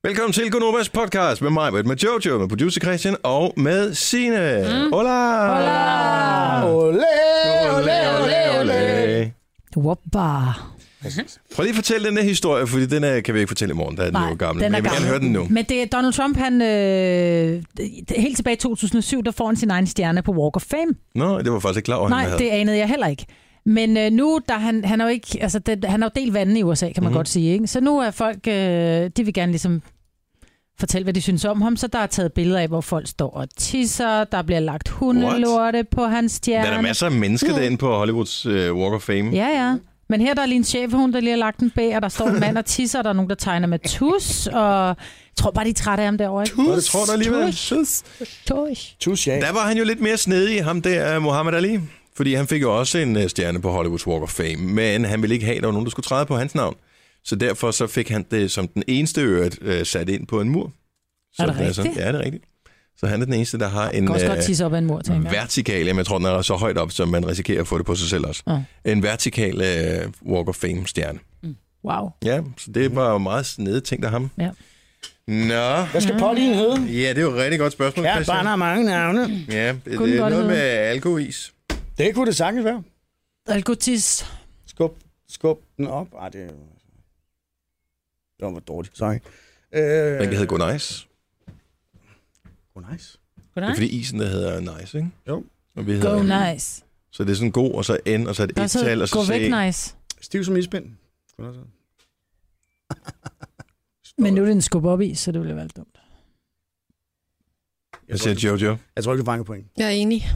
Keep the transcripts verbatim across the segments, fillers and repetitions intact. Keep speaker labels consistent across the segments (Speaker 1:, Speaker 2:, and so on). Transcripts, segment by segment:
Speaker 1: Velkommen til Gonovas podcast med mig, med Jojo, med producer Christian og med Signe. Mm. Hola!
Speaker 2: Hola!
Speaker 3: Ole, ole, ole, ole.
Speaker 2: Woppa.
Speaker 1: Prøv lige at fortælle den her historie, fordi den er, kan vi ikke fortælle i morgen, der er den
Speaker 2: Nej,
Speaker 1: jo gammel.
Speaker 2: Den
Speaker 1: Men jeg vil
Speaker 2: gammel.
Speaker 1: gerne høre den nu.
Speaker 2: Men det er Donald Trump, han øh, helt tilbage i to tusind og syv, der får han sin egen stjerne på Walk of Fame.
Speaker 1: Nå, det var faktisk ikke klar over,
Speaker 2: Nej,
Speaker 1: han havde.
Speaker 2: det anede jeg heller ikke. Men øh, nu, der han, han er jo ikke, altså det, han har jo delt vandene i U S A, kan man mm-hmm. godt sige, ikke? Så nu er folk, øh, de vil gerne ligesom fortælle, hvad de synes om ham, så der er taget billeder af, hvor folk står og tisser, der bliver lagt hundelorte på hans stjerne.
Speaker 1: Der er der masser af mennesker mm. derinde på Hollywoods uh, Walk of Fame.
Speaker 2: Ja, ja. Men her der er lige en chefhund, der lige har lagt en bag, og der står en mand og tisser, og der er nogen, der tegner med tus, og jeg tror bare, de er trætte af ham derovre, ikke?
Speaker 1: Tus? Det tror du alligevel.
Speaker 2: Tus. Tus.
Speaker 3: Tus, ja.
Speaker 1: Der var han jo lidt mere snedig, ham der, Muhammad Ali. Fordi han fik jo også en uh, stjerne på Hollywoods Walk of Fame, men han ville ikke have, at der var nogen, der skulle træde på hans navn. Så derfor så fik han det som den eneste øret uh, sat ind på en mur. Så
Speaker 2: er det rigtigt?
Speaker 1: Altså, ja, det er rigtigt. Så han er den eneste, der har en
Speaker 2: kan også godt tisse op af en mur, tænker jeg.
Speaker 1: vertikal, jamen jeg tror, den er så højt op, så man risikerer at få det på sig selv også. Ja. En vertikal uh, Walk of Fame-stjerne.
Speaker 2: Mm. Wow.
Speaker 1: Ja, så det var jo meget snede ting af ham.
Speaker 2: Ja.
Speaker 1: Nå.
Speaker 3: Hvad skal Pauline hedde?
Speaker 1: Ja, det er jo et rigtig godt spørgsmål,
Speaker 3: Ja,
Speaker 1: Christian.
Speaker 3: barn har mange navne.
Speaker 1: Ja, det,
Speaker 2: Kunne
Speaker 1: det er
Speaker 2: godt
Speaker 1: noget
Speaker 2: hedde.
Speaker 1: med alkois.
Speaker 3: Det kunne det sagtens være.
Speaker 2: Algotis.
Speaker 3: Skub, skub den op. Ej, det, det var dårligt. Sorry. Øh...
Speaker 1: Den kan hedde Go Nice.
Speaker 3: Go nice.
Speaker 1: Det er fordi isen, der hedder Nice, ikke?
Speaker 3: Jo.
Speaker 1: Og vi
Speaker 2: Go
Speaker 1: hedder,
Speaker 2: nice.
Speaker 1: Så det er sådan god, og så N, og så et
Speaker 2: Og så
Speaker 1: et-tal, og så
Speaker 2: gå
Speaker 1: C.
Speaker 2: væk nice.
Speaker 3: Stiv som isbind.
Speaker 2: Men nu er det en skub op i, så det ville være dumt.
Speaker 1: Hvad siger Jojo?
Speaker 3: Jeg tror ikke, du fanger point.
Speaker 4: Jeg er enig.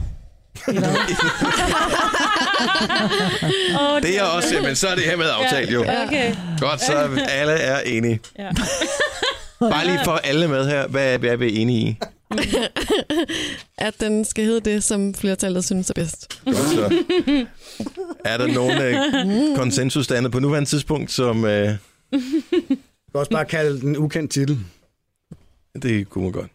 Speaker 1: Det er jeg også, men så er det her med aftalt, jo.
Speaker 4: Okay.
Speaker 1: Godt, så alle er enige.
Speaker 4: Ja.
Speaker 1: Bare lige for alle med her, hvad er, hvad er vi enige i?
Speaker 4: At den skal hedde det, som flertallet synes er bedst.
Speaker 1: Godt, så. Er der nogen øh, konsensus dannet på nuværende tidspunkt, som... Øh,
Speaker 3: Du kan også bare kalde den ukendt titel.
Speaker 1: det kunne man godt.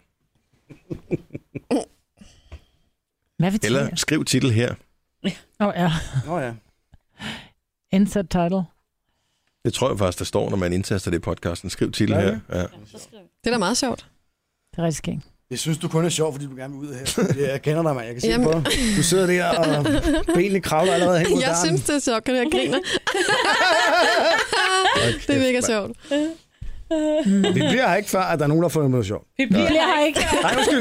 Speaker 2: Hvad vil
Speaker 1: Eller skriv titel her.
Speaker 2: Åh oh, ja.
Speaker 3: Nå ja.
Speaker 2: Insert title.
Speaker 1: Det tror jeg faktisk, der står, når man indtaster det i podcasten. Skriv titel
Speaker 3: Ja,
Speaker 1: her. Ja.
Speaker 4: Det er da meget sjovt.
Speaker 2: Det er rigtig skægt.
Speaker 3: Jeg synes, du kun er sjov, fordi du gerne vil ud af her. Jeg kender dig, mand. Jeg kan se
Speaker 4: Jamen.
Speaker 3: på. Du sidder der, og benene kravler allerede hen mod
Speaker 4: Jeg
Speaker 3: døren.
Speaker 4: synes, det er sjovt, at jeg griner. Det er mega sjovt.
Speaker 3: Vi bliver her ikke før, at der er nogen, der får noget sjovt.
Speaker 2: Vi bliver her ikke.
Speaker 3: Nej, undskyld.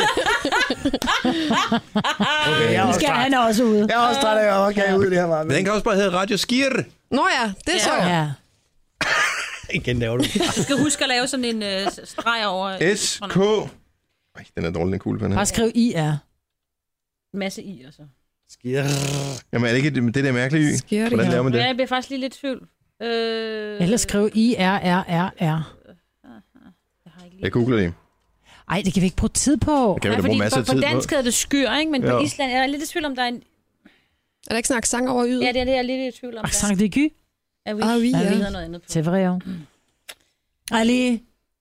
Speaker 3: Okay, jeg er
Speaker 2: Nu
Speaker 3: også
Speaker 2: skal
Speaker 3: træt.
Speaker 2: han også ud.
Speaker 3: Jeg er også træt af, at jeg også kan ud i det her meget.
Speaker 1: Men den kan også bare hedde Radio Skir.
Speaker 4: Nå ja, det er sjovt.
Speaker 2: Ja.
Speaker 3: Igen laver du.
Speaker 5: Du skal huske at lave sådan en øh, streg over
Speaker 1: S K. Ej, den er dårlig, den kuglepen her.
Speaker 2: Bare skriv I R.
Speaker 5: en masse i og så.
Speaker 3: Skir.
Speaker 1: Jamen er det ikke det, det der mærkelige y?
Speaker 4: Sker det
Speaker 1: Hvordan laver
Speaker 4: her?
Speaker 1: man
Speaker 5: Ja,
Speaker 1: det?
Speaker 5: jeg bliver faktisk lige lidt i tvivl. Øh,
Speaker 2: Eller skriv I R R R R.
Speaker 5: Jeg har ikke lige...
Speaker 1: Jeg googler det.
Speaker 2: Ej, det kan vi ikke bruge tid på.
Speaker 1: Det kan vi
Speaker 5: Nej,
Speaker 1: da bruge
Speaker 5: fordi
Speaker 1: masser
Speaker 5: på,
Speaker 1: af
Speaker 5: på
Speaker 1: tid på.
Speaker 5: dansk hedder det skyr, ikke? Men på
Speaker 1: Ja.
Speaker 5: Island er jeg lidt i tvivl om, der er en...
Speaker 4: Er der ikke sådan en accent over ydet?
Speaker 5: Ja, det er det, jeg er lidt i tvivl om.
Speaker 2: Accent de gy.
Speaker 5: Er vi?
Speaker 4: Ah, oui,
Speaker 5: Ja,
Speaker 4: ja.
Speaker 5: vi hedder noget andet på.
Speaker 2: C'est vrai, jo. Ali,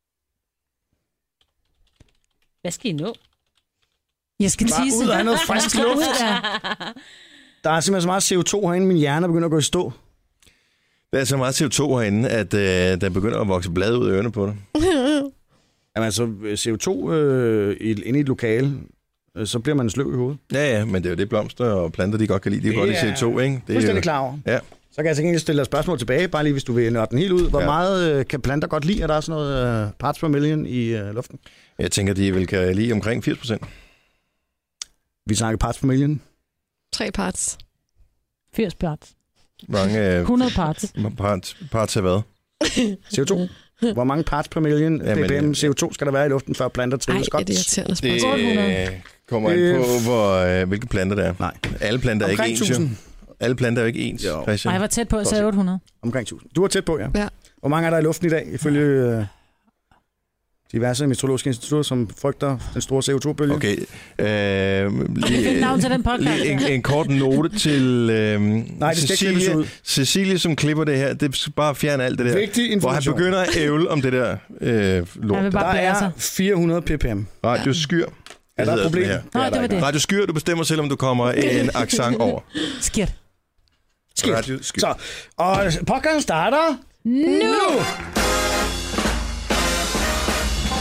Speaker 5: Hvad skal I nå?
Speaker 2: jeg skal
Speaker 3: Bare
Speaker 2: tisse.
Speaker 3: ud og have noget frisk luft.
Speaker 2: Ja.
Speaker 3: Der er simpelthen så meget C O to herinde, min hjerne begynder at gå i stå.
Speaker 1: Der er så meget C O to herinde, at øh, der begynder at vokse blade ud af ørerne på dig.
Speaker 3: Jamen altså, C O to øh, inde i et lokale, øh, så bliver man sløv i hovedet.
Speaker 1: Ja, ja, men det er jo det, blomster og planter, de godt kan lide. De kan godt lide C O to, ikke? Det er
Speaker 3: Fuldstændig
Speaker 1: jo...
Speaker 3: klar over.
Speaker 1: Ja.
Speaker 3: Så kan jeg så egentlig stille dig spørgsmål tilbage, bare lige hvis du vil nørde den helt ud. Hvor
Speaker 1: Ja.
Speaker 3: ja. meget øh, kan planter godt lide, at der er sådan noget øh, parts per million i øh, luften?
Speaker 1: Jeg tænker, de vil kan lide omkring firs procent.
Speaker 3: Vi snakker parts per million.
Speaker 4: Tre parts.
Speaker 2: firs parts.
Speaker 1: Mange øh,
Speaker 2: hundrede parts.
Speaker 1: parts, parts af hvad?
Speaker 3: C O to. Hvor mange parts per million
Speaker 1: Jamen,
Speaker 3: ppm
Speaker 1: øh,
Speaker 3: C O to skal der være i luften, før planter
Speaker 4: Ej,
Speaker 3: trives
Speaker 4: er
Speaker 3: godt?
Speaker 4: det irriterende
Speaker 1: Det
Speaker 4: spørgsmål.
Speaker 2: hundrede.
Speaker 1: øh, kommer an på, hvor, øh, hvilke planter der er.
Speaker 3: Nej.
Speaker 1: Alle planter er ikke
Speaker 3: Omkring
Speaker 1: ens, jo.
Speaker 3: tusind.
Speaker 1: Alle planter er jo ikke ens,
Speaker 3: Jo.
Speaker 2: Ej,
Speaker 1: Christian.
Speaker 2: jeg var tæt på, jeg sagde otte hundrede.
Speaker 3: Omkring tusind. Du var tæt på, ja.
Speaker 4: Ja.
Speaker 3: Hvor mange er der i luften i dag, ifølge øh, diverse meteorologiske institutter, som frygter den store C O to bølge?
Speaker 1: Okay. Øh,
Speaker 2: Find
Speaker 1: lige,
Speaker 2: navn til den podcast.
Speaker 1: lige en, en kort note til øh,
Speaker 3: Nej, det skal ikke klippes
Speaker 1: Cecilie,
Speaker 3: ud.
Speaker 1: Cecilie, som klipper det her. Det skal bare fjerne alt det der.
Speaker 3: Vigtig
Speaker 1: Hvor han
Speaker 3: information.
Speaker 1: begynder at ævle om det der øh, lort.
Speaker 2: Han vil bare
Speaker 3: Der
Speaker 2: blære
Speaker 3: er
Speaker 2: sig.
Speaker 3: fire hundrede ppm.
Speaker 1: Radio Skyr.
Speaker 3: Er der et
Speaker 1: hedder
Speaker 3: problem?
Speaker 1: det her.
Speaker 2: Nå, det var det.
Speaker 1: Radio Skyr, du bestemmer selv, om du kommer en accent over.
Speaker 2: Skidt.
Speaker 3: Skidt.
Speaker 1: Radio Skyr.
Speaker 3: Så, og podcasten starter
Speaker 2: Nu!
Speaker 3: nu.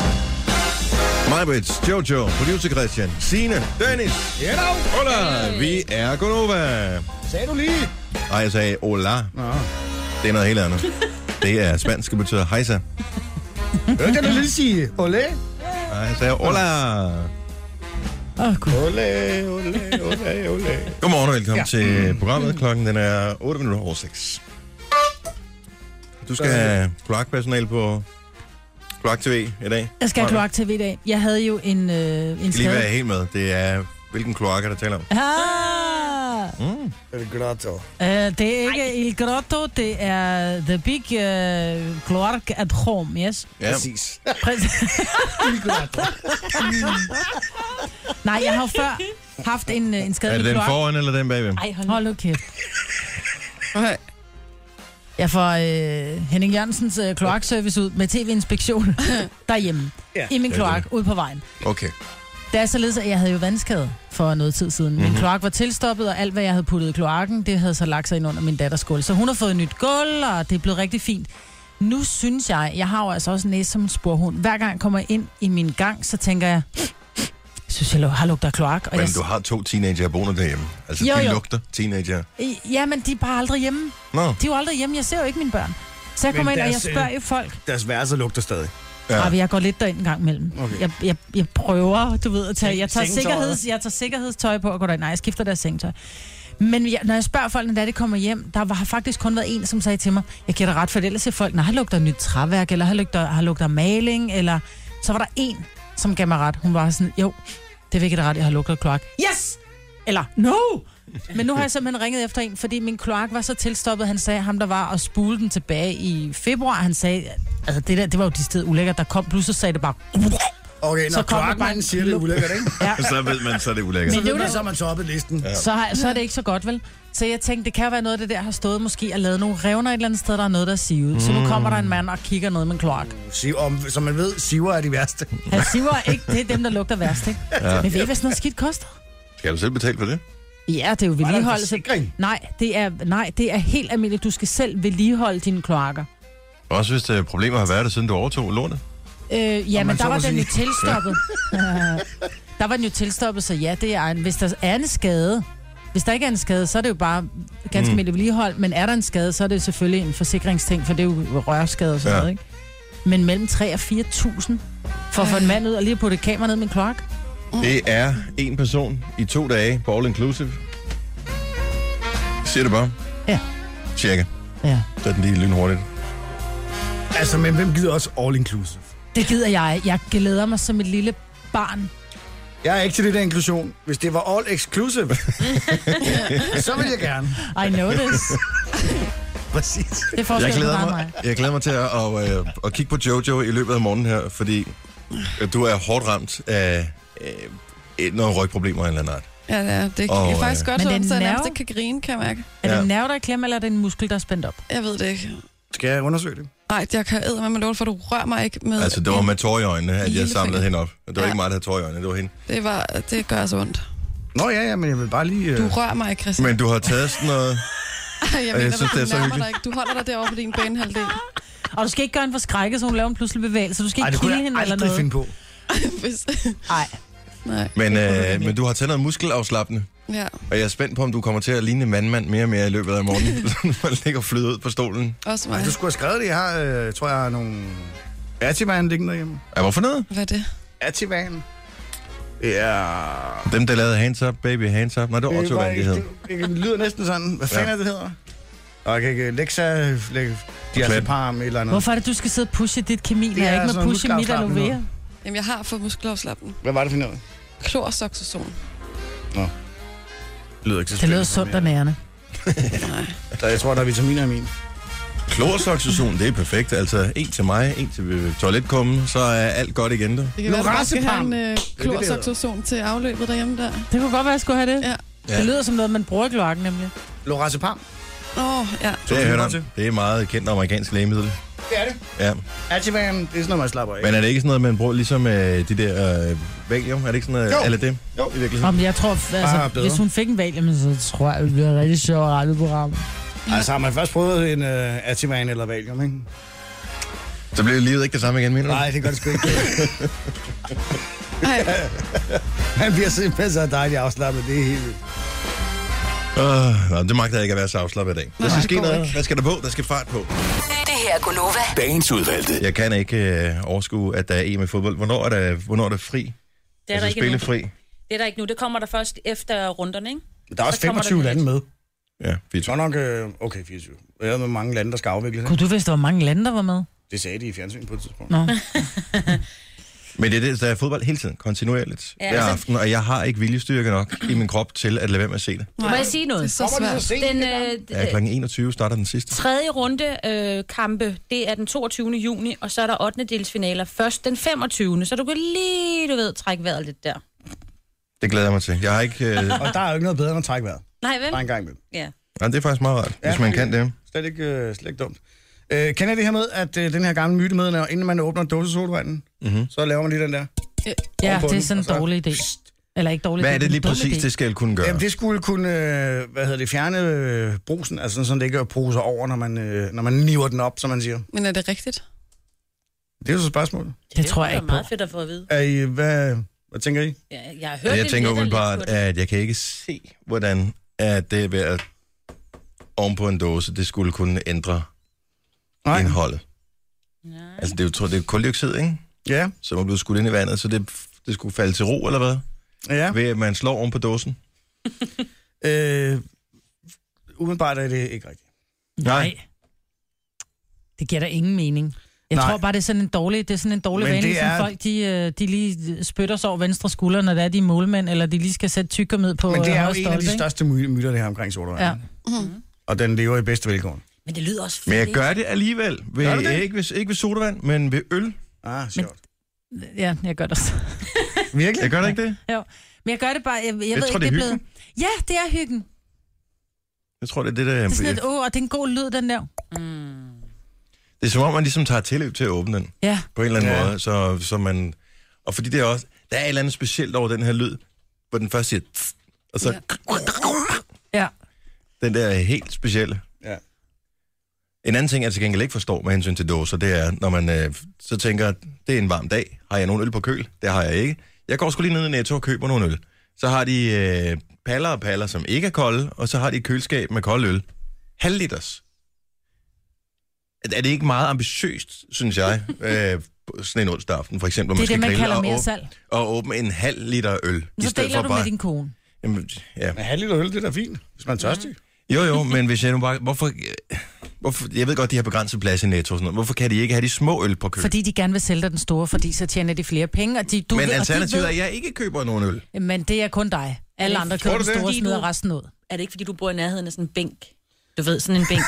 Speaker 1: Majbrits, Jojo, producer Christian, Signe, Dennis.
Speaker 3: Ja, dog.
Speaker 1: Hola, vi er Gonova.
Speaker 3: Sagde du lige?
Speaker 1: Nej, jeg sagde hola.
Speaker 3: Nå.
Speaker 1: Det er noget helt andet. Det er spansk, det betyder hejsa.
Speaker 3: Hørte jeg du lige sige? Olé?
Speaker 1: Nej, jeg sagde hola.
Speaker 2: Åh, oh, gud.
Speaker 3: Olé, olé, olé, olé.
Speaker 1: Godmorgen og velkommen ja.
Speaker 3: Ja.
Speaker 1: til programmet. Klokken den er otte minutter over seks. Du skal have kloakpersonale på Kloak T V i dag.
Speaker 2: Jeg skal have Kloak T V i dag. Jeg havde jo en, øh, en
Speaker 1: Jeg skal lige være helt med. Det er, hvilken kloakker der taler om.
Speaker 2: Ah!
Speaker 1: Mm.
Speaker 3: El Grotto.
Speaker 2: Uh, det er ikke Il Grotto, det er The Big uh, Kloak at Home, yes?
Speaker 1: Ja.
Speaker 3: Præcis.
Speaker 2: Præcis.
Speaker 3: El Grotto.
Speaker 2: Nej, jeg har jo før haft en, en
Speaker 1: Er
Speaker 2: skadelig
Speaker 1: det den
Speaker 2: kloak.
Speaker 1: foran eller den bagved?
Speaker 2: Ej, hold, hold nu kæft.
Speaker 4: Okay.
Speaker 2: Jeg får øh, Henning Jørgensens øh, kloakservice ud med tv-inspektion derhjemme.
Speaker 3: Ja.
Speaker 2: I min
Speaker 1: Det er
Speaker 2: kloak,
Speaker 1: det.
Speaker 2: ude på vejen.
Speaker 1: Okay.
Speaker 2: Det er således, at jeg havde jo vandskade for noget tid siden. Min
Speaker 1: Mhm.
Speaker 2: kloak var tilstoppet, og alt, hvad jeg havde puttet i kloakken, det havde så lagt sig ind under min datters gulv. Så hun har fået et nyt gulv, og det er blevet rigtig fint. Nu synes jeg, jeg har jo altså også en næse som en sporhund. Hver gang jeg kommer ind i min gang, så tænker jeg, jeg synes, jeg har lugter af kloak. Og
Speaker 1: Men
Speaker 2: jeg,
Speaker 1: du har to teenager boende derhjemme. Altså,
Speaker 2: Jo,
Speaker 1: de
Speaker 2: jo.
Speaker 1: lugter teenager.
Speaker 2: ja, men de er bare aldrig hjemme.
Speaker 1: Nå.
Speaker 2: De er jo aldrig hjemme. Jeg ser jo ikke mine børn. Så jeg
Speaker 3: Men
Speaker 2: kommer ind, og jeg
Speaker 3: deres, øh,
Speaker 2: spørger jo folk.
Speaker 3: Deres værelse lugter stadig.
Speaker 1: Ja.
Speaker 2: Ja. Jeg går lidt derind en gang imellem.
Speaker 3: Okay.
Speaker 2: Jeg, jeg, jeg prøver, du ved, at tage, jeg tager,
Speaker 3: Sengetøjet.
Speaker 2: sikkerheds, jeg tager sikkerhedstøj på og går derind. Nej, jeg skifter deres sengetøj. Men jeg, når jeg spørger folk, da de kommer hjem, der var, har faktisk kun været en, som sagde til mig, jeg giver dig ret, for ellers siger folk, nej, har lugter nyt træværk, eller har lugter, har lugter maling, eller så var der en, som gav mig ret. Hun var sådan, jo, det vil ikke ret, jeg har lugtet kloak. Yes! Eller, no! Men nu har jeg simpelthen ringet efter en, fordi min kloak var så tilstoppet, han sagde, ham der var og spule den tilbage i februar, han sagde, altså det der, det var jo de steder ulækkert, der kom, pludselig sagde det bare,
Speaker 3: Okay,
Speaker 2: Så
Speaker 3: når
Speaker 2: kommer bare
Speaker 3: kloakmanden
Speaker 2: en
Speaker 3: siger, det er ulækkert, ikke?
Speaker 2: ja.
Speaker 1: Så ved man, så er det ulækkert.
Speaker 3: Så
Speaker 2: Men det er
Speaker 3: ved
Speaker 2: jo
Speaker 3: man,
Speaker 2: det.
Speaker 3: så er man toppet listen.
Speaker 1: Ja.
Speaker 2: Så, har, så er det ikke så godt, vel? Så jeg tænkte, det kan jo være noget af det der har stået måske og lavet nogle revner et eller andet sted, der er noget, der er sivet. Så nu kommer der en mand og kigger noget med en kloak.
Speaker 3: Siv- om, som man ved, siver er de værste.
Speaker 2: Han siver ikke, det er dem, der lugter værst, ikke?
Speaker 1: Ja.
Speaker 2: Men ved I, hvad sådan noget skidt koster?
Speaker 1: Skal du selv betale for det?
Speaker 2: Ja, det er jo
Speaker 3: Var der en
Speaker 2: vedligeholdelse.
Speaker 3: forsikring?
Speaker 2: Nej, det er, nej, det er helt almindeligt. Du skal selv vedligeholde dine kloakker.
Speaker 1: Også hvis det problemer har været det, siden du overtog lånet.
Speaker 2: Øh, ja,
Speaker 3: Om
Speaker 2: men
Speaker 3: man
Speaker 2: der
Speaker 3: så
Speaker 2: var
Speaker 3: må
Speaker 2: den jo
Speaker 3: sige.
Speaker 2: tilstoppet. Der var den jo tilstoppet, så ja, det er en. Hvis der er en skade, hvis der ikke er en skade, så er det jo bare ganske
Speaker 1: Mm.
Speaker 2: almindeligt vedligehold. Men er der en skade, så er det selvfølgelig en forsikringsting, for det er jo rørskade og sådan
Speaker 1: Ja.
Speaker 2: noget, ikke? Men mellem tre og fire tusind for at få en mand ud og lige putte et kamera ned i min kloak.
Speaker 1: Det er en person i to dage på all inclusive. Siger det bare?
Speaker 2: Ja.
Speaker 1: Cirka.
Speaker 2: Ja.
Speaker 1: Så er den lige lynhurtigt.
Speaker 3: Altså, men hvem gider også all inclusive?
Speaker 2: Det gider jeg. Jeg glæder mig som et lille barn.
Speaker 3: Jeg er ikke til det der inklusion. Hvis det var all exclusive, så vil jeg gerne.
Speaker 2: I know this.
Speaker 3: Præcis.
Speaker 2: Det er
Speaker 1: Jeg
Speaker 2: forskellen på
Speaker 1: glæder,
Speaker 2: dig og
Speaker 1: mig,
Speaker 2: mig.
Speaker 1: jeg glæder mig til at, at, at, at kigge på Jojo i løbet af morgenen her, fordi at du er hårdt ramt af øh, nogle rygproblemer af en eller anden art.
Speaker 4: Ja, det er, det
Speaker 1: Og,
Speaker 4: er faktisk
Speaker 1: øh,
Speaker 4: godt,
Speaker 2: Men
Speaker 4: så
Speaker 2: det er
Speaker 4: så jeg
Speaker 2: nerve-
Speaker 4: nærmest ikke kan grine, kan jeg mærke.
Speaker 2: Er det
Speaker 1: Ja.
Speaker 2: en nerve, der er klem, eller er det en muskel, der er spændt op?
Speaker 4: Jeg ved det ikke.
Speaker 3: Skal jeg undersøge det?
Speaker 4: Nej, jeg kan æde med mig lov, for du rører mig ikke med...
Speaker 1: Altså, det var med tår i øjnene, at jeg
Speaker 4: Lillefinger.
Speaker 1: samlede hende op. Det var
Speaker 4: Ja.
Speaker 1: ikke mig, der havde tår i øjnene, det var hende.
Speaker 4: Det, var, det gør så ondt.
Speaker 3: Nå ja, ja, men jeg vil bare lige...
Speaker 4: Du
Speaker 3: Øh...
Speaker 4: rører mig ikke, Christian.
Speaker 1: Men du har taget sådan noget...
Speaker 4: Ej, jeg mener,
Speaker 1: jeg synes,
Speaker 4: du
Speaker 1: det er så
Speaker 4: nærmer
Speaker 1: hyggeligt.
Speaker 4: dig ikke. Du holder dig derovre på din banehalvdel.
Speaker 2: Og du skal ikke gøre en forskrække, så hun laver en pludselig bevægelse. Du skal
Speaker 3: Ej,
Speaker 2: ikke
Speaker 3: det kunne
Speaker 2: kilde
Speaker 3: jeg
Speaker 2: hende eller
Speaker 3: aldrig
Speaker 2: noget.
Speaker 3: finde på.
Speaker 4: Hvis...
Speaker 2: Nej.
Speaker 4: Nej,
Speaker 1: Men, øh, men du har taget noget muskelafslappende,
Speaker 4: ja.
Speaker 1: og jeg er spændt på, om du kommer til at ligne en mandmand mere og mere i løbet af morgenen. Man ligger og flyder ud på stolen.
Speaker 4: Også
Speaker 3: Ej,
Speaker 4: mig.
Speaker 3: du skulle have skrevet det. Jeg har, øh, jeg tror, jeg har nogle... Ativan liggende derhjemme.
Speaker 1: Ja, hvorfor noget?
Speaker 4: Hvad er det?
Speaker 3: Ativan. Det er...
Speaker 1: Dem, der lavede Hands Up, Baby Hands Up. Nej, det var
Speaker 3: Det,
Speaker 1: Otto,
Speaker 3: var
Speaker 1: hvad det
Speaker 3: ikke,
Speaker 1: hed.
Speaker 3: det, det lyder næsten sådan. Hvad fanden
Speaker 1: Ja.
Speaker 3: er det hedder? Og jeg kan ikke... Lexa... Le, diazepam, et eller andet.
Speaker 2: Hvorfor er det, du skal sidde og pushe dit kemi, når
Speaker 3: Det
Speaker 2: jeg
Speaker 3: er
Speaker 2: ikke må
Speaker 3: sådan
Speaker 2: pushe mit
Speaker 3: muskelafslappende
Speaker 2: aloe vera?
Speaker 4: Jamen, jeg har fået muskelafslappning.
Speaker 3: Hvad var det for noget?
Speaker 4: Klorsoxazon.
Speaker 3: Det lyder ikke så
Speaker 2: Det lyder
Speaker 3: spændende.
Speaker 2: sundt og nærende.
Speaker 4: Nej.
Speaker 3: Der, jeg tror, der er vitaminer i min.
Speaker 1: Klorsoxazon, det er perfekt. Altså, en til mig, en til toiletkummen, så er alt godt igen. Du.
Speaker 4: Det kan være, at du skal have
Speaker 3: Lorazepam.
Speaker 4: en øh,
Speaker 3: det, det hedder.
Speaker 4: klorsoxazon til afløbet derhjemme der.
Speaker 2: Det kunne godt være, at jeg skulle have det.
Speaker 4: Ja.
Speaker 1: Ja.
Speaker 2: Det lyder som noget, man bruger i kloakken, nemlig.
Speaker 3: Lorazepam.
Speaker 4: Åh, oh, ja.
Speaker 1: Det har jeg hørt om. Det er meget kendt amerikansk lægemiddel.
Speaker 3: Det er det.
Speaker 1: Ja.
Speaker 3: Ativan, det er sådan noget, man slapper af.
Speaker 1: Men er det ikke sådan noget, man bruger ligesom øh, de der øh, valium? Er det ikke sådan noget,
Speaker 3: Jo.
Speaker 1: eller det?
Speaker 3: Jo.
Speaker 1: I virkeligheden.
Speaker 2: Om jeg tror,
Speaker 3: Bare
Speaker 2: altså,
Speaker 3: bedre.
Speaker 2: hvis hun fik en valium, så tror jeg, det bliver et rigtig sjovt radioprogram.
Speaker 3: Altså, har man først prøvet en uh, Ativan eller Valium, ikke?
Speaker 1: Så bliver livet ikke det samme igen, mener du?
Speaker 3: Nej, det gør det sgu ikke. Han bliver simpelthen så dejligt afslappet. Det er helt vildt.
Speaker 1: Uh, nå, det magter jeg ikke at være så afslappet i dag. Der skal ske noget. Hvad skal der på? Der skal fart på.
Speaker 6: Det her er Gunova.
Speaker 7: Dagens udvalgte.
Speaker 1: Jeg kan ikke uh, overskue, at der er E M i fodbold. Hvornår er der, hvornår er der fri?
Speaker 5: Det er
Speaker 1: altså,
Speaker 5: der ikke
Speaker 1: spille
Speaker 5: nu.
Speaker 1: fri?
Speaker 5: Det er der ikke nu. Det kommer der først efter runderne, ikke?
Speaker 3: Der er også
Speaker 5: Så kommer
Speaker 3: femogtyve
Speaker 5: der
Speaker 3: lande med.
Speaker 1: Ja, fireogtyve.
Speaker 3: Så nok, øh, okay, fireogtyve. Jeg er med mange lande, der skal afvikles.
Speaker 2: Kunne du vidste, hvor mange lande, der var med?
Speaker 3: Det sagde de i fjernsyn på et tidspunkt.
Speaker 2: Nå.
Speaker 1: Men det er det, der er fodbold hele tiden, kontinuerligt.
Speaker 5: Ja,
Speaker 1: Hver
Speaker 5: altså-
Speaker 1: aften, og jeg har ikke viljestyrke nok i min krop til at lade være med at se det.
Speaker 5: Må jeg sige noget?
Speaker 4: Det er så svært.
Speaker 5: Den øh,
Speaker 1: Ja, klokken enogtyve starter den sidste.
Speaker 5: tredje runde øh, kampe, det er den toogtyvende juni, og så er der ottende delsfinaler først den femogtyvende Så du kan lige, du ved, trække vejret lidt der.
Speaker 1: Det glæder jeg mig til. Jeg har ikke... Øh...
Speaker 3: Og der er jo ikke noget bedre end at trække vejret.
Speaker 5: Nej, vel?
Speaker 3: Bare en gang imellem.
Speaker 5: Ja.
Speaker 1: Nej, det er faktisk meget rart,
Speaker 3: Ja,
Speaker 1: hvis man
Speaker 3: det-
Speaker 1: kan det.
Speaker 3: Slet ikke, øh, slet ikke dumt. Øh, kender I det her med, at øh, den her gamle myte med, at inden man åbner en dåse sodavanden,
Speaker 1: Mm-hmm.
Speaker 3: så laver man lige den der?
Speaker 2: Ja,
Speaker 3: Ovenpå
Speaker 2: det er
Speaker 3: den,
Speaker 2: sådan
Speaker 3: og
Speaker 2: en
Speaker 3: så-
Speaker 2: dårlig idé. Eller ikke dårlig
Speaker 1: Hvad
Speaker 2: idé,
Speaker 1: er det
Speaker 2: men
Speaker 1: lige
Speaker 2: en dum
Speaker 1: præcis,
Speaker 2: idé.
Speaker 1: det skal kunne gøre?
Speaker 3: Jamen, det skulle kunne, øh, hvad hedder det, fjerne øh, brusen, altså sådan, så det ikke er poser over, når man, øh, når man niver den op, som man siger.
Speaker 4: Men er det rigtigt?
Speaker 3: Det er jo så spørgsmålet.
Speaker 2: Det tror jeg
Speaker 5: Det
Speaker 2: ikke
Speaker 5: er
Speaker 2: på.
Speaker 5: meget fedt at få at vide.
Speaker 3: Er I, hvad, hvad tænker I?
Speaker 5: Ja, jeg har hørt
Speaker 1: Jeg
Speaker 5: det
Speaker 1: tænker
Speaker 5: lidt og lidt
Speaker 1: umiddelbart,
Speaker 5: på det.
Speaker 1: at jeg kan ikke se, hvordan at det ved at oven på en dåse, det skulle kunne ændre
Speaker 3: Nej.
Speaker 1: indholdet.
Speaker 5: Nej.
Speaker 1: Altså, det er jo tror, det er koldioxid, ikke?
Speaker 3: Ja,
Speaker 1: Som er blevet skudt ind i vandet, så det, det skulle falde til ro, eller hvad?
Speaker 3: ja.
Speaker 1: Ved at man slår oven på dåsen?
Speaker 3: Øh, umiddelbart er det ikke rigtigt.
Speaker 2: Nej. Det giver da ingen mening. Jeg
Speaker 3: Nej.
Speaker 2: tror bare, det er sådan en dårlig, det er sådan en dårlig
Speaker 3: Men
Speaker 2: vane,
Speaker 3: det
Speaker 2: ligesom
Speaker 3: er-
Speaker 2: folk, de, øh, de lige spytter sig over venstre skulder, når det er de er målmænd, eller de lige skal sætte tykker på
Speaker 3: Men det er jo
Speaker 2: højre
Speaker 3: en af
Speaker 2: stolpe,
Speaker 3: de
Speaker 2: ikke?
Speaker 3: største my- myter, det her omkring sodavand.
Speaker 2: Ja.
Speaker 4: Mm.
Speaker 3: Og den lever i bedste velgående.
Speaker 5: Men det lyder også fedt,
Speaker 1: Men jeg
Speaker 5: ikke?
Speaker 1: gør det alligevel. Ved,
Speaker 3: Gør du det?
Speaker 1: ikke, ved, ikke ved sodavand, men ved øl.
Speaker 3: Ah, sjovt.
Speaker 2: Ja, jeg gør det også.
Speaker 3: Virkelig?
Speaker 1: Jeg gør da ikke det?
Speaker 2: Men jeg gør det bare, jeg, jeg,
Speaker 1: Jeg
Speaker 2: ved
Speaker 1: tror,
Speaker 2: ikke,
Speaker 1: det er
Speaker 2: det er blevet... Ja, det er hyggen.
Speaker 1: Jeg tror, det er det, der...
Speaker 2: Det er sådan et, åh, og det er en god lyd, den der.
Speaker 5: Mm.
Speaker 1: Det er som om, man ligesom tager tilløb til at åbne den.
Speaker 2: Ja.
Speaker 1: På en eller anden
Speaker 3: Ja.
Speaker 1: måde. Så, så man... Og fordi det er også... Der er et eller andet specielt over den her lyd, hvor den først siger... Tss, og så...
Speaker 2: Ja.
Speaker 1: Den der er helt specielle.
Speaker 3: Ja.
Speaker 1: En anden ting, jeg til gengæld ikke forstår med hensyn til dåser, det er, når man øh, så tænker, det er en varm dag. Har jeg nogen øl på køl? Det har jeg ikke. Jeg går sgu lige ned i Netto og køber nogle øl. Så har de øh, paller og paller, som ikke er kolde, og så har de et køleskab med kold øl. Halv liters. Er det ikke meget ambitiøst, synes jeg, øh, sådan en onsdag aften, for eksempel,
Speaker 2: Det er
Speaker 1: man
Speaker 2: det, man
Speaker 1: skal grille
Speaker 2: kalder
Speaker 1: og,
Speaker 2: mere
Speaker 1: åb-
Speaker 2: salg.
Speaker 1: og åbne en halv liter øl.
Speaker 2: Så deler du med din kone.
Speaker 1: Jamen, ja.
Speaker 3: Men halv liter øl, det er da fint, hvis man er tørstig.
Speaker 1: Jo, jo, men hvis jeg nu bare... Hvorfor, hvorfor... Jeg ved godt, de har begrænset plads i Netto og sådan noget. Hvorfor kan de ikke have de små øl på køl?
Speaker 2: Fordi de gerne vil sælge dig den store, fordi så tjener de flere penge. Og de, du
Speaker 1: Men
Speaker 2: ved, og de
Speaker 1: alternativet er,
Speaker 2: ved-
Speaker 1: at jeg ikke køber nogen øl.
Speaker 2: Men det er kun dig. Alle andre
Speaker 5: Tror
Speaker 2: køber
Speaker 1: du
Speaker 2: den
Speaker 1: det?
Speaker 2: store og
Speaker 5: Fordi
Speaker 2: smider
Speaker 5: du-
Speaker 2: resten ud.
Speaker 5: Er det ikke, fordi du bor i nærheden af sådan en bænk? Du ved, sådan en bænk.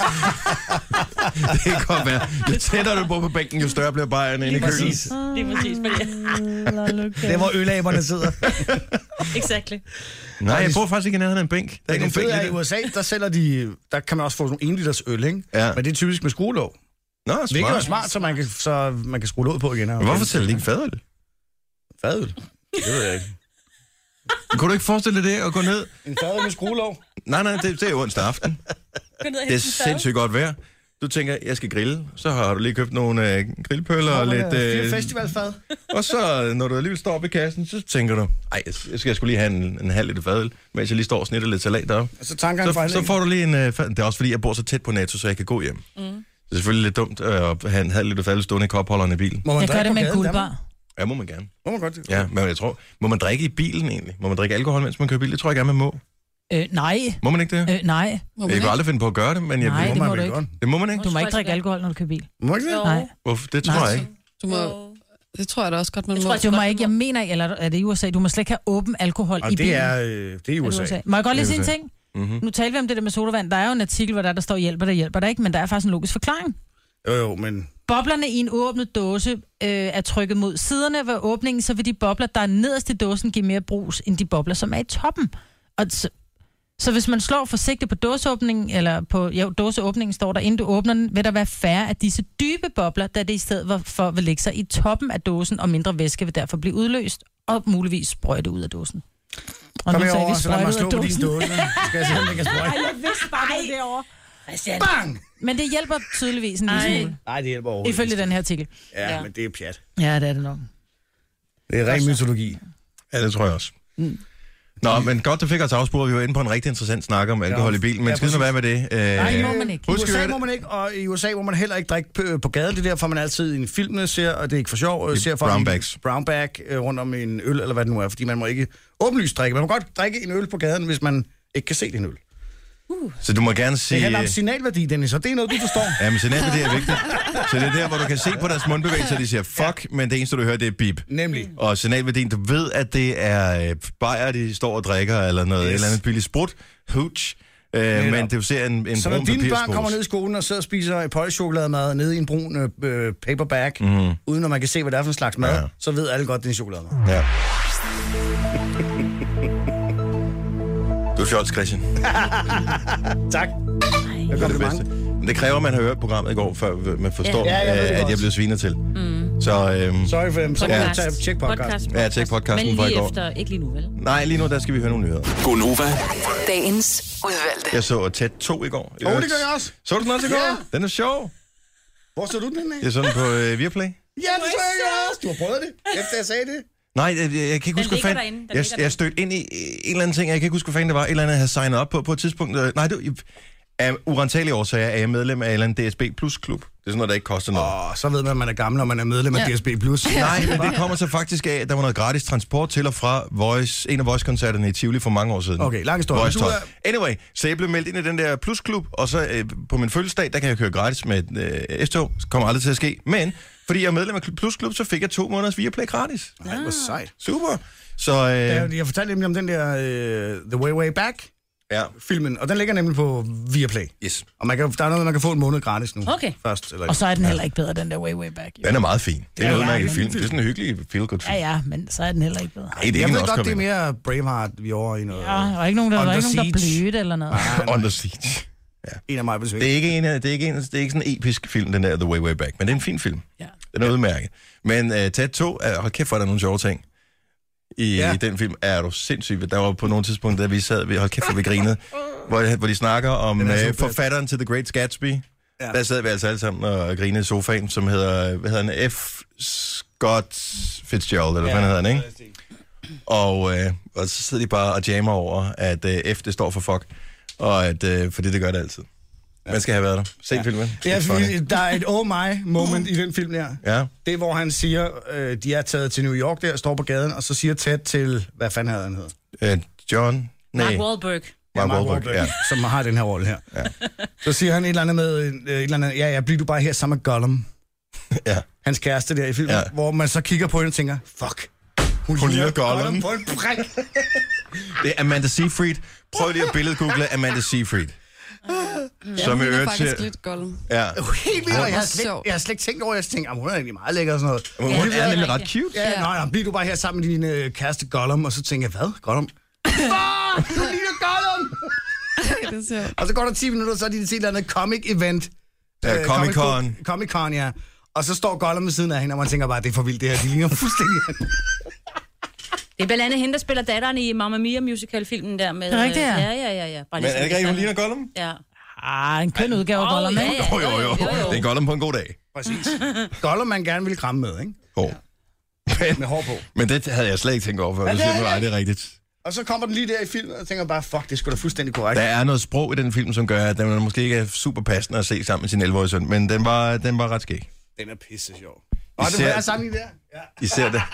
Speaker 1: Det kan godt være. Jo tættere du bor på bænken, jo større bliver bajerne inde i kølen.
Speaker 3: Præcis.
Speaker 5: Det er præcis, fordi...
Speaker 3: Det er, hvor ølaberne sidder.
Speaker 5: Exactly.
Speaker 1: Nej, jeg bor faktisk ikke i nærheden af en bænk. Der er
Speaker 3: Men
Speaker 1: ikke
Speaker 3: det
Speaker 1: nogen
Speaker 3: fede er,
Speaker 1: bænk
Speaker 3: i
Speaker 1: i det.
Speaker 3: U S A, der sælger de, der kan man også få sådan en liters øl, ikke?
Speaker 1: Ja.
Speaker 3: Men det er typisk med skruelåg.
Speaker 1: Nå,
Speaker 3: Hvilket er jo
Speaker 1: smart.
Speaker 3: smart, så man kan, så man kan skrue låget på igen.
Speaker 1: Men hvorfor sælger de ikke fadøl?
Speaker 3: Fadøl? Det ved jeg ikke.
Speaker 1: Kunne du ikke forestille dig det at gå ned?
Speaker 3: En fadøl med skruelåg?
Speaker 1: Nej, nej, det, det er jo onsdag aften. Det er sindssygt godt vejr. Du tænker, jeg skal grille. Så har du lige købt nogle øh, grillpøller og lidt...
Speaker 3: Fire
Speaker 1: Øh,
Speaker 3: festivalfad.
Speaker 1: og så, når du alligevel står oppe i kassen, så tænker du, ej, jeg skal sgu lige have en, en halv liter fadøl, mens jeg lige står og snitter lidt salat deroppe.
Speaker 3: Og så tanker en
Speaker 1: Så,
Speaker 3: fejl.
Speaker 1: så får du lige en... Øh, fad- det er også fordi, jeg bor så tæt på Netto, så jeg kan gå hjem. Mm. Det er selvfølgelig lidt dumt øh, at have en halv liter fadøl stående i kopholderen i bilen.
Speaker 3: Må man
Speaker 2: Jeg gør
Speaker 3: drikke
Speaker 2: det
Speaker 3: på
Speaker 2: med en
Speaker 3: gaden, Danmark?
Speaker 2: guldbar.
Speaker 1: Ja, må man gerne.
Speaker 3: Må man godt det?
Speaker 1: Ja, men jeg tror... Må man drikke i bilen egentlig? Må man drikke alkohol, mens man kører bil? Det tror jeg gerne, man må.
Speaker 2: Øh, nej.
Speaker 1: Må man ikke det?
Speaker 2: Øh, nej.
Speaker 4: Må man
Speaker 1: Jeg
Speaker 4: ikke?
Speaker 1: kunne aldrig finde på at gøre det, men jeg
Speaker 2: Nej,
Speaker 1: ved,
Speaker 2: det må
Speaker 3: vel
Speaker 2: du ikke.
Speaker 3: godt.
Speaker 1: det må man ikke.
Speaker 2: Du må
Speaker 5: tror
Speaker 2: ikke
Speaker 5: jeg
Speaker 2: drikke
Speaker 5: sgu
Speaker 2: alkohol, når du kører bil.
Speaker 3: Må ikke det?
Speaker 5: Jo.
Speaker 2: Nej.
Speaker 1: Hvorfor? Det tror
Speaker 2: Nej.
Speaker 1: jeg ikke.
Speaker 4: Du må,
Speaker 5: Jo.
Speaker 4: det tror jeg da også godt, man
Speaker 5: Jeg
Speaker 4: må.
Speaker 5: tror, jeg
Speaker 2: Du må
Speaker 5: godt,
Speaker 2: ikke,
Speaker 5: du
Speaker 2: jeg
Speaker 5: må.
Speaker 2: mener ikke, eller er det i U S A? Du må slet ikke have åben alkohol
Speaker 3: Og
Speaker 2: i
Speaker 3: det
Speaker 2: bilen.
Speaker 3: er, øh, det er i
Speaker 2: Er
Speaker 3: U
Speaker 2: det
Speaker 3: S A.
Speaker 2: U S A? Må jeg godt lige
Speaker 1: Det er
Speaker 2: sige en
Speaker 1: U S A.
Speaker 2: ting?
Speaker 1: Mm-hmm.
Speaker 2: Nu taler vi om det der med sodavand. Der er jo en artikel, hvor der, der står hjælper, der hjælper der ikke, men der er faktisk en logisk forklaring.
Speaker 3: Jo, jo, men...
Speaker 2: Boblerne i en åbnet dåse øh, er trykket mod siderne ved åbningen, så vil de bobler, der er nederst i dåsen, give mere brus, end de bobler, som er i toppen. Og så, så hvis man slår forsigtigt på dåseåbningen, eller på jo, dåseåbningen står der, inden du åbner den, vil der være færre af disse dybe bobler, da det i stedet for vil lægge sig i toppen af dåsen, og mindre væske vil derfor blive udløst, og muligvis sprøjte ud af dåsen. Og
Speaker 3: Kom
Speaker 2: nu sagde
Speaker 3: herover,
Speaker 2: vi
Speaker 3: så lad mig
Speaker 2: sprøjte ud
Speaker 3: slå
Speaker 2: af
Speaker 3: på din
Speaker 2: dåsen.
Speaker 3: dåse. Skal jeg se, om det kan sprøjte?
Speaker 2: Jeg vidste bare det derovre.
Speaker 5: Christian.
Speaker 3: Bang!
Speaker 2: Men det hjælper tydeligvis en lille
Speaker 5: Ej.
Speaker 2: smule,
Speaker 3: Nej, det hjælper overhovedet
Speaker 2: ifølge den her artikel.
Speaker 3: Ja,
Speaker 5: Ja.
Speaker 3: men det er pjat.
Speaker 2: Ja, det er det nok.
Speaker 3: Det er ren mytologi.
Speaker 1: Ja, det tror jeg også. Mm. Nå, men godt, du fik os afsporet. Vi var inde på en rigtig interessant snak om alkohol i bilen, men
Speaker 3: Ja,
Speaker 1: skal nu være med det? Øh,
Speaker 2: Nej, det må man ikke.
Speaker 3: I
Speaker 1: Husk,
Speaker 3: U S A
Speaker 1: at-
Speaker 3: må man ikke, og i U S A må man heller ikke drikke på, på gaden. Det er derfor, man altid i en film ser, og det er ikke for sjov, ser for
Speaker 1: brownbacks.
Speaker 3: brownback øh, rundt om en øl, eller hvad det nu er, fordi man må ikke åbenlyst drikke. Man må godt drikke en øl på gaden, hvis man ikke kan se det en øl.
Speaker 1: Så du må gerne sige...
Speaker 3: Det handler om signalværdi, Dennis, og det er noget, du forstår.
Speaker 1: Ja, men signalværdi er vigtigt. Så det er der, hvor du kan se på deres mundbevægelser, at de siger fuck, men det eneste, du hører, det er bip.
Speaker 3: Nemlig.
Speaker 1: Og signalværdien, du ved, at det er øh, bajer, de står og drikker, eller noget, yes.
Speaker 3: Yes.
Speaker 1: eller andet billigt sprut, hooch, øh, men du ser en, en
Speaker 3: Så
Speaker 1: brun
Speaker 3: når dine børn
Speaker 1: papirspose.
Speaker 3: kommer ned i skolen og sidder og spiser et pålægtschokolademad nede i en brun øh, paperbag, mm. uden at man kan se, hvad det er for en slags mad,
Speaker 1: Ja.
Speaker 3: ja. så ved alle godt, det er en chokolademad.
Speaker 1: Ja. Du er fjols, Christian.
Speaker 3: Tak.
Speaker 1: Det er det bedste. Men det kræver, at man har hørt programmet i går, før man forstår,
Speaker 3: Ja, jeg ved det
Speaker 1: øh, at
Speaker 3: også.
Speaker 1: jeg blev sviner til. Mm. Så øhm,
Speaker 3: Sorry for dem. Så må
Speaker 1: Ja.
Speaker 3: jeg tage tjek podcast.
Speaker 1: Ja, tjek podcasten
Speaker 5: Men
Speaker 1: fra i
Speaker 5: lige
Speaker 1: går.
Speaker 5: efter, ikke lige nu, vel?
Speaker 1: nej, lige nu der skal vi høre nogle nyheder.
Speaker 6: Gonova.
Speaker 7: Dagens udvalgte.
Speaker 1: Jeg så tæt to i går.
Speaker 3: Åh, oh, det gør jeg også.
Speaker 1: Så du den også i går?
Speaker 3: Ja.
Speaker 1: Den er sjov.
Speaker 3: Hvor så du den henne?
Speaker 1: Jeg så den på øh, Viaplay.
Speaker 3: Ja, det tror jeg også. Du har prøvet det, efter jeg sagde det.
Speaker 1: Nej, jeg, jeg, jeg kan ikke huske, hvad
Speaker 5: ligger
Speaker 1: fanden...
Speaker 5: derinde. Den
Speaker 1: Jeg,
Speaker 5: ligger
Speaker 1: jeg stødte ind i en eller anden ting, jeg kan ikke huske, hvad fanden det var. Et eller andet, jeg havde signet op på på et tidspunkt. Øh, Nej, det af urensagelige årsager er jeg medlem af en eller anden D S B Plus klub. Det er sådan noget, der ikke koster noget.
Speaker 3: Åh, så ved man, at man er gammel, og man er medlem af
Speaker 2: Ja.
Speaker 3: D S B plus.
Speaker 1: Nej, men det kommer så faktisk af, at der var noget gratis transport til og fra Voice, en af Voice-koncerterne i Tivoli for mange år siden.
Speaker 3: Okay, lang historie.
Speaker 1: Voice
Speaker 3: Du
Speaker 1: Talk.
Speaker 3: er-
Speaker 1: Anyway, så jeg blev meldt ind i den der Plus-klub, og så øh, på min fødselsdag, der kan jeg køre gratis med et øh, S-tog. Det kommer aldrig til at ske. Men fordi jeg er medlem af Plus-klub, så fik jeg to måneders Viaplay gratis.
Speaker 3: Nej, hvor sejt.
Speaker 1: Super. Så øh,
Speaker 3: Jeg, jeg fortalte nemlig om den der uh, The Way Way Back-filmen,
Speaker 1: ja,
Speaker 3: og den ligger nemlig på Viaplay.
Speaker 1: yes.
Speaker 3: Og man kan, der er noget, man kan få en måned gratis nu.
Speaker 5: Okay.
Speaker 3: Først, eller
Speaker 2: Og så er den heller ikke bedre, den der Way Way Back. Jo.
Speaker 1: Den er meget fin. Det er
Speaker 3: Ja,
Speaker 1: en
Speaker 3: ja,
Speaker 1: udmærket
Speaker 3: ja,
Speaker 1: film.
Speaker 3: men-
Speaker 1: Det er sådan en hyggelig feel-good film.
Speaker 2: Ja, ja, men så er den heller ikke bedre.
Speaker 1: Nej, det er
Speaker 3: Jeg
Speaker 1: ikke
Speaker 3: ved
Speaker 1: en
Speaker 3: godt, det er
Speaker 1: Oscar-vinder.
Speaker 3: mere Braveheart, vi er over i noget.
Speaker 2: Ja, der er ikke nogen, der, der, er
Speaker 3: Under
Speaker 2: ikke nogen, der
Speaker 3: Siege.
Speaker 2: blødt eller noget.
Speaker 1: Under Siege.
Speaker 3: En af mig besøg.
Speaker 1: Det er ikke en, det er ikke en, det er ikke sådan en episk film, den der The Way Way Back, men det er en fin film.
Speaker 2: Ja.
Speaker 1: Den er udmærket. Men uh, Tæt to, uh, hold kæft, hvor er der nogle sjove ting i,
Speaker 3: Ja.
Speaker 1: i den film. Er du sindssygt. Der var på nogle tidspunkter, da vi sad, vi, hold kæft, hvor vi grinede, hvor, hvor de snakker om
Speaker 3: Den er så
Speaker 1: uh,
Speaker 3: fed.
Speaker 1: forfatteren til The Great Gatsby.
Speaker 3: Ja.
Speaker 1: Der sad vi altså alle sammen og grinede i sofaen, som hedder, hvad hedder han, F. Scott Fitzgerald, eller hvad hedder han, ikke? Og, øh, og så sidder de bare og jammer over, at øh, F, det står for fuck, og at, øh, fordi det gør det altid. Man skal have været der. Se ja. filmen.
Speaker 3: Ja,
Speaker 1: It's funny.
Speaker 3: der er et oh my moment i den film der.
Speaker 1: Ja.
Speaker 3: Det er, hvor han siger, øh, de er taget til New York der, står på gaden, og så siger Ted til, hvad fanden havde han hedder?
Speaker 1: Øh, John? Nej.
Speaker 5: Mark Wahlberg.
Speaker 1: Mark Wahlberg,
Speaker 3: Wahlberg,
Speaker 1: ja.
Speaker 3: som har den her rolle her. Ja. Så siger han et eller andet med, øh, et eller andet, ja, ja, bliver du bare her sammen med Gollum,
Speaker 1: ja.
Speaker 3: hans kæreste der i filmen,
Speaker 1: Ja.
Speaker 3: ja. hvor man så kigger på hende og tænker, fuck, hun,
Speaker 1: Hun ligner Gollum.
Speaker 3: på en prik.
Speaker 1: Det er Amanda Seyfried. Prøv lige at billedgoogle Amanda Seyfried.
Speaker 4: Ja,
Speaker 1: Som
Speaker 4: hun
Speaker 1: i
Speaker 4: er
Speaker 1: øvrigt
Speaker 4: faktisk
Speaker 1: til...
Speaker 4: lidt Gollum.
Speaker 1: Ja.
Speaker 3: Helt vildt, og jeg har, slet,
Speaker 4: sjov.
Speaker 3: jeg har slet ikke tænkt over, jeg tænkte, hun er egentlig meget lækker og sådan noget.
Speaker 1: Hun
Speaker 5: Ja,
Speaker 1: er
Speaker 5: det er
Speaker 1: nemlig ret
Speaker 5: rigtigt.
Speaker 1: cute.
Speaker 3: Ja, ja. Nej, nej, bliver du bare her sammen med din øh, kæreste Gollum, og så tænker jeg, hvad? Gollum? Fuck, du ligner Gollum!
Speaker 4: Det er sjovt.
Speaker 3: Og så går der ti minutter, så er de til et eller andet comic-event.
Speaker 1: Ja,
Speaker 3: Øh,
Speaker 1: Comic-Con.
Speaker 3: Comic- Comic-Con, ja. Og så står Gollum ved siden af hende, og man tænker bare, det er for vildt det her. De ligner fuldstændig.
Speaker 5: Det er blandt andet hende, der spiller datteren i Mamma Mia musical-filmen der med...
Speaker 2: Det er rigtigt, ja.
Speaker 5: Ja, ja, ja, ja. Bare
Speaker 1: Men er det ikke rigtigt, hun ligner Gollum?
Speaker 5: Ja.
Speaker 2: Ah, en køn udgave af
Speaker 5: Åh,
Speaker 2: Gollum,
Speaker 5: ja,
Speaker 2: ikke?
Speaker 5: ja.
Speaker 1: Jo, jo, jo. Det er en Gollum på en god dag.
Speaker 3: Præcis. Gollum, man gerne vil kramme med, ikke?
Speaker 1: Oh.
Speaker 3: Med hår på.
Speaker 1: Men det havde jeg slet ikke tænkt over, før
Speaker 3: Ja,
Speaker 1: du
Speaker 3: det
Speaker 1: siger,
Speaker 3: er
Speaker 1: nu,
Speaker 3: det.
Speaker 1: nej, det er rigtigt.
Speaker 3: Og så kommer den lige der i filmen, og jeg tænker bare, fuck, det er sgu da fuldstændig korrekt.
Speaker 1: Der er noget sprog i den film, som gør, at den måske ikke er super passende at se sammen med sin elleve-årige søn, men den var, den var ret skæg.
Speaker 3: Den er pisse sjov. Og det
Speaker 1: Især-
Speaker 3: var jeg sammen i der. Ja.
Speaker 1: Især det.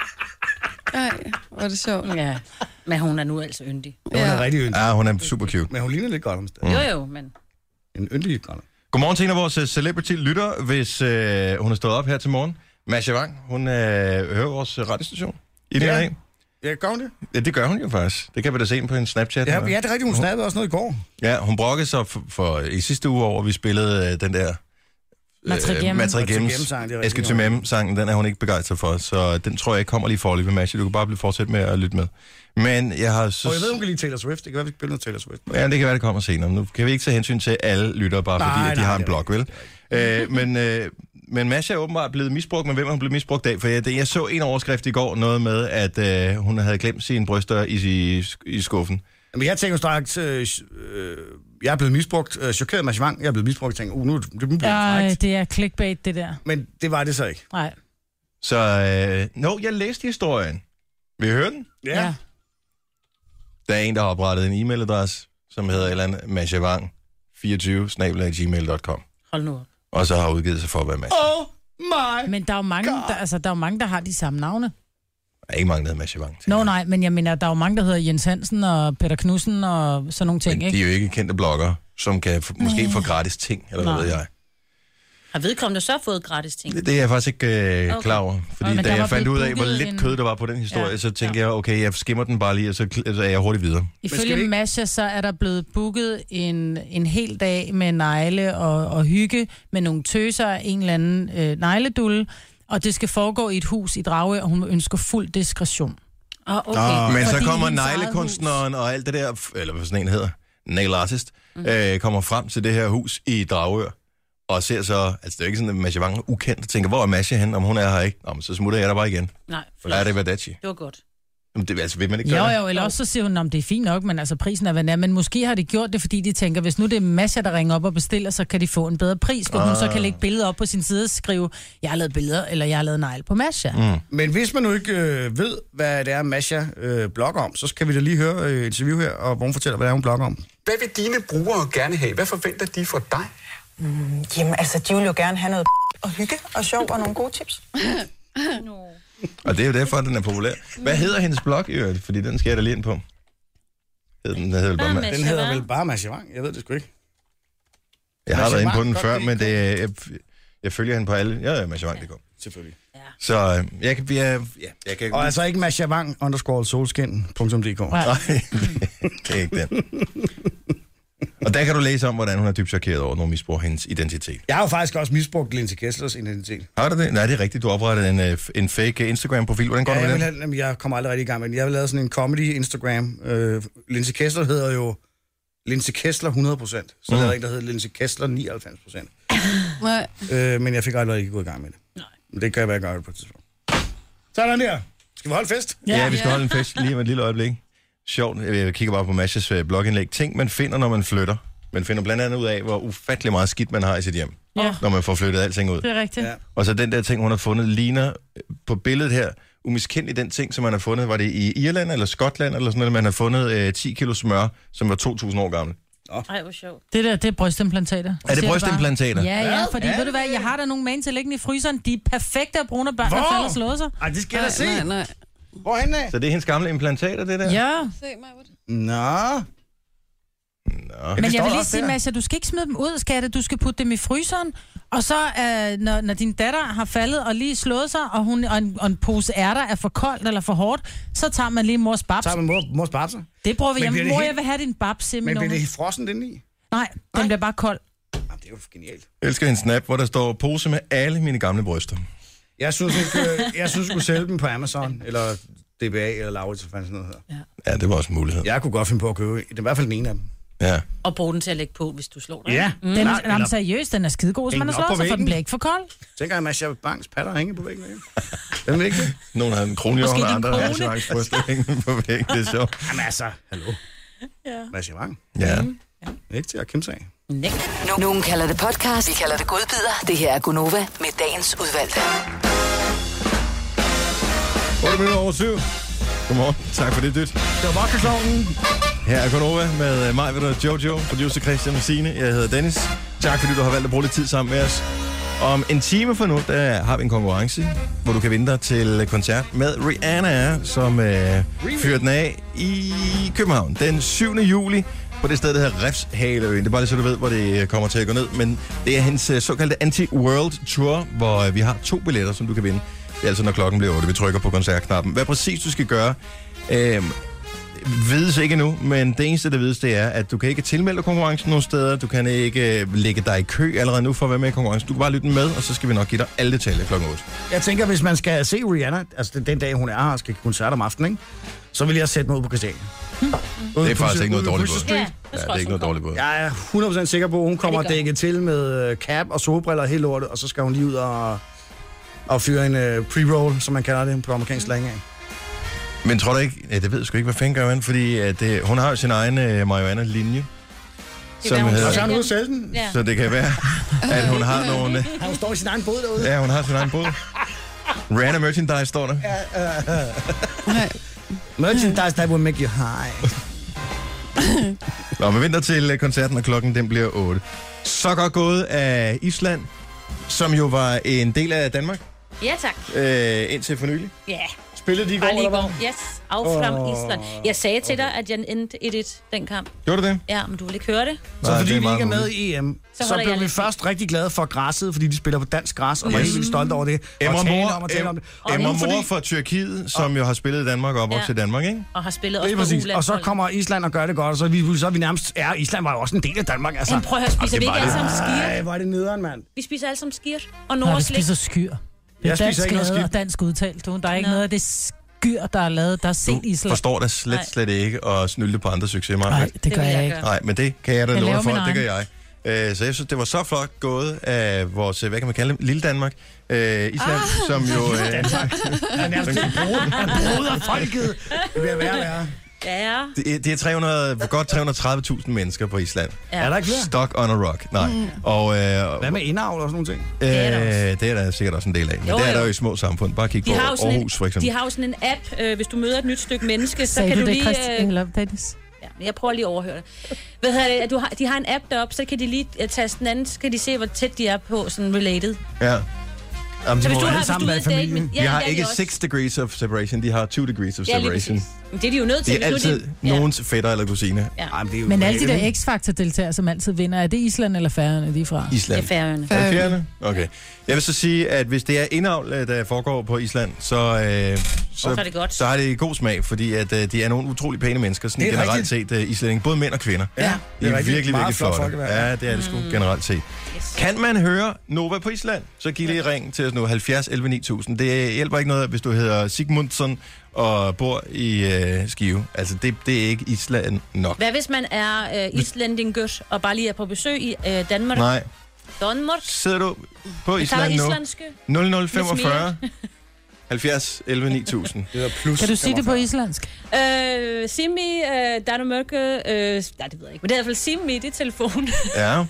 Speaker 4: Ej, hvor er det sjovt.
Speaker 5: Ja, men hun er nu altså yndig.
Speaker 3: Hun er rigtig yndig.
Speaker 1: Ja, hun er super cute.
Speaker 3: Men hun ligner lidt Gollum stadig.
Speaker 5: Jo, jo, men...
Speaker 3: En yndig Gollum.
Speaker 1: Godmorgen til en af vores uh, celebrity-lytter, hvis øh, hun er stået op her til morgen. Masha Wang, hun øh, hører vores uh, radiostation i det
Speaker 3: Ja.
Speaker 1: her.
Speaker 3: Ja, gør hun det?
Speaker 1: Ja, det gør hun jo faktisk. Det kan vi da se på en Snapchat.
Speaker 3: Ja, ja, det er rigtigt. Hun snappede også noget i går.
Speaker 1: Ja, hun brokkede sig for, for i sidste uge over, at vi spillede øh, den der...
Speaker 2: Matrigem.
Speaker 3: Matrigem-sang,
Speaker 1: Matrigem,
Speaker 3: det er rigtigt.
Speaker 1: Eske Tymem-sangen, den er hun ikke begejstret for, så den tror jeg ikke kommer lige forløb med Masha. Du kan bare blive fortsat med at lytte med. Men jeg har så...
Speaker 3: Og jeg ved, hun kan lide Taylor Swift. Det kan være, vi spiller noget Taylor Swift.
Speaker 1: Ja, det kan være, det kommer senere. Nu kan vi ikke tage hensyn til alle lyttere, bare
Speaker 3: Nej,
Speaker 1: fordi at de
Speaker 3: nej,
Speaker 1: har en
Speaker 3: det er
Speaker 1: blog, vel? Øh, men, øh, men Masha er åbenbart blevet misbrugt, men hvem er hun blevet misbrugt af? For jeg, jeg så en overskrift i går, noget med, at øh, hun havde glemt sine bryster i, i, i skuffen.
Speaker 3: Men jeg tænker straks, øh, øh, jeg er blevet misbrugt, øh, chokeret Mads Wang, jeg er blevet misbrugt, og tænker, uh, nu er det blevet
Speaker 2: Ja,
Speaker 3: frækt.
Speaker 2: det er clickbait, det der.
Speaker 3: Men det var det så ikke.
Speaker 2: Nej.
Speaker 1: Så, øh, no, jeg læste historien. Vil I høre den?
Speaker 2: Ja.
Speaker 1: Der er en, der har oprettet en e-mailadresse, som hedder et eller andet mashavang fireogtyve snabel-a gmail punktum com.
Speaker 5: Hold nu op.
Speaker 1: Og så har udgivet sig for at være Masha.
Speaker 3: Oh my
Speaker 2: Men der er jo mange, der, altså, der, er jo mange, der har de samme navne.
Speaker 1: Der er ikke mange, der hedder Mashavang.
Speaker 2: Nå nej, men jeg mener, der er jo mange, der hedder Jens Hansen og Peter Knudsen og sådan nogle ting,
Speaker 1: Men
Speaker 2: ikke?
Speaker 1: de er jo ikke kendte bloggere, som kan f- måske få gratis ting, eller hvad
Speaker 2: Nej.
Speaker 1: ved jeg.
Speaker 5: Har vedkommende så fået gratis ting?
Speaker 1: Det, det er jeg faktisk ikke øh,
Speaker 5: Okay.
Speaker 1: klar over. Fordi
Speaker 2: Men
Speaker 1: da
Speaker 2: der
Speaker 1: jeg
Speaker 2: var
Speaker 1: fandt
Speaker 2: blevet
Speaker 1: ud af, hvor
Speaker 2: booket
Speaker 1: lidt
Speaker 2: en-
Speaker 1: kød der var på den historie,
Speaker 2: Ja.
Speaker 1: så tænkte
Speaker 2: Ja.
Speaker 1: jeg, okay, jeg skimmer den bare lige, og så, så er jeg hurtigt videre.
Speaker 2: Ifølge
Speaker 3: skal vi ikke-
Speaker 2: Masha, så er der blevet booket en, en hel dag med negle og, og hygge med nogle tøser af en eller anden øh, negledulle, og det skal foregå i et hus i Dragør, og hun ønsker fuld diskretion.
Speaker 5: Åh, oh, okay.
Speaker 3: Nå.
Speaker 1: Men så
Speaker 2: Fordi
Speaker 1: kommer
Speaker 2: hendes eget
Speaker 1: neglekunstneren og alt det der, f- eller hvad sådan en hedder, nail artist, mm. øh, kommer frem til det her hus i Dragør, og ser så, altså det er ikke sådan, at Masha Wang er ukendt, og tænker, hvor er Masha hen, om hun er her ikke? Nå, men så smutter jeg der bare igen.
Speaker 5: Nej,
Speaker 1: For der er det Verdaci.
Speaker 5: Det var godt.
Speaker 1: Jamen, det, altså, vil man ikke
Speaker 2: Jo,
Speaker 1: gøre det?
Speaker 2: jo, eller også så siger hun, om det er fint nok, men altså prisen er, hvad den er. Men måske har de gjort det, fordi de tænker, hvis nu det er Masha, der ringer op og bestiller, så kan de få en bedre pris, hvor ah. hun så kan lægge billeder op på sin side og skrive, jeg har lavet billeder, eller jeg har lavet negl på Masha. Mm.
Speaker 3: Men hvis man nu ikke øh, ved, hvad det er, Masha øh, blogger om, så kan vi da lige høre øh, et interview her, og hvor hun fortæller, hvad det er, hun blogger om.
Speaker 6: Hvad vil dine brugere gerne have? Hvad forventer de fra dig?
Speaker 8: Mm, jamen, altså, de vil jo gerne have noget og hygge og sjov og nogle gode tips.
Speaker 5: No.
Speaker 1: Og det er jo derfor, at den er populær. Hvad hedder hendes blog i øvrigt? Fordi den skal jeg da lige ind på. Hed Den, den hedder vel bare,
Speaker 5: Bare
Speaker 1: Ma-
Speaker 5: Masha
Speaker 3: Den hedder
Speaker 5: Wang.
Speaker 3: vel bare Masha Wang, jeg ved det sgu ikke.
Speaker 1: jeg har
Speaker 3: Masha
Speaker 1: været inde på
Speaker 3: Wang,
Speaker 1: den
Speaker 3: godt
Speaker 1: før,
Speaker 3: lide
Speaker 1: men det er, jeg, jeg følger hende på alle. Ja, ja, Masha Wang, det går.
Speaker 3: Selvfølgelig.
Speaker 1: Så øh, jeg kan, jeg, ja, jeg kan ikke...
Speaker 3: Og altså ikke Masha Wang underscore solskin punktum d k.
Speaker 2: Ja.
Speaker 1: Nej, det er ikke den. Og der kan du læse om, hvordan hun er dybt chokeret over, når hun misbruger hendes identitet.
Speaker 3: Jeg har jo faktisk også misbrugt Lindsay Kesslers identitet.
Speaker 1: Har du det? Nej, det er rigtigt. Du oprettede en, øh, en fake Instagram-profil. Hvordan går
Speaker 3: Ja,
Speaker 1: det
Speaker 3: jeg,
Speaker 1: med
Speaker 3: vil
Speaker 1: den?
Speaker 3: have, jamen, jeg kommer aldrig rigtig i gang med den. Jeg vil lave sådan en comedy Instagram. Øh, Lindsay Kessler hedder jo Lindsay Kessler hundrede procent. Så mm. der er der en, der hedder Lindsay Kessler nioghalvfems procent.
Speaker 4: Nej.
Speaker 3: Øh, men jeg fik aldrig ikke gået i gang med det.
Speaker 5: Nej.
Speaker 3: Men det kan jeg være, gøre det på et tidspunkt. Sådan der. Skal vi holde fest?
Speaker 1: Ja, ja, vi skal holde en fest lige om et lille øjeblik. Sjovt. Jeg kigger bare på Mashas øh, blogindlæg. Ting, man finder, når man flytter. Man finder blandt andet ud af, hvor ufattelig meget skidt man har i sit hjem,
Speaker 2: Ja.
Speaker 1: når man får flyttet alting ud.
Speaker 2: Det er rigtigt.
Speaker 3: Ja.
Speaker 1: Og så den der ting, hun har fundet, ligner øh, på billedet her, umiskendeligt den ting, som man har fundet. Var det i Irland eller Skotland, eller sådan noget, man har fundet øh, ti kilo smør, som var to tusind år gammel.
Speaker 5: Ej, hvor sjovt.
Speaker 2: Det der, det er brystimplantater.
Speaker 1: Er det
Speaker 2: Siger
Speaker 1: brystimplantater?
Speaker 2: bare. Ja, ja,
Speaker 3: Ja,
Speaker 2: fordi
Speaker 3: ja,
Speaker 2: ved du hvad,
Speaker 3: det-
Speaker 2: jeg har der nogle magen til liggende i fryseren. De er perfekte at bruge, når børn
Speaker 3: Hvor?
Speaker 2: der falder og slået sig.
Speaker 3: Ej, det skal jeg da
Speaker 4: Nej,
Speaker 3: se.
Speaker 4: nej, nej.
Speaker 3: Hvorhen af?
Speaker 1: Så det er hendes gamle implantater, det der?
Speaker 2: Ja,
Speaker 4: Se mig, hvor det...
Speaker 3: Nå.
Speaker 1: Nå.
Speaker 2: men
Speaker 3: står
Speaker 2: jeg vil
Speaker 3: der
Speaker 2: lige
Speaker 3: også
Speaker 2: sige,
Speaker 3: der.
Speaker 2: Masha, du skal ikke smide dem ud, skatte. Du skal putte dem i fryseren. Og så, øh, når, når din datter har faldet og lige slået sig, og, hun, og, en, og en pose ærter er for koldt eller for hårdt, så tager man lige mors babs.
Speaker 3: Så har man mor, mors babser.
Speaker 2: Det bruger vi.
Speaker 3: Men
Speaker 2: Jamen,
Speaker 3: bliver det
Speaker 2: mor,
Speaker 3: helt-
Speaker 2: jeg vil have din babs,
Speaker 3: Men
Speaker 2: simpelthen.
Speaker 3: bliver det frossen inde i?
Speaker 2: Nej, den bliver bare kold.
Speaker 3: Jamen, det er jo genialt.
Speaker 1: Jeg elsker en snap, hvor der står pose med alle mine gamle bryster.
Speaker 3: Jeg synes, ikke, øh, jeg synes, du skulle sælge dem på Amazon, eller D B A, eller Laurits, hvad fanden sådan noget her.
Speaker 1: Ja, det var også en mulighed.
Speaker 3: Jeg kunne godt finde på at købe, i hvert fald den ene af dem.
Speaker 1: Ja.
Speaker 5: Og bruge den til at lægge på, hvis du slår dig.
Speaker 3: Ja.
Speaker 2: Den,
Speaker 3: Nej,
Speaker 2: Nej,
Speaker 3: eller-
Speaker 2: eller... seriøst, den er skidegod, hvis
Speaker 3: Hæng
Speaker 2: man har
Speaker 3: den op
Speaker 2: slået
Speaker 3: på
Speaker 2: sig, for den
Speaker 3: væggen.
Speaker 2: bliver ikke for kold.
Speaker 3: Tænker jeg, at Masha Bangs patter hænger på væggen. Ikke? Hvem vil ikke det?
Speaker 1: Nogle har en kronhjort,
Speaker 2: Måske
Speaker 1: og
Speaker 2: din
Speaker 1: andre
Speaker 2: kone.
Speaker 1: har Masha bryster hængende på væggen. Det er sjovt.
Speaker 3: Jamen altså, hallo.
Speaker 5: Ja.
Speaker 3: Masha Bang.
Speaker 1: Ja.
Speaker 3: Ikke til at kæmpe sig af.
Speaker 5: Nej.
Speaker 7: Nu- Nogen kalder det podcast, vi kalder det godbider. Det her er Gunova med dagens udvalgte.
Speaker 1: otte minutter over syv. Godmorgen. Tak for det, dyt.
Speaker 3: Det var vodka-klovnen.
Speaker 1: Her er Gunova med mig, ved du, Jojo, producer Christian og Signe. Jeg hedder Dennis. Tak fordi du har valgt at bruge lidt tid sammen med os. Om en time fra nu, der har vi en konkurrence, hvor du kan vinde dig til koncert med Rihanna, som øh, fyrer den af i København den syvende juli på det sted, der hedder Refshaleøen. Det er bare lige så du ved, hvor det kommer til at gå ned. Men det er hendes øh, såkaldte Anti-World Tour, hvor øh, vi har to billetter, som du kan vinde. Det er altså, når klokken bliver otte. Vi trykker på koncertknappen. Hvad præcis du skal gøre, øh, vides ikke nu, men det eneste, der vides, det er, at du kan ikke tilmelde konkurrencen nogen steder. Du kan ikke øh, lægge dig i kø allerede nu for at være med i konkurrencen. Du kan bare lytte med, og så skal vi nok give dig alle detaljer klokken otte.
Speaker 3: Jeg tænker, hvis man skal se Rihanna, altså den, den dag, hun er her og skal koncert om aftenen, ikke? Så vil jeg sætte mig ud på Christiania. Hmm.
Speaker 1: Det er faktisk ikke noget dårligt bud.
Speaker 5: Ja,
Speaker 1: Ja,
Speaker 5: det
Speaker 1: det
Speaker 5: tror
Speaker 1: er
Speaker 5: jeg
Speaker 1: ikke noget
Speaker 5: også,
Speaker 1: dårligt bud.
Speaker 3: Jeg er hundrede procent sikker på, at hun kommer
Speaker 5: Ja,
Speaker 3: at
Speaker 5: det gør
Speaker 3: dække til med øh, cap og solbriller og hele lortet, og så skal hun lige ud og, og fyre en øh, pre-roll, som man kalder det på amerikansk slang af.
Speaker 1: Men tror du ikke, ja, det ved jeg sgu ikke, hvad fanden gør man, fordi at, øh, hun har jo sin egen øh, marijuana-linje.
Speaker 5: Det er, hvad hun
Speaker 3: Og så er
Speaker 5: sælger.
Speaker 3: han ude at sælge den.
Speaker 5: Ja.
Speaker 1: Så det kan være, at hun har nogle...
Speaker 3: Han står i sin egen båd derude.
Speaker 1: Ja, hun har sin egen båd. Rihanna merchandise står der.
Speaker 3: Merchandise that will make you high.
Speaker 1: Nå, vi venter til koncerten, og klokken den bliver otte. Så godt gået af Island, som jo var en del af Danmark.
Speaker 5: Ja, tak.
Speaker 1: Øh, indtil for nylig.
Speaker 5: Ja.
Speaker 3: Spillede de i går,
Speaker 5: Bare lige
Speaker 3: eller
Speaker 5: går.
Speaker 3: hvad?
Speaker 5: Yes, affram
Speaker 3: Åh,
Speaker 5: Island. Jeg sagde til dig, at jeg endte et et den kamp.
Speaker 1: Gjorde du det?
Speaker 5: Ja, men du vil ikke høre det.
Speaker 3: Så
Speaker 1: Nej,
Speaker 3: fordi
Speaker 1: det er
Speaker 3: vi
Speaker 1: meget
Speaker 3: ikke er med
Speaker 1: muligt.
Speaker 3: i E M,
Speaker 5: Så
Speaker 3: så,
Speaker 5: holder
Speaker 3: blev
Speaker 5: jeg
Speaker 3: vi
Speaker 5: lidt
Speaker 3: først rigtig glade for græsset, fordi de spiller på dansk græs, og var
Speaker 1: Yes.
Speaker 3: helt vildt stolte over det.
Speaker 1: Emma
Speaker 3: og tale
Speaker 1: Mor,
Speaker 3: om og tale om det. Og
Speaker 1: Emma
Speaker 3: nu fordi-
Speaker 1: Mor fra Tyrkiet, som jo har spillet i Danmark og opvokset
Speaker 5: Ja.
Speaker 1: i Danmark, ikke?
Speaker 5: Og har spillet
Speaker 3: Det
Speaker 5: også
Speaker 3: er
Speaker 5: på
Speaker 3: præcis.
Speaker 5: U-landshold.
Speaker 3: Og så kommer Island og gør det godt, og så er vi, så er vi nærmest... Ja, Island var jo også en del af Danmark, altså.
Speaker 5: Jamen prøv at høre, spiser
Speaker 1: det
Speaker 5: vi
Speaker 1: var
Speaker 5: ikke alle
Speaker 1: det.
Speaker 5: sammen skirt?
Speaker 3: Ej, hvor er det nederen, mand.
Speaker 5: Vi spiser alle sammen skirt. Og
Speaker 2: Nå, vi
Speaker 5: nordslik.
Speaker 2: spiser skyr. Det
Speaker 3: Jeg
Speaker 2: er
Speaker 3: spiser
Speaker 2: dansk
Speaker 3: ikke noget
Speaker 2: lavet
Speaker 3: skidt.
Speaker 2: og dansk udtalt. Du. Der er ikke
Speaker 5: Nå.
Speaker 2: noget af det skyr, der er lavet, der er set
Speaker 1: Du
Speaker 2: Island.
Speaker 1: forstår da slet,
Speaker 5: Nej.
Speaker 1: slet ikke at snylde på andre succeser, Maja.
Speaker 2: Nej, det gør
Speaker 5: vil
Speaker 2: jeg
Speaker 5: jeg
Speaker 2: ikke.
Speaker 5: gøre.
Speaker 1: Nej, men det kan jeg da
Speaker 2: Jeg
Speaker 1: love
Speaker 2: laver
Speaker 1: for,
Speaker 2: min
Speaker 1: det gør
Speaker 2: egen.
Speaker 1: jeg. Øh, Så jeg synes, det var så flot gået af vores, hvad kan man kalde det, lille Danmark, øh, Island,
Speaker 5: Ah.
Speaker 1: som jo... Øh,
Speaker 3: Han er nærmest en broder. Han broder folket. Det vil være værre.
Speaker 5: Ja,
Speaker 1: det, det er tre hundrede, godt tre hundrede og tredive tusind mennesker på Island.
Speaker 5: ja.
Speaker 3: Er der ikke flere?
Speaker 1: Stuck on a rock. Nej. Mm. Og, øh,
Speaker 3: Hvad med indavl og sådan nogle ting?
Speaker 1: øh,
Speaker 5: Det er der også.
Speaker 1: det er der sikkert også en del af. Men
Speaker 5: Jo,
Speaker 1: det er
Speaker 5: jo.
Speaker 1: der jo i små samfund. Bare kig
Speaker 5: De
Speaker 1: på
Speaker 5: har, jo sådan
Speaker 1: Aarhus, for
Speaker 5: en,
Speaker 1: eksempel.
Speaker 5: de har jo sådan en app, øh, hvis du møder et nyt stykke menneske, så
Speaker 2: Sagde
Speaker 5: kan
Speaker 2: du
Speaker 5: du
Speaker 2: det,
Speaker 5: lige...
Speaker 2: Christian? Eller Dennis?
Speaker 5: Ja, men jeg prøver lige at overhøre det. Hvad hedder det? At Du har, de har en app deroppe, så kan de lige uh, taste den anden, så kan de se, hvor tæt de er på, sådan related.
Speaker 1: Ja. Jamen,
Speaker 5: Så
Speaker 1: de,
Speaker 5: hvis du
Speaker 1: må-
Speaker 5: har,
Speaker 3: alle
Speaker 5: hvis
Speaker 3: sammen
Speaker 5: du er
Speaker 3: være
Speaker 5: ude at date
Speaker 3: familien.
Speaker 5: med-
Speaker 1: de har
Speaker 5: det er
Speaker 1: ikke
Speaker 5: også.
Speaker 1: six degrees of separation, de har two degrees of
Speaker 5: Ja, lige
Speaker 1: separation.
Speaker 5: præcis. Men det er de jo nødt til.
Speaker 1: Det er
Speaker 5: hvis nu
Speaker 1: altid
Speaker 5: ja.
Speaker 1: nogens fætter eller kusine.
Speaker 5: Ja.
Speaker 3: Ej, men, det er jo
Speaker 2: Men alle de
Speaker 3: reelt,
Speaker 2: der
Speaker 3: ikke?
Speaker 2: X-Factor-deltagere, som altid vinder, er det Island eller Færøerne, de er fra?
Speaker 1: Island.
Speaker 5: Det er Færøerne.
Speaker 1: Er det fjerne? Okay. Jeg vil så sige, at hvis det er indavl, øh, der foregår på Island, så, øh,
Speaker 5: Så er
Speaker 1: så,
Speaker 5: det godt.
Speaker 1: så har det god smag, fordi at, øh, de er nogle utrolig pæne mennesker, sådan
Speaker 3: Det er
Speaker 1: generelt
Speaker 3: rigtigt.
Speaker 1: set uh, islændinge, både mænd og kvinder.
Speaker 3: Ja,
Speaker 1: De
Speaker 3: det
Speaker 1: er,
Speaker 3: er rigtigt.
Speaker 1: virkelig,
Speaker 3: Meget
Speaker 1: virkelig
Speaker 3: flot
Speaker 1: flotte.
Speaker 3: folkeværd.
Speaker 1: Ja, det er det sgu
Speaker 5: Mm.
Speaker 1: generelt set.
Speaker 5: Yes.
Speaker 1: Kan man høre Nova på Island, så giv lige ring til os nu, halvfjerds elleve ni tusind. Det hjælper ikke noget, hvis du hedder Sigmundsson og bor i øh, Skive. Altså, det, det er ikke Island nok.
Speaker 5: Hvad hvis man er øh, islændingur og bare lige er på besøg i øh, Danmark?
Speaker 1: Nej.
Speaker 5: Danmark?
Speaker 1: Sidder du på
Speaker 5: Jeg taler
Speaker 1: Island nu?
Speaker 5: islandske.
Speaker 1: nul nul femogfyrre halvfjerds elleve ni tusind.
Speaker 3: Det er plus
Speaker 2: Kan du sige det på islandsk?
Speaker 5: Øh, Simi, øh, Danomørke, øh, nej, det ved jeg ikke, men det er i hvert fald Simi, det er telefon.
Speaker 1: Ja.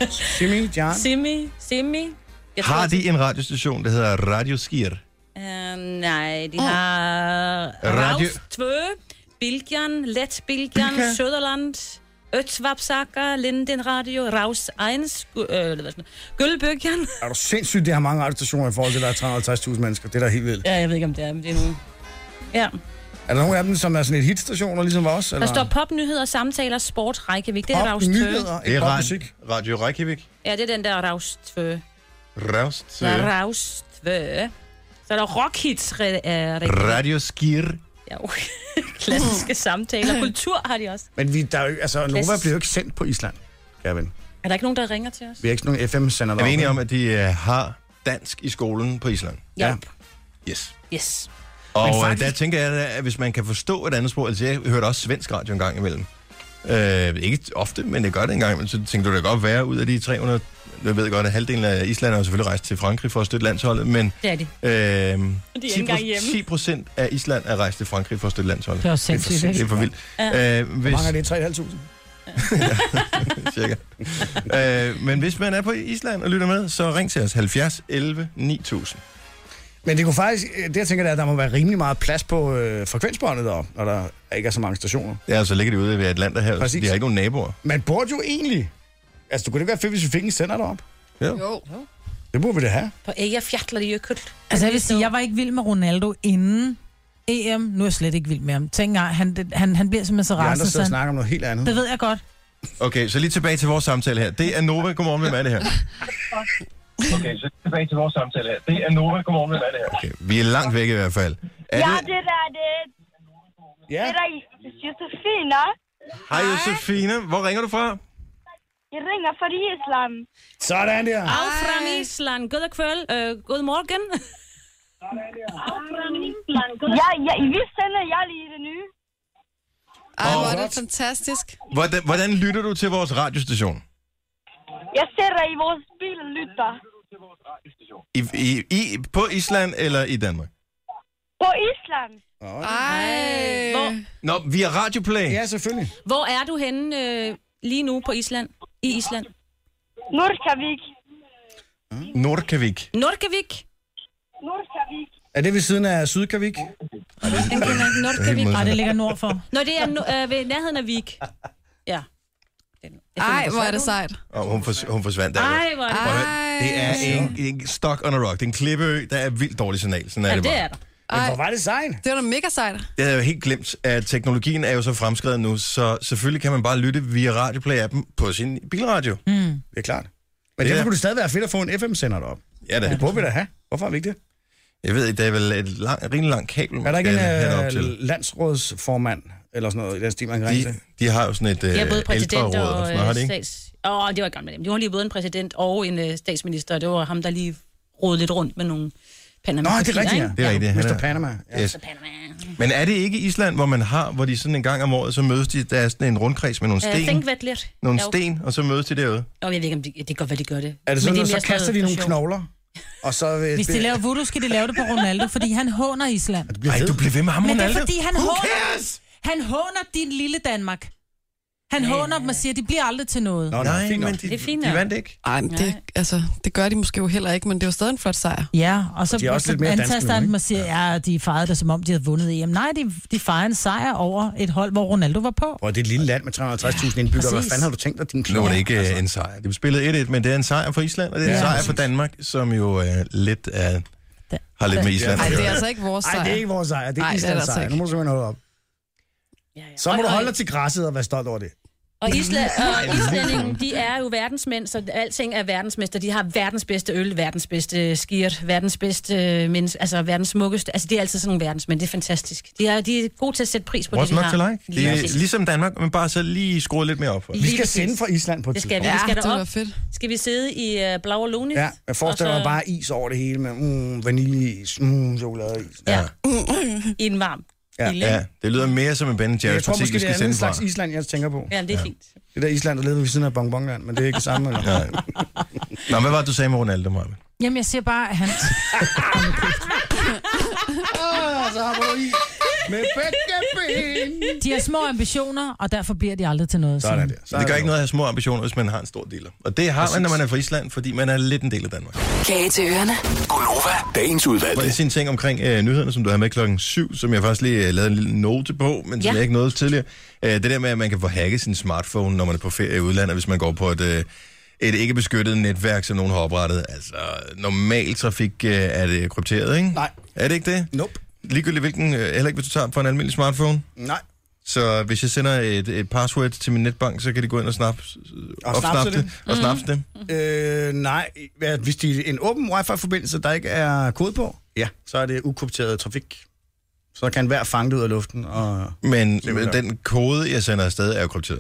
Speaker 3: Simi, Jan.
Speaker 5: Simi, Simi. Jeg tror,
Speaker 1: Har de en radiostation, der hedder Radio Skir?
Speaker 5: Øh, nej, de har
Speaker 1: Radio-
Speaker 5: Raus två, Bilgjan, Let Bilgjan,
Speaker 1: Bilka.
Speaker 5: Söderland, Ötvapsaka, Linden Radio, Raus eins, gu- øh, hvad sådan, Gullbøgjan.
Speaker 3: Er du sindssygt, det har mange radiostationer i forhold til, at der er tre hundrede og halvtreds tusind mennesker. Det er da helt vildt.
Speaker 5: Ja, jeg ved ikke, om det er, men det er nu. Ja.
Speaker 3: Er der nogle af dem, som er sådan et hitstationer, ligesom vores?
Speaker 5: Der
Speaker 3: Eller?
Speaker 5: står popnyheder, samtaler, sport, Reykjavik. Det er Raus två.
Speaker 3: Nyheder,
Speaker 1: Det
Speaker 3: ikke
Speaker 1: er
Speaker 3: popmusik.
Speaker 1: Radio, Radio Reykjavik.
Speaker 5: Ja, det er den der Raus två.
Speaker 1: Raust.
Speaker 5: Så er Raus två. Så er der Rockhits. Re- øh, Reykjavik.
Speaker 1: Radio Skir.
Speaker 5: Ja, okay. Klassiske samtaler. Kultur har de også.
Speaker 3: Men vi, der er jo, ikke- altså, Nova
Speaker 5: Klassisk.
Speaker 3: bliver jo ikke sendt på Island, kære ven.
Speaker 5: Er der ikke nogen, der ringer til os?
Speaker 3: Vi har ikke sådan nogle F M-sender
Speaker 1: Er vi enige om, at de øh, har dansk i skolen på Island?
Speaker 3: Ja.
Speaker 1: Yes.
Speaker 5: Yes.
Speaker 1: Og
Speaker 3: faktisk-
Speaker 1: faktisk... der tænker jeg, at hvis man kan forstå et andet sprog, altså jeg hørte også svensk radio en gang imellem. Øh, ikke ofte, men det gør det en gang imellem. Så tænkte du, det kan godt være ud af de tre hundrede... Jeg ved godt, at halvdelen af Island er jo selvfølgelig rejst til Frankrig for at støtte landsholdet, men
Speaker 5: Det er de.
Speaker 1: øh,
Speaker 5: ikke engang hjemme.
Speaker 1: ti procent af Island er rejst til Frankrig for at støtte landsholdet.
Speaker 2: Det er også sindssygt,
Speaker 1: Det
Speaker 2: ikke?
Speaker 1: er for vildt.
Speaker 5: Ja.
Speaker 1: Øh, hvis,
Speaker 3: Mange af det er tre tusind fem hundrede.
Speaker 1: cirka. øh, men hvis man er på Island og lytter med, så ring til os halvfjerds elleve ni tusind.
Speaker 3: Men det kunne faktisk, det jeg tænker, det er, at der må være rimelig meget plads på øh, frekvensbåndet deroppe, når der ikke er så mange stationer.
Speaker 1: Ja, så ligger de ude ved Atlanterhavet, så
Speaker 3: Præcis.
Speaker 1: de har ikke nogen naboer.
Speaker 3: Man burde jo egentlig... Altså, det kunne det være fedt, hvis vi fik en sender deroppe?
Speaker 4: Jo.
Speaker 3: Det burde vi da have.
Speaker 5: På Eyjafjallajökull. Jökull.
Speaker 2: Altså jeg vil sige, jeg var ikke vild med Ronaldo inden E M. Nu er jeg slet ikke vild med ham. Tænk engang, han, det- han, han bliver simpelthen så
Speaker 3: Vi andre
Speaker 2: rasende.
Speaker 3: sidder og
Speaker 2: så han-
Speaker 3: snakker om noget helt andet.
Speaker 2: Det ved jeg godt.
Speaker 1: Okay, så lige tilbage til vores samtale her. Det er Nova. Godmorgen, hvem er det her?
Speaker 9: Okay, så tilbage til vores samtale her. Det er Nova. Godmorgen, hvem er det her?
Speaker 1: Okay, vi er langt væk i hvert fald. Er
Speaker 10: Ja,
Speaker 1: det...
Speaker 10: det der, det,
Speaker 3: Ja,
Speaker 10: det der Josefina.
Speaker 1: Hej Josefine, hvor ringer du fra?
Speaker 10: Jeg ringer fra Island.
Speaker 3: sådan der.
Speaker 5: Af fra Island. God kväll. Uh, god morgen.
Speaker 10: Ja, ja, vi sender jeg lige det nye.
Speaker 4: Ej, hvor er
Speaker 3: flot.
Speaker 4: det fantastisk.
Speaker 1: Hvordan, hvordan lytter du til vores radiostation?
Speaker 10: Jeg sætter i vores bil og lytter.
Speaker 1: I, i, i, på Island eller i Danmark?
Speaker 10: På Island.
Speaker 4: Ej.
Speaker 5: Hvor,
Speaker 1: Nå, via Radioplay.
Speaker 3: Ja, selvfølgelig.
Speaker 5: hvor er du henne øh, lige nu på Island? I Island?
Speaker 10: Nordkavik.
Speaker 1: Nordkavik.
Speaker 5: Nordkavik.
Speaker 10: Nordkavik.
Speaker 3: Er det ved siden af Sydkavik?
Speaker 5: Den kender ikke Nordkavik.
Speaker 2: Nej, det ligger nordfor.
Speaker 5: Nå, det er øh, ved nærheden af Vik. Ja.
Speaker 4: Ej, hvor er det sejt.
Speaker 1: Og hun, fors- hun forsvandt der.
Speaker 5: Ej, hvor er det
Speaker 1: Ej. Det er en, en stock on a rock. Det er en klippeø, der er vildt dårlig signal. Sådan er
Speaker 5: Ja,
Speaker 1: det
Speaker 5: det
Speaker 1: bare.
Speaker 5: er der.
Speaker 3: Men hvor var det sejt?
Speaker 4: Det var da mega sejt.
Speaker 1: Det havde jeg jo helt glemt, at teknologien er jo så fremskredet nu, så selvfølgelig kan man bare lytte via Radioplay-appen på sin bilradio.
Speaker 2: Mm.
Speaker 3: Det er klart. Men
Speaker 1: Det
Speaker 3: derfor
Speaker 1: er-
Speaker 3: kunne det stadig være fedt at få en F M-sender derop.
Speaker 1: Ja, det
Speaker 3: Det burde vi da have. Hvorfor har vi ikke det?
Speaker 1: Jeg ved ikke, det er vel et lang, rimelig langt kabel, man
Speaker 3: Er der ikke
Speaker 1: skal have det op
Speaker 3: en
Speaker 1: til.
Speaker 3: uh, landsrådsformand, eller sådan noget, i den stil, man kan ringe
Speaker 1: De,
Speaker 3: til?
Speaker 1: de har jo sådan et
Speaker 5: De har både
Speaker 1: uh,
Speaker 5: præsident
Speaker 1: ældreråd og
Speaker 5: og
Speaker 1: sådan noget, har de
Speaker 5: øh,
Speaker 1: ikke?
Speaker 5: stats... Åh, oh, det var gamle dem. De har lige både en præsident og en øh, statsminister, og det var ham, der lige rodede lidt rundt med nogle Panama.
Speaker 3: Nå, det er rigtigt, ja.
Speaker 1: Det er rigtigt. Han
Speaker 3: mister
Speaker 1: er-
Speaker 3: Panama. Ja.
Speaker 1: Yes. Men er det ikke Island, hvor man har, hvor de sådan en gang om året, så mødes de, der er sådan en rundkreds med nogle
Speaker 5: Uh,
Speaker 1: sten,
Speaker 5: think that lidt.
Speaker 1: nogle
Speaker 5: Ja, okay.
Speaker 1: sten, og så mødes de derude?
Speaker 5: Og jeg ved ikke, om de, det kan godt være, de gør det.
Speaker 3: Er det sådan,
Speaker 5: Men
Speaker 3: at så
Speaker 5: mere
Speaker 3: kaster
Speaker 5: sådan
Speaker 3: de
Speaker 5: noget
Speaker 3: nogle
Speaker 5: for sjov.
Speaker 3: knogler? Og så vil
Speaker 2: Hvis de laver voodoo, skal de lave det på Ronaldo, fordi han håner Island.
Speaker 1: Ej, du bliver ved med ham,
Speaker 2: Men det
Speaker 1: Ronaldo.
Speaker 2: er fordi, han
Speaker 1: Who
Speaker 2: håner,
Speaker 1: cares?
Speaker 2: han håner din lille Danmark. Han håner dem og siger, at de bliver aldrig til noget.
Speaker 3: Nå,
Speaker 1: Nej,
Speaker 3: fint nok.
Speaker 1: men de,
Speaker 5: Det er fint
Speaker 1: de
Speaker 5: nok.
Speaker 1: vandt ikke.
Speaker 4: Ej, men det, altså, det gør de måske jo heller ikke, men det er jo stadig en flot sejr.
Speaker 2: Ja, og så,
Speaker 3: de er også
Speaker 2: så
Speaker 3: lidt mere danske
Speaker 2: antaster
Speaker 3: nu,
Speaker 2: han
Speaker 3: ikke?
Speaker 2: dem og siger, ja, de fejrede det, som om de havde vundet E M. Nej, de, de fejrede en sejr over et hold, hvor Ronaldo var på.
Speaker 3: Og det er et lille land med tre hundrede og halvtreds tusind indbyggere. Hvad
Speaker 2: præcis.
Speaker 3: fanden har du tænkt dig, din
Speaker 1: Nu
Speaker 3: knogler?
Speaker 1: er det ikke altså. en sejr. De spillede et et, men det er en sejr for Island, og det er en
Speaker 2: Ja,
Speaker 1: sejr
Speaker 2: præcis.
Speaker 1: for Danmark, som jo er lidt af, har lidt med Island
Speaker 4: Ej,
Speaker 1: at
Speaker 4: det er
Speaker 1: gøre.
Speaker 4: altså ikke vores sejr.
Speaker 3: Nej, det er ikke vores sejr. Det er
Speaker 4: Ej, det er
Speaker 3: Islands
Speaker 4: det altså
Speaker 3: sejr.
Speaker 4: ikke.
Speaker 3: Nu må du simpelthen holde op.
Speaker 5: Ja, ja.
Speaker 3: Så må
Speaker 5: Og-
Speaker 3: du
Speaker 5: og-
Speaker 3: holde dig til græsset og være stolt over det.
Speaker 5: Og, Island, og islændingen, de er jo verdensmænd, så alting er verdensmester. De har verdens bedste øl, verdens bedste skirt, verdens bedste menneske, altså verdens smukkeste. Altså, de er altid sådan nogle verdensmænd. Det er fantastisk. De er, de er gode til at sætte pris på
Speaker 1: What's
Speaker 5: det, de
Speaker 1: not
Speaker 5: har.
Speaker 1: to like? Det
Speaker 5: Lige
Speaker 1: er
Speaker 5: præcis.
Speaker 1: ligesom Danmark, men bare så lige skruet lidt mere op for.
Speaker 3: Vi
Speaker 5: Lige
Speaker 3: skal
Speaker 5: præcis.
Speaker 3: sende fra Island på et
Speaker 5: Det skal vi.
Speaker 3: tidspunkt.
Speaker 5: Vi skal
Speaker 4: Ja, det
Speaker 5: derop.
Speaker 4: var fedt.
Speaker 5: Skal vi sidde i uh, Blau og Lunis?
Speaker 3: Ja, jeg forestiller
Speaker 5: Og
Speaker 3: mig
Speaker 5: så-
Speaker 3: bare is over det hele med mm, vaniljeis, mm, chokoladeis.
Speaker 5: Ja. I en varm.
Speaker 3: Ja.
Speaker 5: Ilde.
Speaker 1: Ja, det lyder mere som en Ben
Speaker 3: Jeg
Speaker 1: Jerry's
Speaker 3: tror
Speaker 1: parti,
Speaker 3: måske,
Speaker 1: vi
Speaker 3: det er
Speaker 1: skal
Speaker 3: en
Speaker 1: sende fra.
Speaker 3: slags Island, jeg tænker på.
Speaker 5: Ja, det er fint.
Speaker 3: Det der Island, der leder ved siden af Bongbongland, men det er ikke det samme, eller?
Speaker 1: Ja. Nå, hvad var det, du sagde med Ronaldo, Maja?
Speaker 2: Jamen, jeg siger bare, at han...
Speaker 3: Åh, så har du i med begge ben.
Speaker 2: De har små ambitioner, og derfor bliver de aldrig til noget.
Speaker 3: Sådan er det. Så
Speaker 1: Det gør ikke noget at have små ambitioner, hvis man har en stor dealer. Og det har man, når man er fra Island, fordi man er lidt en del af Danmark.
Speaker 7: Kage til ørerne.
Speaker 6: Gunova, dagens udvalgte.
Speaker 1: Må jeg sige en ting omkring øh, nyhederne, som du havde med klokken syv, som jeg faktisk lige øh, lavede en lille note på, men som
Speaker 5: Ja.
Speaker 1: jeg ikke nåede tidligere. Øh, det der med, at man kan få hacket sin smartphone, når man er på ferie i udlandet, hvis man går på et, øh, et ikke beskyttet netværk, som nogen har oprettet. Altså, normal trafik øh, er det krypteret, ikke?
Speaker 3: Nej.
Speaker 1: Er det ikke det?
Speaker 3: Nope.
Speaker 1: Ligegyldigt hvilken, øh, heller ikke hvis du tager på en almindelig smartphone.
Speaker 3: Nej.
Speaker 1: Så hvis jeg sender et, et password til min netbank, så kan de gå ind og snappe,
Speaker 3: Og
Speaker 1: opsnappe
Speaker 3: snapse
Speaker 1: det.
Speaker 3: det?
Speaker 1: Og snapse det.
Speaker 3: Øh, nej, Hvad- hvis det er en åben wifi-forbindelse, der ikke er kode på, ja, så er det ukrypteret trafik. Så kan hver fange det ud af luften. Og,
Speaker 1: Men, men
Speaker 3: Simpelthen.
Speaker 1: den kode, jeg sender afsted, er jo krypteret.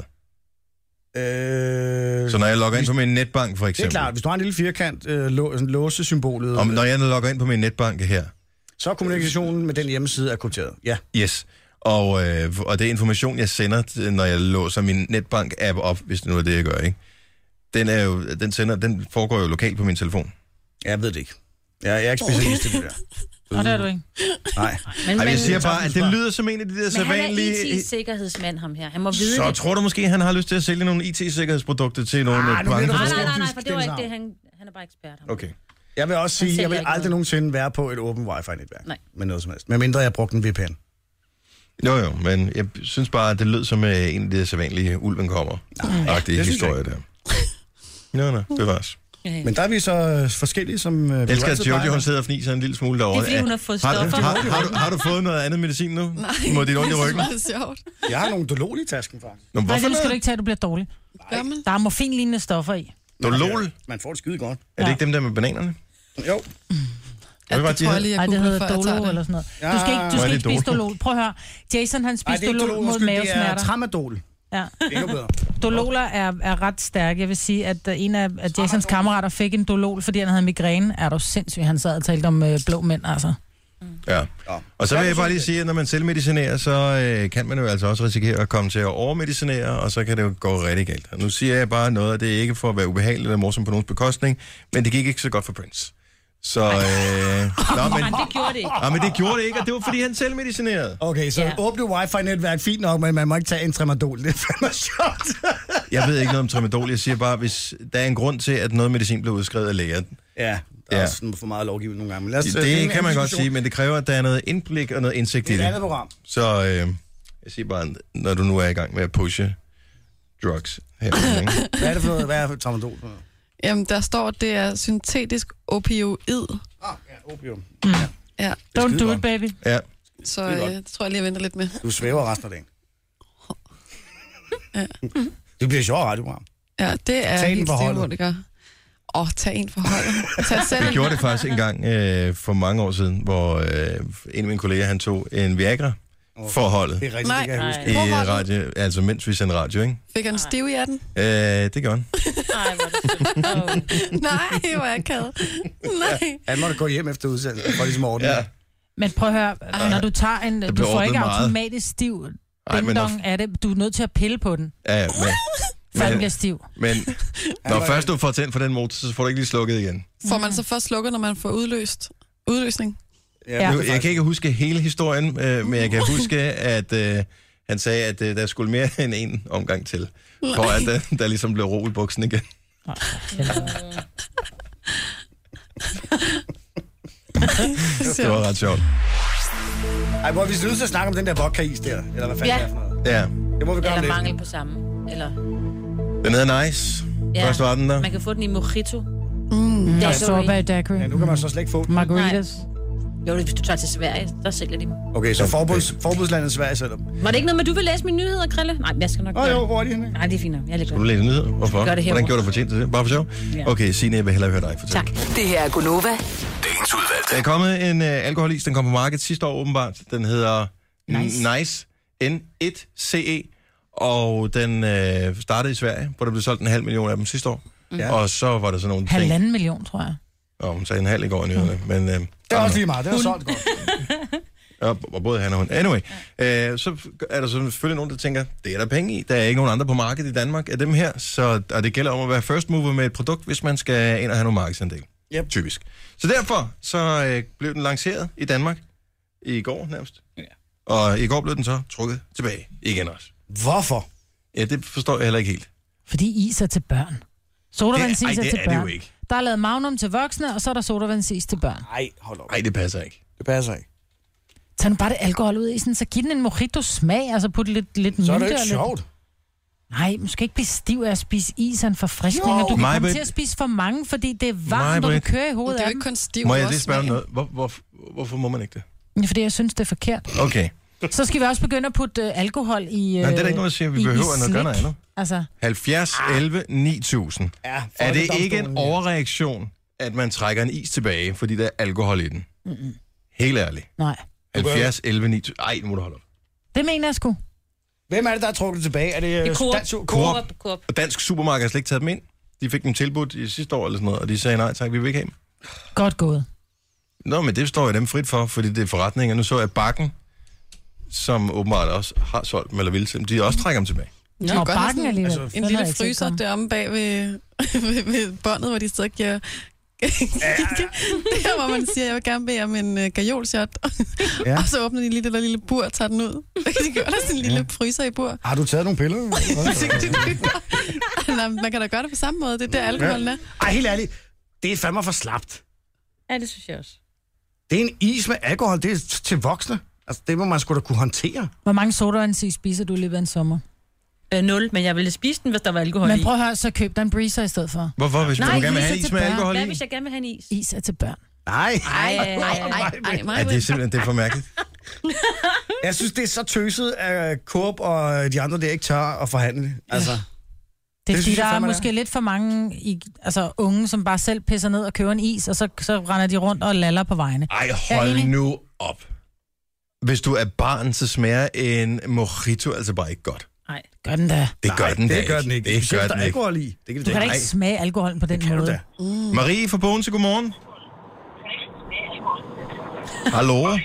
Speaker 3: øh,
Speaker 1: Så når jeg logger ind på min netbank, for
Speaker 3: det er
Speaker 1: eksempel,
Speaker 3: klart, hvis du har en lille firkant, øh, lå, sådan låsesymbolet,
Speaker 1: om, når jeg logger ind på min netbank her,
Speaker 3: så er kommunikationen med den hjemmeside er krypteret. Ja.
Speaker 1: yes, og, øh, og det er information, jeg sender, til- når jeg låser min netbank-app op, hvis det nu er det, jeg gør, ikke? Den, er jo, den, sender, den foregår jo lokalt på min telefon.
Speaker 3: Jeg ved det ikke. Jeg, jeg er ikke specialist i det der.
Speaker 2: Og det er du ikke.
Speaker 3: Nej.
Speaker 5: Men,
Speaker 1: Ej, jeg
Speaker 5: men,
Speaker 1: siger bare, at det lyder som en af de der
Speaker 5: men han er
Speaker 1: sædvanlige...
Speaker 5: I T-sikkerhedsmand, ham her. Han må vide
Speaker 1: Så
Speaker 5: det.
Speaker 1: tror du måske, at han har lyst til at sælge nogle I T-sikkerhedsprodukter til nogle
Speaker 3: Ah,
Speaker 1: ah,
Speaker 3: nu bliver
Speaker 1: bange?
Speaker 3: du
Speaker 5: Nej,
Speaker 3: for
Speaker 5: nej, nej, nej,
Speaker 3: skeptisk,
Speaker 5: for det var ikke
Speaker 3: Dennis
Speaker 5: det. Han, han er bare ekspert. Ham.
Speaker 1: Okay.
Speaker 3: Jeg vil også
Speaker 5: Han
Speaker 3: sige, jeg
Speaker 5: sælger
Speaker 3: vil
Speaker 5: ikke
Speaker 3: aldrig
Speaker 5: noget.
Speaker 3: nogensinde være på et åbent wifi-netværk. Nej. Med noget som helst. Med mindre jeg brugte en V P N.
Speaker 1: Jo, jo, men jeg synes bare, at det lød som øh, en af de sædvanlige ulven kommer-agtige
Speaker 3: det synes jeg
Speaker 1: historier der. Nå, nå, det var også.
Speaker 3: Men der er vi så øh, forskellige, som... Øh,
Speaker 1: Jeg
Speaker 3: vi
Speaker 1: elsker,
Speaker 3: jo
Speaker 1: at
Speaker 3: altid
Speaker 1: Jojo,
Speaker 3: plejer.
Speaker 1: hun sidder og fniser en lille smule derovre.
Speaker 5: Det er, fordi hun har fået
Speaker 1: har, du-
Speaker 5: stoffer.
Speaker 1: har, har, du, har du fået noget andet medicin nu?
Speaker 4: Nej,
Speaker 1: Mod dit ondt i
Speaker 4: det
Speaker 1: ryggen?
Speaker 4: er så sjovt.
Speaker 3: Jeg har nogle Dolol i tasken, faktisk.
Speaker 1: Nå,
Speaker 2: Nej,
Speaker 1: hvorfor
Speaker 2: det skal du
Speaker 1: noget?
Speaker 2: ikke tage, du bliver dårlig.
Speaker 4: Gør man?
Speaker 2: Der er morfinlignende stoffer i.
Speaker 1: Dolol?
Speaker 3: Man får det skide godt.
Speaker 1: Er det ikke dem der med bananerne?
Speaker 3: Jo.
Speaker 4: Ja,
Speaker 1: det var
Speaker 4: det
Speaker 1: de
Speaker 4: tror
Speaker 1: havde-
Speaker 4: jeg lige, jeg
Speaker 2: Nej, det
Speaker 4: googler,
Speaker 2: hedder
Speaker 4: før jeg tager
Speaker 2: Dolo
Speaker 4: det.
Speaker 2: eller sådan noget.
Speaker 3: Ja.
Speaker 2: Du skal ikke, du
Speaker 1: Hvor er
Speaker 2: skal
Speaker 1: det
Speaker 2: ikke spise
Speaker 1: Dolo?
Speaker 2: Dolol. Prøv at høre. Jason, han
Speaker 3: Nej,
Speaker 2: spiste
Speaker 3: det er ikke
Speaker 2: Dolol
Speaker 3: Dolol,
Speaker 2: mod
Speaker 3: undskyld, det er
Speaker 2: mavesmerter.
Speaker 3: Tramadol.
Speaker 2: Ja.
Speaker 3: Endnu bedre.
Speaker 2: Dololer er, er ret stærke. Jeg vil sige, at øh, en af, af Jasons kammerater fik en Dolol, fordi han havde migræne. Er du sindssyg, han sad og talte om øh, blå mænd, altså.
Speaker 1: Ja. Og så vil jeg bare lige sige, at når man selvmedicinerer, så øh, kan man jo altså også risikere at komme til at overmedicinere, og så kan det jo gå rigtig galt. Og nu siger jeg bare noget, og det er ikke for at være ubehageligt eller morsomt på nogens bekostning, men det gik ikke så godt for Prince. Så, øh... Nå, men,
Speaker 5: Men det gjorde det ikke.
Speaker 1: ja, men det gjorde det ikke, og det var fordi, han selvmedicinerede.
Speaker 3: Okay, så
Speaker 5: Ja.
Speaker 3: ja. åbne wifi-netværk, fint nok, men man må ikke tage en tramadol. Det er fandme sjovt.
Speaker 1: Jeg ved ikke noget om tramadol, jeg siger bare, hvis der er en grund til, at noget medicin blev udskrevet af læger,
Speaker 3: Ja, Der
Speaker 1: Ja.
Speaker 3: er sådan for meget lovgivning nogle gange. Men lad os,
Speaker 1: Det,
Speaker 3: øh, finde
Speaker 1: det
Speaker 3: en
Speaker 1: kan man
Speaker 3: anden
Speaker 1: godt
Speaker 3: diskussion.
Speaker 1: sige, men det kræver, at der er noget indblik og noget indsigt
Speaker 3: Det
Speaker 1: i
Speaker 3: er et
Speaker 1: det.
Speaker 3: andet program.
Speaker 1: Så øh, jeg siger bare, når du nu er i gang med at pushe drugs her. Ikke?
Speaker 3: Hvad er det for noget? Hvad er det for tramadol for noget?
Speaker 4: Jamen, der står, det er syntetisk opioid.
Speaker 3: Ah, ja, opium.
Speaker 4: Ja,
Speaker 2: Don't
Speaker 3: skide
Speaker 2: do
Speaker 3: godt.
Speaker 2: it, baby.
Speaker 1: Ja.
Speaker 4: så
Speaker 3: Det er
Speaker 4: øh,
Speaker 3: godt.
Speaker 4: det tror jeg lige, jeg venter lidt med.
Speaker 3: Du svæver resten af dagen.
Speaker 4: Ja.
Speaker 3: Det bliver et sjovt radioprogram.
Speaker 4: Ja, det er
Speaker 3: Tag den
Speaker 4: helt
Speaker 3: for
Speaker 4: sikkert,
Speaker 3: holdet.
Speaker 4: hvor det gør. Åh, oh, tag en for holdet. Tag selv
Speaker 1: Jeg
Speaker 4: en.
Speaker 1: gjorde det faktisk en gang øh, for mange år siden, hvor øh, en af mine kolleger, han tog en Viagra for holdet
Speaker 3: Det er rigtigt,
Speaker 4: Nej.
Speaker 3: det kan jeg huske.
Speaker 1: i
Speaker 4: Hvor holdet?
Speaker 1: radio, altså mens vi sendte radio, ikke?
Speaker 4: Fik han stiv i den?
Speaker 1: Øh, det gør han.
Speaker 5: Ej, hvor er det sødt. Oh.
Speaker 4: Nej, hvor er jeg ked. Nej.
Speaker 3: Han måtte gå hjem efter udsendelsen, for ligesom ordentligt.
Speaker 1: Ja.
Speaker 2: Men prøv at høre, når du tager en... Du
Speaker 1: blev
Speaker 2: får ikke
Speaker 1: ordnet meget.
Speaker 2: automatisk stiv
Speaker 1: Ej, men
Speaker 2: ding-dong af det. Du er nødt til at pille på den,
Speaker 1: Ja, ja, men,
Speaker 2: før den
Speaker 1: men,
Speaker 2: bliver stiv.
Speaker 1: men når først du får tændt for den motor, så får du ikke lige slukket igen.
Speaker 4: Får man så først slukket, når man får udløst udløsning?
Speaker 2: Ja.
Speaker 1: Nu, jeg kan ikke huske hele historien, øh, men jeg kan huske, at øh, han sagde, at øh, der skulle mere end en omgang til, for at øh, der ligesom blev ro i buksen igen. Det var ret sjovt.
Speaker 3: Ej, hvor er vi nødt til at snakke om den der vodka-is der? Eller hvad fanden
Speaker 5: Ja.
Speaker 3: det er for noget?
Speaker 1: Ja,
Speaker 3: Det må vi gøre om
Speaker 5: Eller
Speaker 3: lidt.
Speaker 5: mangel på samme. Eller,
Speaker 1: den hedder Nice.
Speaker 5: ja.
Speaker 1: Først var den der.
Speaker 5: Man kan få den i mojito.
Speaker 2: Mm. Og
Speaker 5: Daiquiri.
Speaker 2: strawberry daiquiri.
Speaker 3: Ja, nu kan man så slet ikke få den.
Speaker 2: Margaritas.
Speaker 5: Jo, hvis du tager til Sverige, der sælger de dem.
Speaker 3: Okay, så forbuds, forbudslandet Sverige sætter dem.
Speaker 5: Var det ikke noget med, at du vil læse mine nyheder, Krille? Nej, jeg skal nok
Speaker 3: Åh
Speaker 5: gøre
Speaker 3: jo,
Speaker 5: det.
Speaker 3: hvor er de henne?
Speaker 5: Nej, det er fint nok. Jeg er lidt
Speaker 1: Skal du
Speaker 5: glad.
Speaker 1: læse nyheder? Hvorfor?
Speaker 5: Gør det herovre.
Speaker 1: Hvordan gjorde du fortjent til det? Bare for sjov?
Speaker 5: Ja.
Speaker 1: Okay, Signe, jeg vil hellere høre dig fortælle.
Speaker 5: Tak.
Speaker 7: Det her er Gunova.
Speaker 6: Dagens udvalgte.
Speaker 1: Der er kommet en uh, alkoholis, den kom på markedet sidste år åbenbart. Den hedder
Speaker 2: Nice.
Speaker 1: Nice. N et C E. Og den uh, startede i Sverige, hvor der blev solgt en halv million af dem sidste år.
Speaker 3: Ja.
Speaker 1: Og så var der sådan nogle ting.
Speaker 2: Halvanden million, tror jeg.
Speaker 1: Og hun sagde en halv i går i nyhederne. Men, uh,
Speaker 3: Det er også lige meget, det er solgt godt.
Speaker 1: Ja, og både han og hun. Anyway, øh, så er der så selvfølgelig nogen, der tænker, det er der penge i. Der er ikke nogen andre på markedet i Danmark af dem her. Så og det gælder om at være first mover med et produkt, hvis man skal ind og have nogle markedsandel.
Speaker 3: Yep.
Speaker 1: Typisk. Så derfor så øh, blev den lanceret i Danmark i går nærmest. Ja. Og i går blev den så trukket tilbage igen også.
Speaker 3: Hvorfor?
Speaker 1: Ja, det forstår jeg heller ikke helt.
Speaker 2: Fordi is er til børn. Sodavandsis
Speaker 1: Det- ej,
Speaker 2: er
Speaker 1: det
Speaker 2: til
Speaker 1: er det
Speaker 2: børn.
Speaker 1: jo ikke.
Speaker 2: Der er lavet Magnum til voksne, og så er der sodavandsis til børn.
Speaker 3: Nej, hold op.
Speaker 1: Nej, det passer ikke.
Speaker 3: Det passer ikke.
Speaker 2: Tag nu bare det alkohol ud i isen, så giv den en mojito smag, altså put lidt, lidt
Speaker 3: Så er
Speaker 2: mynte
Speaker 3: det ikke
Speaker 2: og lidt...
Speaker 3: sjovt.
Speaker 2: Nej, man skal ikke blive stiv af at spise is og en forfriskning,
Speaker 3: Jo.
Speaker 2: og du kan komme
Speaker 1: Maj-Brit.
Speaker 2: til at spise for mange, fordi det er varmt, når du
Speaker 1: Maj-Brit.
Speaker 2: kører i
Speaker 4: Det
Speaker 2: hovedet
Speaker 4: er jo
Speaker 2: af
Speaker 4: ikke
Speaker 2: dem.
Speaker 4: kun stiv.
Speaker 1: Må
Speaker 4: det er
Speaker 1: jeg
Speaker 4: også
Speaker 1: lige spørge om
Speaker 4: smagen.
Speaker 1: noget? Hvor, hvor, hvorfor må man ikke det?
Speaker 2: Ja, fordi jeg synes, det er forkert.
Speaker 1: Okay.
Speaker 2: Så skal vi også begynde at putte uh, alkohol i uh,
Speaker 1: Nej, det er der ikke noget, der siger, vi
Speaker 2: i- i
Speaker 1: behøver at gøre
Speaker 2: slik.
Speaker 1: noget andet.
Speaker 2: Altså,
Speaker 1: halvfjerds elleve ni tusind.
Speaker 3: Ja,
Speaker 1: Er det ikke en
Speaker 3: folkedomstolen, ja.
Speaker 1: overreaktion, at man trækker en is tilbage, fordi der er alkohol i den? Mm-mm. Helt ærligt.
Speaker 2: nej.
Speaker 1: halvfjerds elleve ni tusind. Ej, nu må du holde op.
Speaker 2: Det mener jeg sgu.
Speaker 3: Hvem er det, der er trukket tilbage? Er det,
Speaker 5: Det er
Speaker 3: øh,
Speaker 5: Coop.
Speaker 3: Dansk- Coop?
Speaker 1: Coop.
Speaker 5: Coop.
Speaker 1: Og Dansk Supermarked har slet ikke taget dem ind. De fik dem tilbudt i sidste år eller sådan noget, og de sagde nej tak, vi vil ikke have dem.
Speaker 2: Godt gået.
Speaker 1: Nå, men det står jeg dem frit for, fordi det er forretninger. Nu så jeg Bakken, som åbenbart også har solgt dem eller vil til dem. De også trækker dem tilbage.
Speaker 4: De
Speaker 2: Nå,
Speaker 4: kan godt have
Speaker 2: bakken
Speaker 4: sådan
Speaker 2: alligevel.
Speaker 3: altså,
Speaker 2: Den
Speaker 4: En
Speaker 2: havde
Speaker 4: lille
Speaker 2: jeg ikke set
Speaker 4: fryser
Speaker 2: komme.
Speaker 4: deromme bag ved, ved, ved båndet, hvor de sidder og giver... Der, hvor man siger, jeg vil gerne bede om en uh, gajolshot.
Speaker 3: Ja.
Speaker 4: Ja. Og så åbner de lige det der lille bur og tager den ud. De gør der sådan en lille fryser i bur.
Speaker 3: Har du taget nogle piller?
Speaker 4: Nå, man kan da gøre det på samme måde. Det er der alkoholen er.
Speaker 3: Ej, helt ærligt. Det er fandme for slapt.
Speaker 5: Ja, det synes jeg også.
Speaker 3: Det er en is med alkohol. Det er t- til voksne. Altså, det må man sgu da kunne håndtere.
Speaker 2: Hvor mange sodavandsis spiser du i løbet af en sommer?
Speaker 5: Øh, nul, men jeg ville spise den, hvis der var alkohol
Speaker 2: Men
Speaker 5: i.
Speaker 2: prøv at høre, så køb dig en breezer i stedet for.
Speaker 1: Hvorfor? Hvis
Speaker 5: Nej,
Speaker 1: du gerne vil
Speaker 2: is
Speaker 1: have
Speaker 2: er
Speaker 1: is
Speaker 2: til
Speaker 1: med
Speaker 2: børn.
Speaker 1: alkohol
Speaker 5: Hvad
Speaker 1: i?
Speaker 5: hvis jeg gerne vil have en is?
Speaker 2: Is er til børn.
Speaker 3: Nej.
Speaker 5: Ej, ej, ej,
Speaker 4: Ej, mig,
Speaker 1: Ja, det er simpelthen det er for mærkeligt.
Speaker 3: Jeg synes, det er så tøset, at Coop og de andre der ikke tør at forhandle. Altså,
Speaker 2: Det er
Speaker 3: Det
Speaker 2: fordi,
Speaker 3: synes
Speaker 2: der
Speaker 3: jeg
Speaker 2: er
Speaker 3: fandme,
Speaker 2: måske
Speaker 3: det er.
Speaker 2: lidt for mange i, altså, unge, som bare selv pisser ned og køber en is, og så, så render de rundt og laller på vejene.
Speaker 1: Ej,
Speaker 2: Jeg er
Speaker 1: hold
Speaker 2: enig.
Speaker 1: nu op. Hvis du er barn, så smager en mojito altså bare ikke godt.
Speaker 5: Nej.
Speaker 2: Gør den da.
Speaker 1: Det gør
Speaker 3: nej,
Speaker 1: den da
Speaker 3: det gør den ikke.
Speaker 1: Det
Speaker 3: Specielt,
Speaker 1: gør
Speaker 3: der
Speaker 1: den
Speaker 3: er
Speaker 1: ikke.
Speaker 3: alkohol i. Det kan
Speaker 2: Du kan da
Speaker 1: Nej.
Speaker 2: ikke smage alkoholen på den
Speaker 3: kan du
Speaker 2: måde.
Speaker 3: da.
Speaker 1: Mm. Marie fra Bogense, godmorgen. Hallo?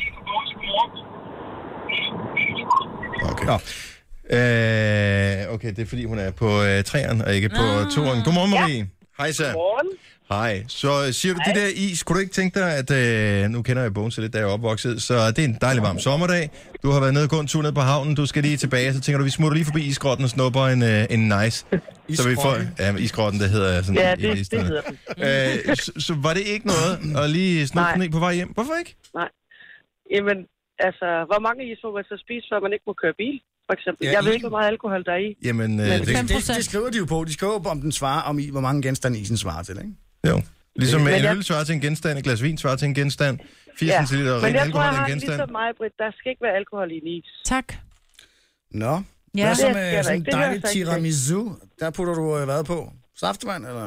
Speaker 1: Okay. Nå. Øh, okay, det er fordi, hun er på øh, træerne og ikke på
Speaker 5: Ah.
Speaker 1: toren. Godmorgen, Marie. Ja. Hej så.
Speaker 10: Godmorgen.
Speaker 1: Hej. Så siger du, det der is, kunne du ikke tænke dig, at øh, nu kender jeg Bogense lidt, da jeg er opvokset, så det er en dejlig varm sommerdag. Du har været nede og gået en tur ned på havnen, du skal lige tilbage, så tænker du, vi smutter lige forbi isgrotten og snupper en, øh, en nice. Så vi får, ja, isgrotten, der hedder sådan...
Speaker 11: Ja,
Speaker 1: i-
Speaker 11: det,
Speaker 1: i
Speaker 11: det
Speaker 1: stedet.
Speaker 11: hedder den.
Speaker 1: Øh, så, så var det ikke noget at lige snuppe
Speaker 11: Nej.
Speaker 1: den i på vej hjem? Hvorfor ikke?
Speaker 11: Nej. Jamen, altså, hvor mange is må man så spise, før man ikke må køre bil, for eksempel?
Speaker 3: Ja,
Speaker 11: Jeg ved
Speaker 3: i-
Speaker 11: ikke, hvor meget alkohol der er i.
Speaker 1: Jamen, øh,
Speaker 3: Men
Speaker 1: det,
Speaker 3: det, det, det skriver de jo på. De skriver på, om den svarer, om i, hvor mange genstande isen svarer til, ikke?
Speaker 1: jo. Ligesom
Speaker 11: Men
Speaker 1: en
Speaker 11: jeg-
Speaker 1: øl svarer til en genstand, et glas vin svarer til en genstand, fire
Speaker 11: Ja,
Speaker 1: centiliter
Speaker 11: men
Speaker 1: ren
Speaker 11: jeg tror,
Speaker 1: alkohol
Speaker 11: jeg
Speaker 1: er
Speaker 11: har
Speaker 1: en
Speaker 11: det
Speaker 1: genstand.
Speaker 11: ligesom mig, Britt. Der skal ikke være alkohol i en is.
Speaker 2: Tak.
Speaker 3: Nå.
Speaker 2: Ja.
Speaker 3: Hvad så
Speaker 11: Det skal
Speaker 3: med
Speaker 11: der
Speaker 3: sådan
Speaker 11: ikke.
Speaker 3: en
Speaker 11: Det hører
Speaker 3: dejlig
Speaker 11: sig ikke til.
Speaker 3: tiramisu? Der putter du øh, hvad på? Saftevand, eller?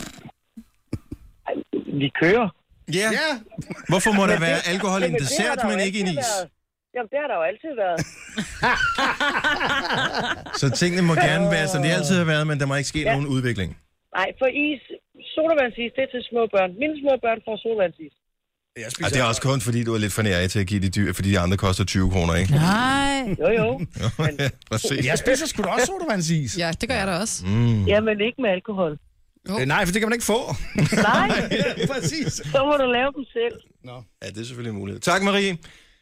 Speaker 11: Vi kører.
Speaker 1: Ja.
Speaker 3: Ja.
Speaker 1: Hvorfor må der være alkohol i en
Speaker 11: Jamen, det har
Speaker 1: dessert,
Speaker 11: der jo
Speaker 1: men ikke i en
Speaker 11: altid
Speaker 1: is?
Speaker 11: været. Jamen, det har der jo altid været.
Speaker 1: Så tingene må gerne være, som de altid har været, men der må ikke ske
Speaker 11: Ja.
Speaker 1: nogen udvikling.
Speaker 11: Nej, for is, sodavandsis, det er til små børn. Mine små børn får sodavandsis.
Speaker 3: Jeg
Speaker 1: Og det er også kun fordi, du er lidt for nær til at give de dyr, fordi de andre koster tyve kroner, ikke?
Speaker 2: Nej.
Speaker 11: Jo, jo.
Speaker 1: Præcis.
Speaker 3: Jeg spiser sgu da også sodavandsis.
Speaker 4: Ja, det gør jeg da også.
Speaker 1: Mm.
Speaker 11: Jamen, ikke med alkohol.
Speaker 3: Øh, nej, for det kan man ikke få.
Speaker 11: Nej,
Speaker 3: Præcis.
Speaker 11: så må du lave dem selv.
Speaker 3: Nå.
Speaker 1: Ja, det er selvfølgelig en mulighed. Tak, Marie.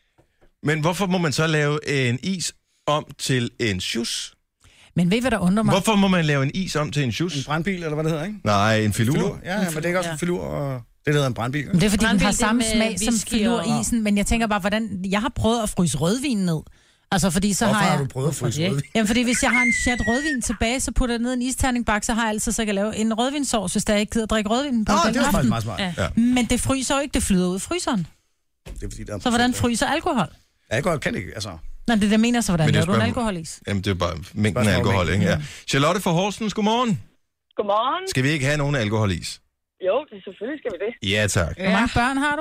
Speaker 1: Men hvorfor må man så lave en is om til en sjus?
Speaker 2: Men ved I, hvad der undrer mig?
Speaker 1: Hvorfor må man lave en is om til en sjus?
Speaker 3: En brandbil, eller hvad det hedder, ikke?
Speaker 1: Nej, en filur.
Speaker 3: Filur. Ja, ja, men det er ikke også en filur, og det hedder en brandbil.
Speaker 2: Men det er, fordi den
Speaker 5: Brandbil,
Speaker 2: har
Speaker 5: det er
Speaker 2: samme
Speaker 5: med
Speaker 2: smag som
Speaker 5: whisky
Speaker 2: filurisen, men jeg tænker bare, hvordan... Jeg har prøvet at fryse rødvin ned. Altså, fordi så
Speaker 3: Hvorfor
Speaker 2: har jeg...
Speaker 3: har du prøvet at fryse rødvin?
Speaker 2: Jamen, fordi hvis jeg har en chat rødvin tilbage, så putter jeg ned i en isterningbakke, så har jeg altid så jeg kan lave en rødvinsovs, hvis der ikke gider at drikke rødvin på
Speaker 3: Nå,
Speaker 2: den
Speaker 3: det var
Speaker 2: aften.
Speaker 3: faktisk meget smart.
Speaker 2: Ja. Men det fryser jo ikke, det flyder ud i fryseren.
Speaker 3: Det er, fordi, der er
Speaker 2: Så hvordan fryser alkohol?
Speaker 3: Alkohol kan ikke, altså.
Speaker 2: Nå, det er det, jeg mener, så hvordan
Speaker 1: Men det er
Speaker 2: laver du en
Speaker 1: spørgsmål-
Speaker 2: alkoholis?
Speaker 1: Jamen, det er bare mængden af
Speaker 3: Spørgsmål om
Speaker 1: alkohol,
Speaker 3: mængden,
Speaker 1: ikke? Ja. Charlotte fra Horsens, godmorgen.
Speaker 11: Godmorgen.
Speaker 1: Skal vi ikke have nogen alkoholis?
Speaker 11: Jo, det, selvfølgelig skal vi det.
Speaker 1: Ja, tak.
Speaker 2: Hvor mange børn har du?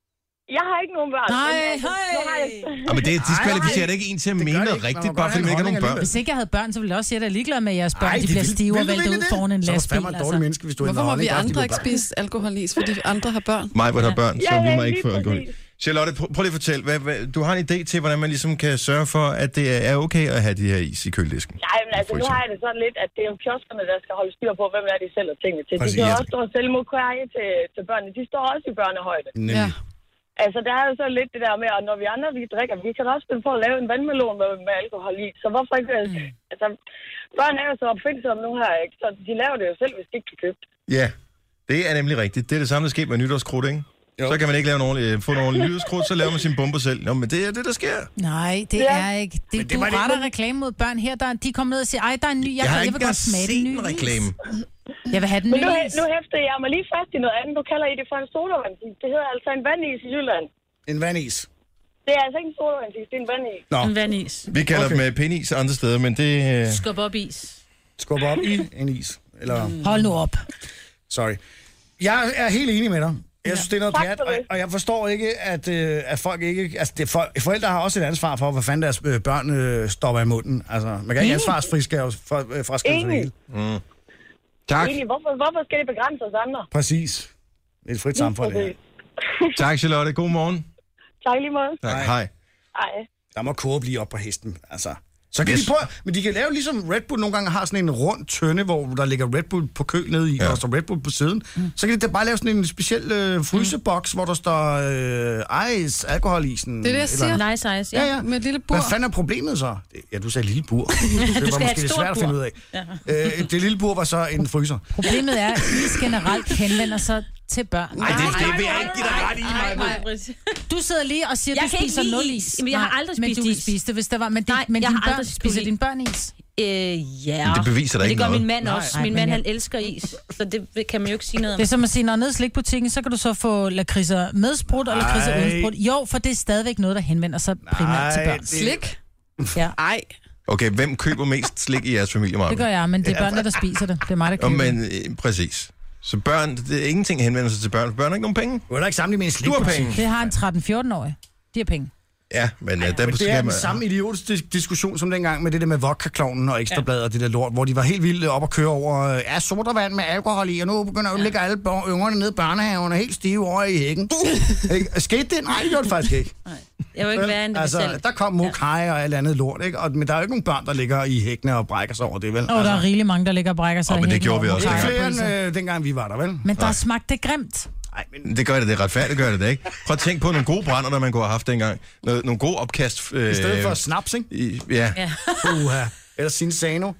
Speaker 11: Jeg har ikke nogen børn.
Speaker 2: Nej,
Speaker 11: men altså, nu har jeg...
Speaker 1: Ja, men det diskvalificerer det ikke en til at
Speaker 3: Det gør
Speaker 1: mene
Speaker 3: det
Speaker 1: noget
Speaker 3: ikke.
Speaker 1: rigtigt,
Speaker 3: Man må
Speaker 1: bare
Speaker 3: godt
Speaker 1: fordi man
Speaker 3: have
Speaker 1: ikke har
Speaker 3: en
Speaker 1: nogen børn.
Speaker 3: holdning
Speaker 2: Hvis ikke jeg havde børn, så ville jeg også sige, at jeg er ligeglad med, at jeres børn
Speaker 3: Ej,
Speaker 2: de
Speaker 3: det
Speaker 2: bliver
Speaker 3: vil-
Speaker 2: stive og
Speaker 3: vil du
Speaker 2: vælter
Speaker 3: virkelig
Speaker 2: ud
Speaker 3: det?
Speaker 2: foran en
Speaker 3: Så er du
Speaker 2: lastbil.
Speaker 3: fandme et dårligt menneske, hvis du
Speaker 4: Hvorfor må vi
Speaker 3: ikke
Speaker 4: andre
Speaker 3: har
Speaker 4: ikke
Speaker 3: holdning,
Speaker 4: spise alkoholis, fordi andre har børn?
Speaker 1: Mig, hvor der har børn, så
Speaker 11: Ja,
Speaker 1: vi
Speaker 11: ja,
Speaker 1: må ikke
Speaker 11: lige
Speaker 1: få alkohol.
Speaker 11: præcis.
Speaker 1: Charlotte, prøv, prøv lige at fortælle, hvad, hvad, du har en idé til, hvordan man ligesom kan sørge for, at det er okay at have de her is i køledisken?
Speaker 11: Nej, men altså, nu har jeg det sådan lidt, at det er jo kioskerne, der skal holde styr på, hvem er de sælger tingene til. De
Speaker 3: Præcis,
Speaker 11: kan
Speaker 3: ja.
Speaker 11: også stå og sælge mokai til, til børnene. De står også i børnehøjde.
Speaker 3: Nemlig.
Speaker 4: Ja.
Speaker 11: Altså, der er jo så lidt det der med, at når vi andre, vi drikker, vi kan også finde på at lave en vandmelon med, med alkohol i. Så hvorfor ikke... Mm. Altså, børn er jo så opfindsomme nu her, ikke? Så de laver det jo selv, hvis de ikke kan købe det.
Speaker 1: Ja, det er nemlig rigtigt. Det er det samme, der sker med nytårskrudt, ikke?
Speaker 3: Jo.
Speaker 1: Så kan man ikke lave nogen, øh, få nogen nytårskrudt, så laver man sine bomber selv. Nå, men det er det, der sker.
Speaker 2: Nej, det
Speaker 11: Ja.
Speaker 2: er ikke. Det,
Speaker 3: Men det
Speaker 2: du
Speaker 3: var det-
Speaker 2: retter reklame mod børn her. Der, de kommer ned og siger, ej, der er en ny. Jeg,
Speaker 1: Jeg
Speaker 2: jeg,
Speaker 1: har
Speaker 2: jeg
Speaker 1: ikke
Speaker 2: vil
Speaker 1: engang
Speaker 2: godt smage den
Speaker 1: set
Speaker 2: nye
Speaker 1: en
Speaker 2: is.
Speaker 1: reklame.
Speaker 2: Jeg vil have den
Speaker 11: Men
Speaker 2: nye
Speaker 11: nu,
Speaker 2: is.
Speaker 11: nu hæfter jeg mig lige fast i noget andet. Nu kalder I det for en sodavandsis. Det hedder altså en vandis i Jylland.
Speaker 3: En vandis.
Speaker 11: Det er altså ikke en sodavandsis, det er en vandis.
Speaker 3: Nå,
Speaker 5: En vandis.
Speaker 1: Vi kalder
Speaker 3: Okay.
Speaker 1: okay. dem penis andre steder, men det... Øh...
Speaker 5: Skub op is.
Speaker 3: skub op i en is. Eller,
Speaker 2: Hold nu op.
Speaker 3: sorry. Jeg er helt enig med dig. Jeg synes, det er noget
Speaker 11: Tak
Speaker 3: pjat,
Speaker 11: for
Speaker 3: og,
Speaker 11: det.
Speaker 3: og jeg forstår ikke, at, øh, at folk ikke... Altså, det, for, forældre har også et ansvar for, hvad fanden deres øh, børn øh, stopper i munden. Altså, man kan ikke ansvarsfriskrives for, øh, fraskrive sig det hele.
Speaker 1: Mm. Tak.
Speaker 11: Egentlig, hvorfor, hvorfor skal det begrænse os andre?
Speaker 3: Præcis. Det er et frit samfund, det her.
Speaker 1: Tak, Charlotte. God morgen.
Speaker 11: Tak lige måde.
Speaker 1: Tak.
Speaker 3: Hej.
Speaker 1: Hej.
Speaker 11: Ej.
Speaker 3: Der må koge blive op på hesten, altså. Så kan
Speaker 1: Yes.
Speaker 3: yes. de prøve, men de kan lave ligesom Red Bull nogle gange har sådan en rund tønde, hvor der ligger Red Bull på køl nede i, ja. Og der står Red Bull på siden. Mm. Så kan de da bare lave sådan en speciel øh, fryseboks, mm. hvor der står øh, ice, alkoholisen.
Speaker 4: Det er det, jeg siger.
Speaker 3: eller-
Speaker 5: Nice ice,
Speaker 3: Ja,
Speaker 5: ja.
Speaker 3: ja.
Speaker 4: Med et lille bur.
Speaker 3: Hvad fanden er problemet så? Det- Ja, du sagde lille bur. Det var
Speaker 5: have
Speaker 3: måske
Speaker 5: et
Speaker 3: lidt
Speaker 5: stort
Speaker 3: svært at finde
Speaker 5: bur.
Speaker 3: ud af. Ja. Øh, det lille bur var så en fryser.
Speaker 2: Problemet er, at is generelt henvender sig til børn.
Speaker 1: Nej, det, det vil jeg ikke give dig ret i, Maja.
Speaker 2: Du sidder lige og siger,
Speaker 5: Jeg
Speaker 2: at du
Speaker 5: kan ikke
Speaker 2: spiser
Speaker 5: lide
Speaker 2: nul
Speaker 5: is.
Speaker 2: is.
Speaker 5: Jamen, jeg har
Speaker 2: Nej,
Speaker 5: aldrig
Speaker 2: men
Speaker 5: spist
Speaker 2: du vil
Speaker 5: is.
Speaker 2: spise det, hvis der var. Men,
Speaker 5: Nej,
Speaker 2: det, men
Speaker 5: jeg
Speaker 2: dine
Speaker 5: har
Speaker 2: børn,
Speaker 5: aldrig spist
Speaker 2: spiser
Speaker 5: is.
Speaker 2: dine børn is?
Speaker 5: Øh, ja.
Speaker 1: Men det beviser da
Speaker 5: Men
Speaker 1: ikke
Speaker 5: det gør
Speaker 1: noget.
Speaker 5: min mand
Speaker 2: Nej.
Speaker 5: også.
Speaker 2: Nej,
Speaker 5: Min
Speaker 2: men
Speaker 5: mand,
Speaker 2: jeg-
Speaker 5: han elsker is. Så det kan man jo ikke sige noget om.
Speaker 2: Det er som at sige, når nede i slikbutikken, så kan du så få lakridser med sprut og lakridser
Speaker 3: Ej.
Speaker 2: uden sprut. Jo, for det er stadigvæk noget, der henvender sig primært til
Speaker 3: Nej,
Speaker 2: børn.
Speaker 3: det-
Speaker 4: Slik?
Speaker 2: Ja,
Speaker 4: Ej.
Speaker 1: Okay, hvem køber mest slik i jeres familie, Maja?
Speaker 2: det gør jeg, men det er børnene, der spiser det. Det er mig, der
Speaker 1: Nå,
Speaker 2: køber det.
Speaker 1: men øh, præcis. Så børn, det er ingenting henvender sig til børn, for børn har ikke nogen penge.
Speaker 3: Du er da ikke sammenlignet med en
Speaker 1: Du har
Speaker 3: slikbutik.
Speaker 1: penge.
Speaker 2: Det har en tretten-fjorten-årig. De har penge.
Speaker 1: Ja, men øh, der
Speaker 3: Men det
Speaker 1: skal
Speaker 3: er den
Speaker 1: man...
Speaker 3: samme idiotiske dis- diskussion som dengang med det der med vodka-klovnen og ekstrabladet og det der lort, hvor de var helt vildt op at køre over, øh, er sodavand med alkohol i, og nu begynder ja. ligger alle bør- ungerne nede i børnehaven og helt stive over i hækken. Ikke? Skete det? Nej, det gjorde det faktisk ikke.
Speaker 5: Jeg vil ikke være en
Speaker 3: Altså,
Speaker 5: selv.
Speaker 3: der kom mokai og alt andet lort, ikke? Og, men der er jo ikke nogen børn, der ligger i hækkene og brækker sig over det, vel?
Speaker 2: Og der er rigeligt mange, der ligger og brækker sig.
Speaker 1: Åh, men
Speaker 2: i
Speaker 1: det
Speaker 2: hækken
Speaker 1: gjorde vi
Speaker 2: over
Speaker 1: også
Speaker 3: ikke
Speaker 2: mokai og
Speaker 3: flere end
Speaker 2: pølser.
Speaker 3: øh, dengang vi var der, vel?
Speaker 2: Men der smagte det grimt.
Speaker 3: Nej, men
Speaker 1: Det gør det, det retfærdigt gør det da ikke. Prøv at tænke på nogle gode brænder, der man kunne have haft dengang. Noget, nogle gode opkast. Øh,
Speaker 3: i stedet for snaps, ikke?
Speaker 1: i, ja.
Speaker 5: Ja.
Speaker 3: Uha. Eller Cinsano.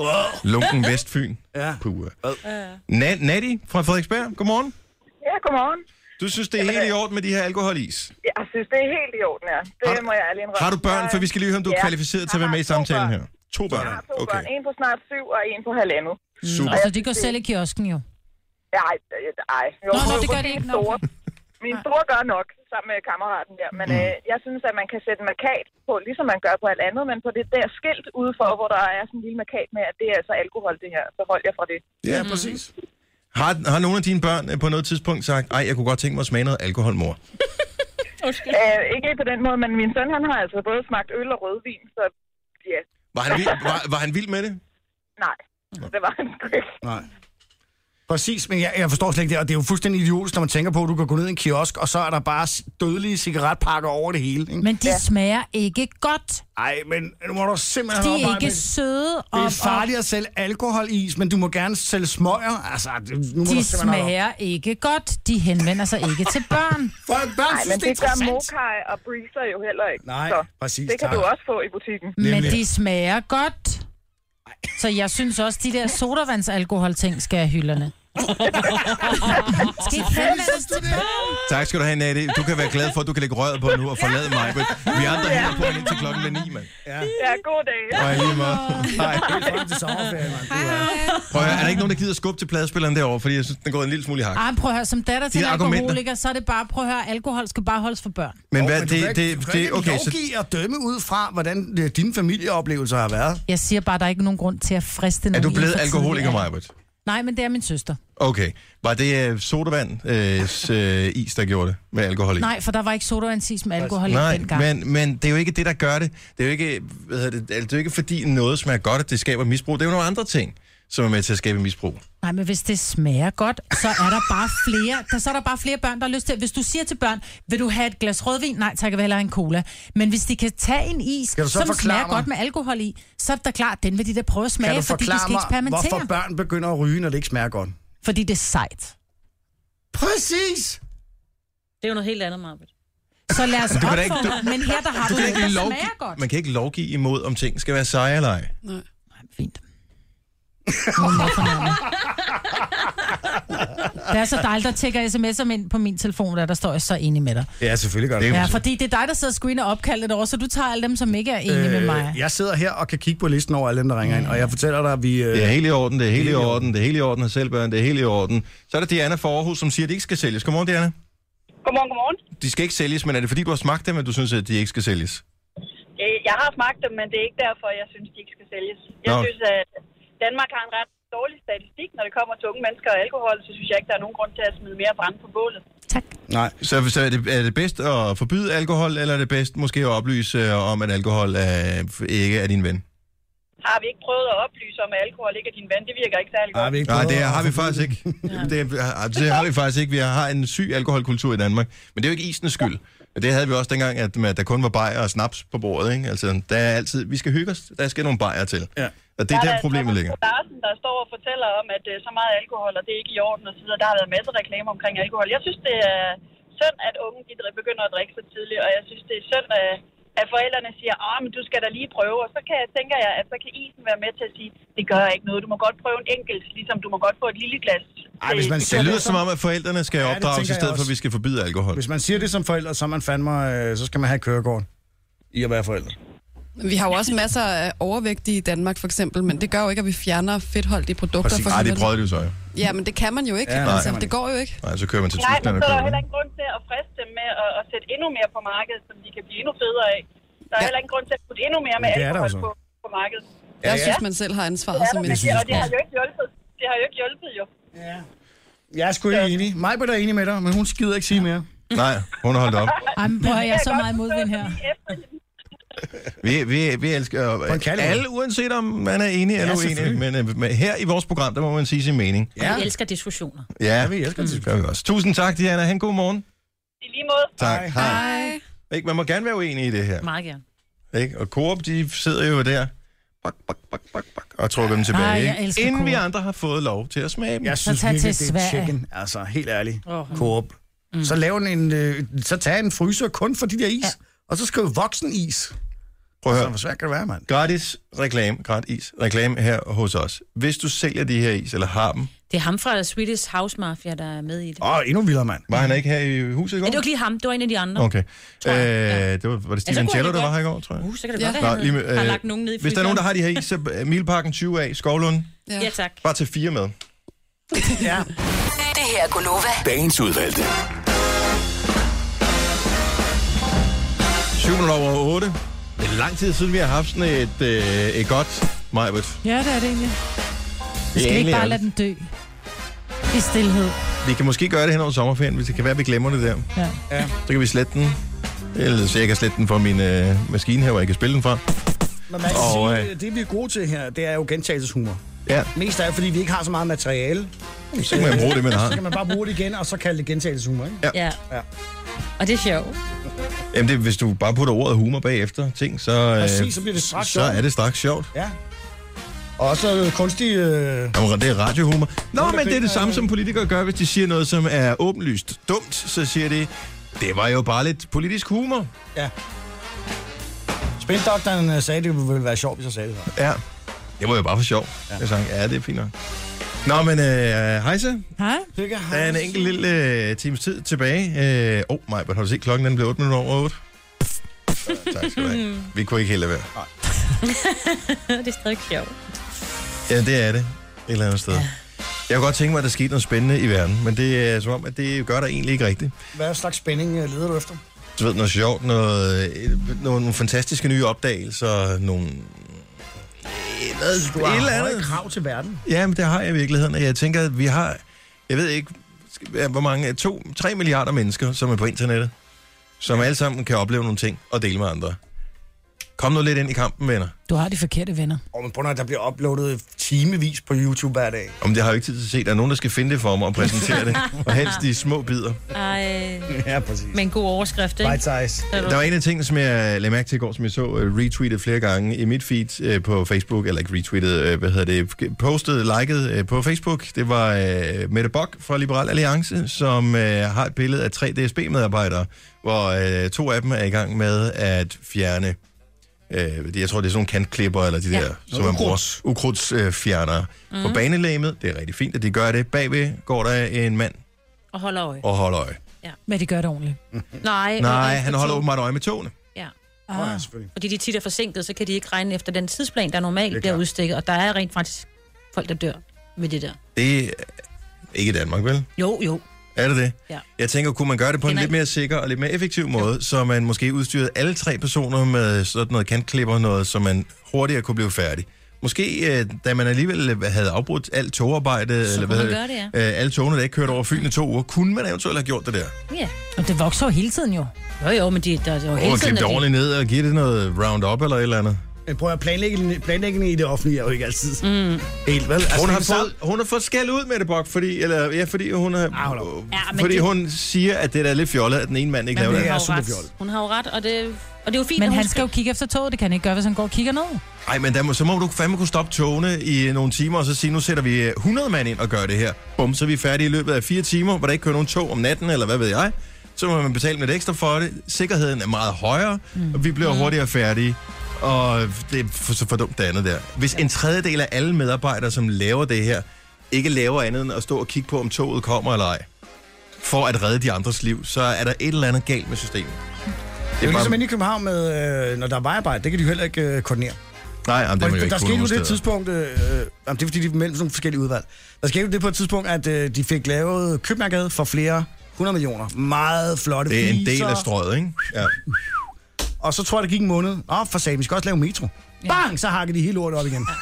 Speaker 1: Lunken Vestfyn.
Speaker 3: Ja.
Speaker 1: Puh. Na- Natty fra Frederiksberg, godmorgen.
Speaker 11: Ja, godmorgen.
Speaker 1: Du synes, det er helt i orden med de her alkoholis?
Speaker 11: Jeg synes, det er helt i orden, ja. Det
Speaker 1: har,
Speaker 11: må jeg ærlig indrømme.
Speaker 1: Har du børn? For vi skal lige høre, om du er
Speaker 11: ja.
Speaker 1: kvalificeret til at være med i samtalen her. To børn?
Speaker 11: Jeg har to
Speaker 1: okay.
Speaker 11: børn. En på snart syv, og en på halvandet.
Speaker 1: Super.
Speaker 2: Altså, de går selv i kiosken jo.
Speaker 11: Ja, ej, ej. Jo,
Speaker 2: Nå, nå, det gør det ikke.
Speaker 11: Store. Min store gør nok, sammen med kammeraten der. Men mm. øh, jeg synes, at man kan sætte en markat på, ligesom man gør på alt andet, men på det der skilt udefor, hvor der er sådan en lille markat med, at det er altså alkohol, det her. Så hold jeg fra det.
Speaker 1: Ja, præcis. Har, har nogle af dine børn på noget tidspunkt sagt, ej, jeg kunne godt tænke mig at smage noget alkohol, mor?
Speaker 11: øh, ikke lige på den måde, men min søn, han har altså både smagt øl og rødvin, så ja.
Speaker 1: Var han vild, var, var han vild med det?
Speaker 11: Nej, det var han sgu ikke.
Speaker 3: Nej. Præcis, men jeg, jeg forstår slet ikke det, og det er jo fuldstændig idiotisk, når man tænker på, at du kan gå ned i en kiosk, og så er der bare dødelige cigaretpakker over det hele. Ikke?
Speaker 2: Men de ja. smager ikke godt.
Speaker 3: Nej, men nu må du simpelthen...
Speaker 2: De er
Speaker 3: høre,
Speaker 2: ikke
Speaker 3: med.
Speaker 2: søde.
Speaker 3: Det er farligt at sælge alkoholis, men du må gerne sælge smøger. Altså, nu må
Speaker 2: de
Speaker 3: du
Speaker 2: smager ikke godt. De henvender sig ikke til børn.
Speaker 3: For børn
Speaker 11: Nej,
Speaker 3: synes,
Speaker 11: men
Speaker 3: det,
Speaker 11: det gør Mokai og Breezer jo heller ikke.
Speaker 3: Nej,
Speaker 11: så
Speaker 3: præcis.
Speaker 11: det kan
Speaker 3: tak.
Speaker 11: du også få i butikken.
Speaker 2: Men Nemlig. de smager godt. Så jeg synes også, de der sodavandsalkohol-ting skal have hylderne. Skal ikke henvendes til børn?
Speaker 1: Tak skal du have, Natty. Du kan være glad for, at du kan lægge røret på nu og forlade mig. Vi andre
Speaker 11: ja.
Speaker 1: hænger på indtil klokken bliver ni, mand.
Speaker 11: Ja, ja god dag.
Speaker 1: Og lige måde. Hej. Prøv at høre, er der ikke nogen, der gider skubbe til pladespilleren derovre, fordi jeg synes, den går en lille smule i hak?
Speaker 2: Ej, prøv at høre, som datter til en alkoholiker, så er det bare, prøv at høre, alkohol skal bare holdes for børn.
Speaker 1: Men hvad,
Speaker 3: oh, men
Speaker 1: det,
Speaker 3: det,
Speaker 1: det,
Speaker 3: det,
Speaker 1: det, okay,
Speaker 3: så... lovgive og dømme ud fra, hvordan det, dine familieoplevelser har været.
Speaker 2: Jeg siger bare, der er ikke nogen grund til at friste nogen.
Speaker 1: Er du blevet alkoholiker, Majbert?
Speaker 2: Nej, men det er min søster.
Speaker 1: Okay. Var det uh, sodavand øh, uh, is, der gjorde det med alkohol i?
Speaker 2: Nej, for der var ikke sodavandsis med alkohol i
Speaker 1: Nej,
Speaker 2: dengang.
Speaker 1: men, men det er jo ikke det, der gør det. Det er jo ikke, hvad hedder det, det er jo ikke fordi noget smager godt, at det skaber misbrug. Det er jo nogle andre ting, som er med til at skabe misbrug.
Speaker 2: Nej, men hvis det smager godt, så er der bare flere, der, så er der bare flere børn, der har lyst til. Hvis du siger til børn, vil du have et glas rødvin? Nej, tak, jeg vil hellere en cola. Men hvis de kan tage en is, som smager mig? godt med alkohol i, så er det da klart, den vil de da prøve at smage, fordi de skal eksperimentere.
Speaker 3: Hvorfor børn begynder at ryge, når det ikke smager godt?
Speaker 2: Fordi det er sejt.
Speaker 3: Præcis!
Speaker 5: Det er jo noget helt andet, Marbet.
Speaker 2: Så lad os opfordre, ikke, du, men her der har du, du noget, der lovgive, smager godt.
Speaker 1: Man kan ikke lovgive imod, om ting skal være seje eller ej.
Speaker 4: Nej.
Speaker 2: Nej, fint. Det er så dejligt, der tækker sms'er ind på min telefon, der der står jeg så enig med dig.
Speaker 3: Ja, selvfølgelig gør det.
Speaker 2: Ja, fordi det er dig, der sidder og screener opkaldet over, så du tager alle dem, som ikke er enige øh, med mig.
Speaker 3: Jeg sidder her og kan kigge på listen over alle dem, der ringer ind, og jeg fortæller dig, at vi... Øh,
Speaker 1: det er helt i orden, det er helt i orden, det er helt i orden, selv børn, det er helt i orden. Så er der Diana fra Aarhus, som siger, at de ikke skal sælges. Godmorgen, Diana.
Speaker 11: Godmorgen, godmorgen.
Speaker 1: De skal ikke sælges, men er det fordi, du har smagt dem, at du synes, at de ikke skal sælges?
Speaker 11: Jeg har smagt dem, men det er ikke derfor, jeg synes, de ikke skal sælges. Jeg Nå. synes, at Danmark har en ret dårlig statistik, når det kommer til unge mennesker og alkohol, så synes jeg ikke, der er nogen grund til at smide mere brand på bålet.
Speaker 2: Tak.
Speaker 1: Nej, så, så er, det, er det bedst at forbyde alkohol, eller er det bedst måske at oplyse om, at alkohol er, ikke er din ven?
Speaker 11: Har vi ikke prøvet at oplyse om, at alkohol ikke er din ven? Det virker ikke særlig godt.
Speaker 1: Har vi ikke Nej, det har vi faktisk ikke. det, det har vi faktisk ikke. Vi har en syg alkoholkultur i Danmark. Men det er jo ikke isens skyld. Det havde vi også dengang, at der kun var bajer og snaps på bordet. Ikke? Altså, der er altid, vi skal hygge os. Der skal nogle bajer til. Ja. Og det er der, der problemet ligger.
Speaker 11: Der er Larsen, der står og fortæller om, at så meget alkohol, og det er ikke i orden og så videre. Der har været masser af reklamer omkring alkohol. Jeg synes, det er synd, at unge de begynder at drikke så tidligt, og jeg synes, det er synd, at, at forældrene siger, åh, men du skal da lige prøve. Og så kan jeg, tænker jeg, at så kan isen være med til at sige, det gør ikke noget. Du må godt prøve en enkelt, ligesom du må godt få et lille glas.
Speaker 1: Ej, hvis man det, det lyder som om, at forældrene skal ja, opdrages i stedet for, at vi skal forbyde alkohol.
Speaker 3: Hvis man siger det som forældre, så, man fandme, så skal man have kørekort i at være forældre.
Speaker 4: Vi har jo også masser af overvægtige i Danmark, for eksempel, men det gør jo ikke, at vi fjerner fedtholdige produkter.
Speaker 1: Præcis. Nej, det prøvede du så jo.
Speaker 4: Ja, men det kan man jo ikke. Ja, altså, det går jo ikke.
Speaker 1: Nej, så kører man til Tyskland.
Speaker 11: Nej, men så er der heller ingen grund til at friste dem med at, at sætte endnu mere på markedet, som de kan blive endnu federe af. Der er ja. heller ingen grund til at putte endnu mere med alkohol på, på markedet.
Speaker 4: Jeg ja, ja. synes, man selv har ansvaret
Speaker 11: ja,
Speaker 4: som
Speaker 11: en. Ja, og det har jo ikke hjulpet. Det har jo ikke hjulpet, jo. Ja.
Speaker 3: Jeg er sgu ikke enig. Majbert er enig med dig, men hun skider ikke sige mere.
Speaker 1: Nej, hun har holdt op.
Speaker 2: Ej, men prøv, jeg er så meget modvind her.
Speaker 1: Vi, vi, vi elsker alle, uanset om man er enig eller ja, uenig. Men, men her i vores program, der må man sige sin mening.
Speaker 5: Ja. Vi elsker diskussioner.
Speaker 1: Ja, vi elsker diskussioner også. Tusind tak, Diana. Han god morgen.
Speaker 11: I lige måde.
Speaker 1: Tak. Hej. Hej. Ikke, man må gerne være uenig i det her.
Speaker 5: Meget gerne.
Speaker 1: Ikke? Og Coop, de sidder jo der bak, bak, bak, bak, bak, og trukker dem tilbage. Ej, ikke? Inden Coop. Vi andre har fået lov til at smage dem.
Speaker 3: Jeg synes virkelig, det er chicken. Altså, helt ærligt. Oh. Coop. Mm. Så lav en, øh, så tag en fryser kun for de der is, ja. Og så skriv voksen is.
Speaker 1: Prøv at høre.
Speaker 3: Så hvor svært kan det være, mand?
Speaker 1: Gratis reklame, gratis reklame her hos os. Hvis du sælger de her is, eller har dem...
Speaker 5: Det er ham fra Swedish House Mafia, der er med i det.
Speaker 3: Åh, oh, endnu vildere, mand.
Speaker 1: Var han ikke her i huset i går?
Speaker 5: Ja, det var ikke lige ham. Det var en af de andre.
Speaker 1: Okay. Øh, det var, var det Steven
Speaker 5: ja,
Speaker 1: Cello, der var her i går, tror jeg?
Speaker 5: Uh, så kan det
Speaker 1: ja.
Speaker 5: godt være, han
Speaker 1: øh,
Speaker 5: har lagt nogen ned i
Speaker 1: Hvis der er nogen, der har de her is, så uh, Milparken tyve A, Skovlund.
Speaker 5: Ja. ja, tak.
Speaker 1: Bare til fire med.
Speaker 7: ja. Det her er Gunova.
Speaker 6: Dagens udvalgte.
Speaker 1: syv minutter over otte. Det er lang tid siden, vi har haft sådan et, øh, et godt Majbert.
Speaker 2: Ja, det er det egentlig. Vi skal
Speaker 1: ja,
Speaker 2: ikke bare lade den dø i stilhed.
Speaker 1: Vi kan måske gøre det hen over sommerferien, hvis det kan være, at vi glemmer det der.
Speaker 2: Ja.
Speaker 3: ja.
Speaker 1: Så kan vi slette den. Eller så jeg kan slette den fra min øh, maskine her, hvor jeg kan spille den fra.
Speaker 3: Men man kan og, sige, øh, det vi er gode til her, det er jo gentagelseshumor.
Speaker 1: Ja.
Speaker 3: Mest af fordi vi ikke har så meget materiale.
Speaker 1: Så kan man bruge det, man har.
Speaker 3: Så kan man bare bruge det igen, og så kalde det gentagelseshumor, ikke?
Speaker 1: Ja.
Speaker 5: ja.
Speaker 3: ja.
Speaker 5: Og det er sjovt.
Speaker 1: Jamen, det, hvis du bare putter ordet humor bagefter ting, så, øh,
Speaker 3: Præcis, så bliver det straks
Speaker 1: så
Speaker 3: sjovt.
Speaker 1: er det straks sjovt.
Speaker 3: Ja. Og også kunstig... Øh...
Speaker 1: Jamen, det er radiohumor. Nå, men det er det samme, som politikere gør, hvis de siger noget, som er åbenlyst dumt. Så siger de, det var jo bare lidt politisk humor.
Speaker 3: Ja. Spildoktoren sagde, det ville være sjovt, hvis jeg sagde det.
Speaker 1: Ja, det var jo bare for sjov. Ja. Jeg sagde, ja, det er fint nok. Nå, men øh, hejse.
Speaker 2: Hej.
Speaker 1: Der er en enkelt lille øh, times tid tilbage. Åh, øh, oh, Majbert, har du set klokken? Den blev otte minutter over otte. Så, tak skal du have. Vi kunne ikke helt lade være.
Speaker 5: Det er stadig sjovt.
Speaker 1: Ja, det er det. Et eller andet sted. Ja. Jeg kunne godt tænke mig, at der skete noget spændende i verden, men det er som om, at det gør der egentlig ikke rigtigt.
Speaker 3: Hvad slags spænding leder du efter?
Speaker 1: Du ved, noget sjovt, noget, nogle, nogle fantastiske nye opdagelser, nogle...
Speaker 3: Hvad, du har et høje krav til verden.
Speaker 1: Ja, men det har jeg i virkeligheden, og jeg tænker, at vi har, jeg ved ikke, hvor mange, to, tre milliarder mennesker, som er på internettet, som alle sammen kan opleve nogle ting og dele med andre. Kom nu lidt ind i kampen, venner.
Speaker 2: Du har de forkerte venner.
Speaker 3: Og men på når der bliver uploadet timevis på YouTube hver dag.
Speaker 1: Om det har jeg jo ikke tid til at se. Der er nogen, der skal finde det for mig og præsentere det. Og helst de små bidder.
Speaker 5: Ej.
Speaker 3: Ja, præcis.
Speaker 5: Med en god overskrift, ikke?
Speaker 3: Bite size.
Speaker 1: Der var en af tingene, som jeg lagde mærke til i går, som jeg så uh, retweetet flere gange i mit feed uh, på Facebook, eller ikke retweetet, uh, hvad hedder det, postet, liket uh, på Facebook. Det var uh, Mette Bock fra Liberal Alliance, som uh, har et billede af tre D S B-medarbejdere, hvor uh, to af dem er i gang med at fjerne jeg tror, det er sådan nogle kantklipper, eller de ja. der, som man bruger, ukrudtsfjernere mm. på banelæmet. Det er rigtig fint, at de gør det. Bagved går der en mand
Speaker 5: og holder øje.
Speaker 1: Og holder øje.
Speaker 5: Ja.
Speaker 2: Men de gør det ordentligt.
Speaker 5: Mm. Nej,
Speaker 1: Nej han holder åbenbart øje med togene.
Speaker 5: Ja.
Speaker 3: Ah. Oh, ja,
Speaker 5: fordi de tit er forsinket, så kan de ikke regne efter den tidsplan, der normalt bliver udstikket. Og der er rent faktisk folk, der dør med det der.
Speaker 1: Det er ikke i Danmark, vel?
Speaker 5: Jo, jo.
Speaker 1: Er det det?
Speaker 5: Ja.
Speaker 1: Jeg tænker, kunne man gøre det på en lidt mere sikker og lidt mere effektiv måde, jo. Så man måske udstyrede alle tre personer med sådan noget kantklipper, noget, så man hurtigere kunne blive færdig. Måske, da man alligevel havde afbrudt alt togarbejde,
Speaker 5: så
Speaker 1: eller
Speaker 5: hvad,
Speaker 2: det,
Speaker 5: ja.
Speaker 1: alle togene, der ikke kørte over Fyn i to uger, kunne man eventuelt have gjort det der.
Speaker 5: Ja.
Speaker 2: Og det vokser jo hele tiden jo.
Speaker 5: Jo, jo, men de, der, der jo hele
Speaker 1: og
Speaker 5: tiden...
Speaker 1: Og klippe det ordentligt ned og give det noget Roundup eller et eller andet.
Speaker 3: Prøv at planlægge, planlægge i det offentlige er jo ikke altid
Speaker 5: mm.
Speaker 3: helt, vel? Altså,
Speaker 1: hun, har fået, hun har fået skæld ud med det, Bok, fordi, eller, ja, fordi, hun, har,
Speaker 3: ah,
Speaker 1: ja, fordi det, hun siger, at det er lidt fjollet, at den ene mand ikke laver det.
Speaker 3: Det er super fjollet.
Speaker 5: Hun har jo ret, og det, og det er jo fint,
Speaker 2: men
Speaker 5: at
Speaker 2: han skal jo kigge efter toget, det kan han ikke gøre, hvis han går og kigger ned.
Speaker 1: Nej, men der må, så må du fandme kunne stoppe togene i nogle timer, og så sige, nu sætter vi hundrede mand ind og gør det her. Bum, så er vi færdige i løbet af fire timer, hvor der ikke kører nogen tog om natten, eller hvad ved jeg. Så må man betale lidt ekstra for det. Sikkerheden er meget højere, mm. og vi bliver mm. hurtigere færdige. Og det er for, så for dumt det andet der. Hvis en tredjedel af alle medarbejdere, som laver det her, ikke laver andet end at stå og kigge på, om toget kommer eller ej, for at redde de andres liv, så er der et eller andet galt med systemet.
Speaker 3: Det er jo ligesom inde i København, med, øh, når der er vejarbejde, det kan de jo heller ikke øh, koordinere.
Speaker 1: Nej, jamen, det må jo ikke.
Speaker 3: Der skete jo det tidspunkt, øh, jamen, det er fordi, de er mellem sådan forskellige udvalg. Der skete jo det på et tidspunkt, at øh, de fik lavet Købmagergade for flere hundrede millioner. Meget flotte
Speaker 1: fliser. Det er en
Speaker 3: fliser.
Speaker 1: del af strøget, ikke? Ja.
Speaker 3: Og så tror jeg, der gik en måned. Åh, for satan, vi skal også lave metro. Ja. Bang, så hakker de hele lortet op igen.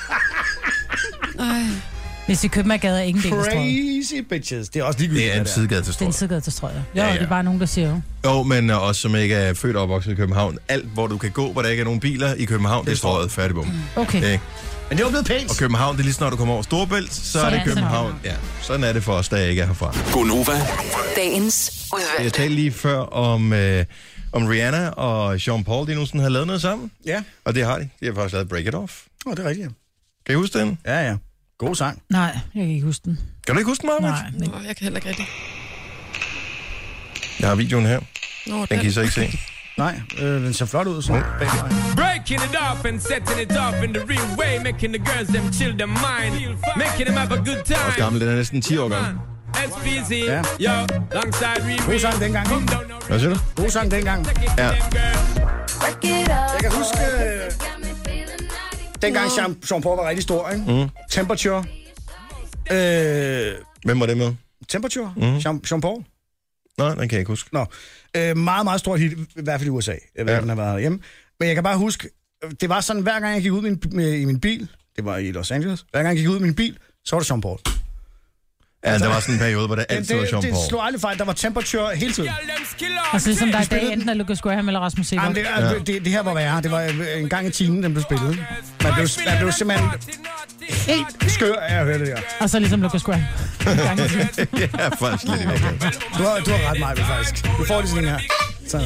Speaker 2: Hvis vi Købmagergade er ikke en del af strøget.
Speaker 3: Crazy bitches. Det er også ligegyldigt.
Speaker 1: Det er en sidegade til strøget.
Speaker 2: Det er en sidegade til strøget. Jo,
Speaker 1: ja, ja.
Speaker 2: Det er bare nogen, der siger jo.
Speaker 1: Jo, men også som ikke er født og opvokset i København. Alt, hvor du kan gå, hvor der ikke er nogen biler i København, det er strøget. Færdig bum.
Speaker 2: Okay.
Speaker 1: Okay.
Speaker 3: Men det var blevet pænt.
Speaker 1: Og København, det er lige snart du kommer over Storebælt, så, så er det København. Ja, sådan er det for os, der ikke er herfra.
Speaker 6: Gunova.
Speaker 7: Dagens udvalgte.
Speaker 1: Jeg talte lige før om, øh, om Rihanna og Sean Paul, de nu sådan har lavet noget sammen.
Speaker 3: Ja.
Speaker 1: Og det har de. De har faktisk lavet Break It Off.
Speaker 3: Åh, oh, det er rigtigt.
Speaker 1: Kan I huske den?
Speaker 3: Ja, ja. God sang.
Speaker 2: Nej, jeg kan ikke huske den.
Speaker 1: Kan du ikke huske den, Marvind?
Speaker 2: Nej. Men...
Speaker 4: Jeg kan heller ikke rigtig.
Speaker 1: Jeg har videoen her.
Speaker 4: Nå,
Speaker 1: den, den kan I så ikke se.
Speaker 3: Nej, øh, den ser flot ud. Så.
Speaker 12: Breaking it up and setting it up in the real way, making the girls them chill their mind, making them have a good time.
Speaker 1: Også gammel, den er næsten ti år gammel.
Speaker 3: Ja. God sang dengang, ikke?
Speaker 1: Hvad siger du?
Speaker 3: God sang dengang.
Speaker 1: Ja.
Speaker 3: Jeg kan huske, øh, dengang Jean, Jean Paul var rigtig stor, ikke?
Speaker 1: Mm.
Speaker 3: Temperature. Øh,
Speaker 1: Hvem var det med?
Speaker 3: Temperature?
Speaker 1: Mm.
Speaker 3: Jean, Jean Paul?
Speaker 1: Nå, den kan jeg ikke huske.
Speaker 3: Nå. Øh, meget, meget stort hit, i hvert fald i U S A. Jeg ved, ja. Den har været hjemme. Men jeg kan bare huske, det var sådan, hver gang jeg gik ud min, med, i min bil, det var i Los Angeles, hver gang jeg gik ud i min bil, så var det Jean Paul.
Speaker 1: Ja, der var sådan en periode, hvor der altid var Jean Paul.
Speaker 3: Det slog aldrig fejl. Der var Temperature hele tiden.
Speaker 2: Altså ligesom der i dag, enten er Lucas Graham eller Rasmus Seebach.
Speaker 3: Det, ja. det, det her var værre. Det var en gang i timen, den blev spillet. Man blev, man blev simpelthen helt skør af at høre det der.
Speaker 2: Og så ligesom Lucas Graham.
Speaker 1: Ja, faktisk lidt i virkeligheden.
Speaker 3: Du har, du har ret meget, faktisk. Du får det sådan her. Sådan.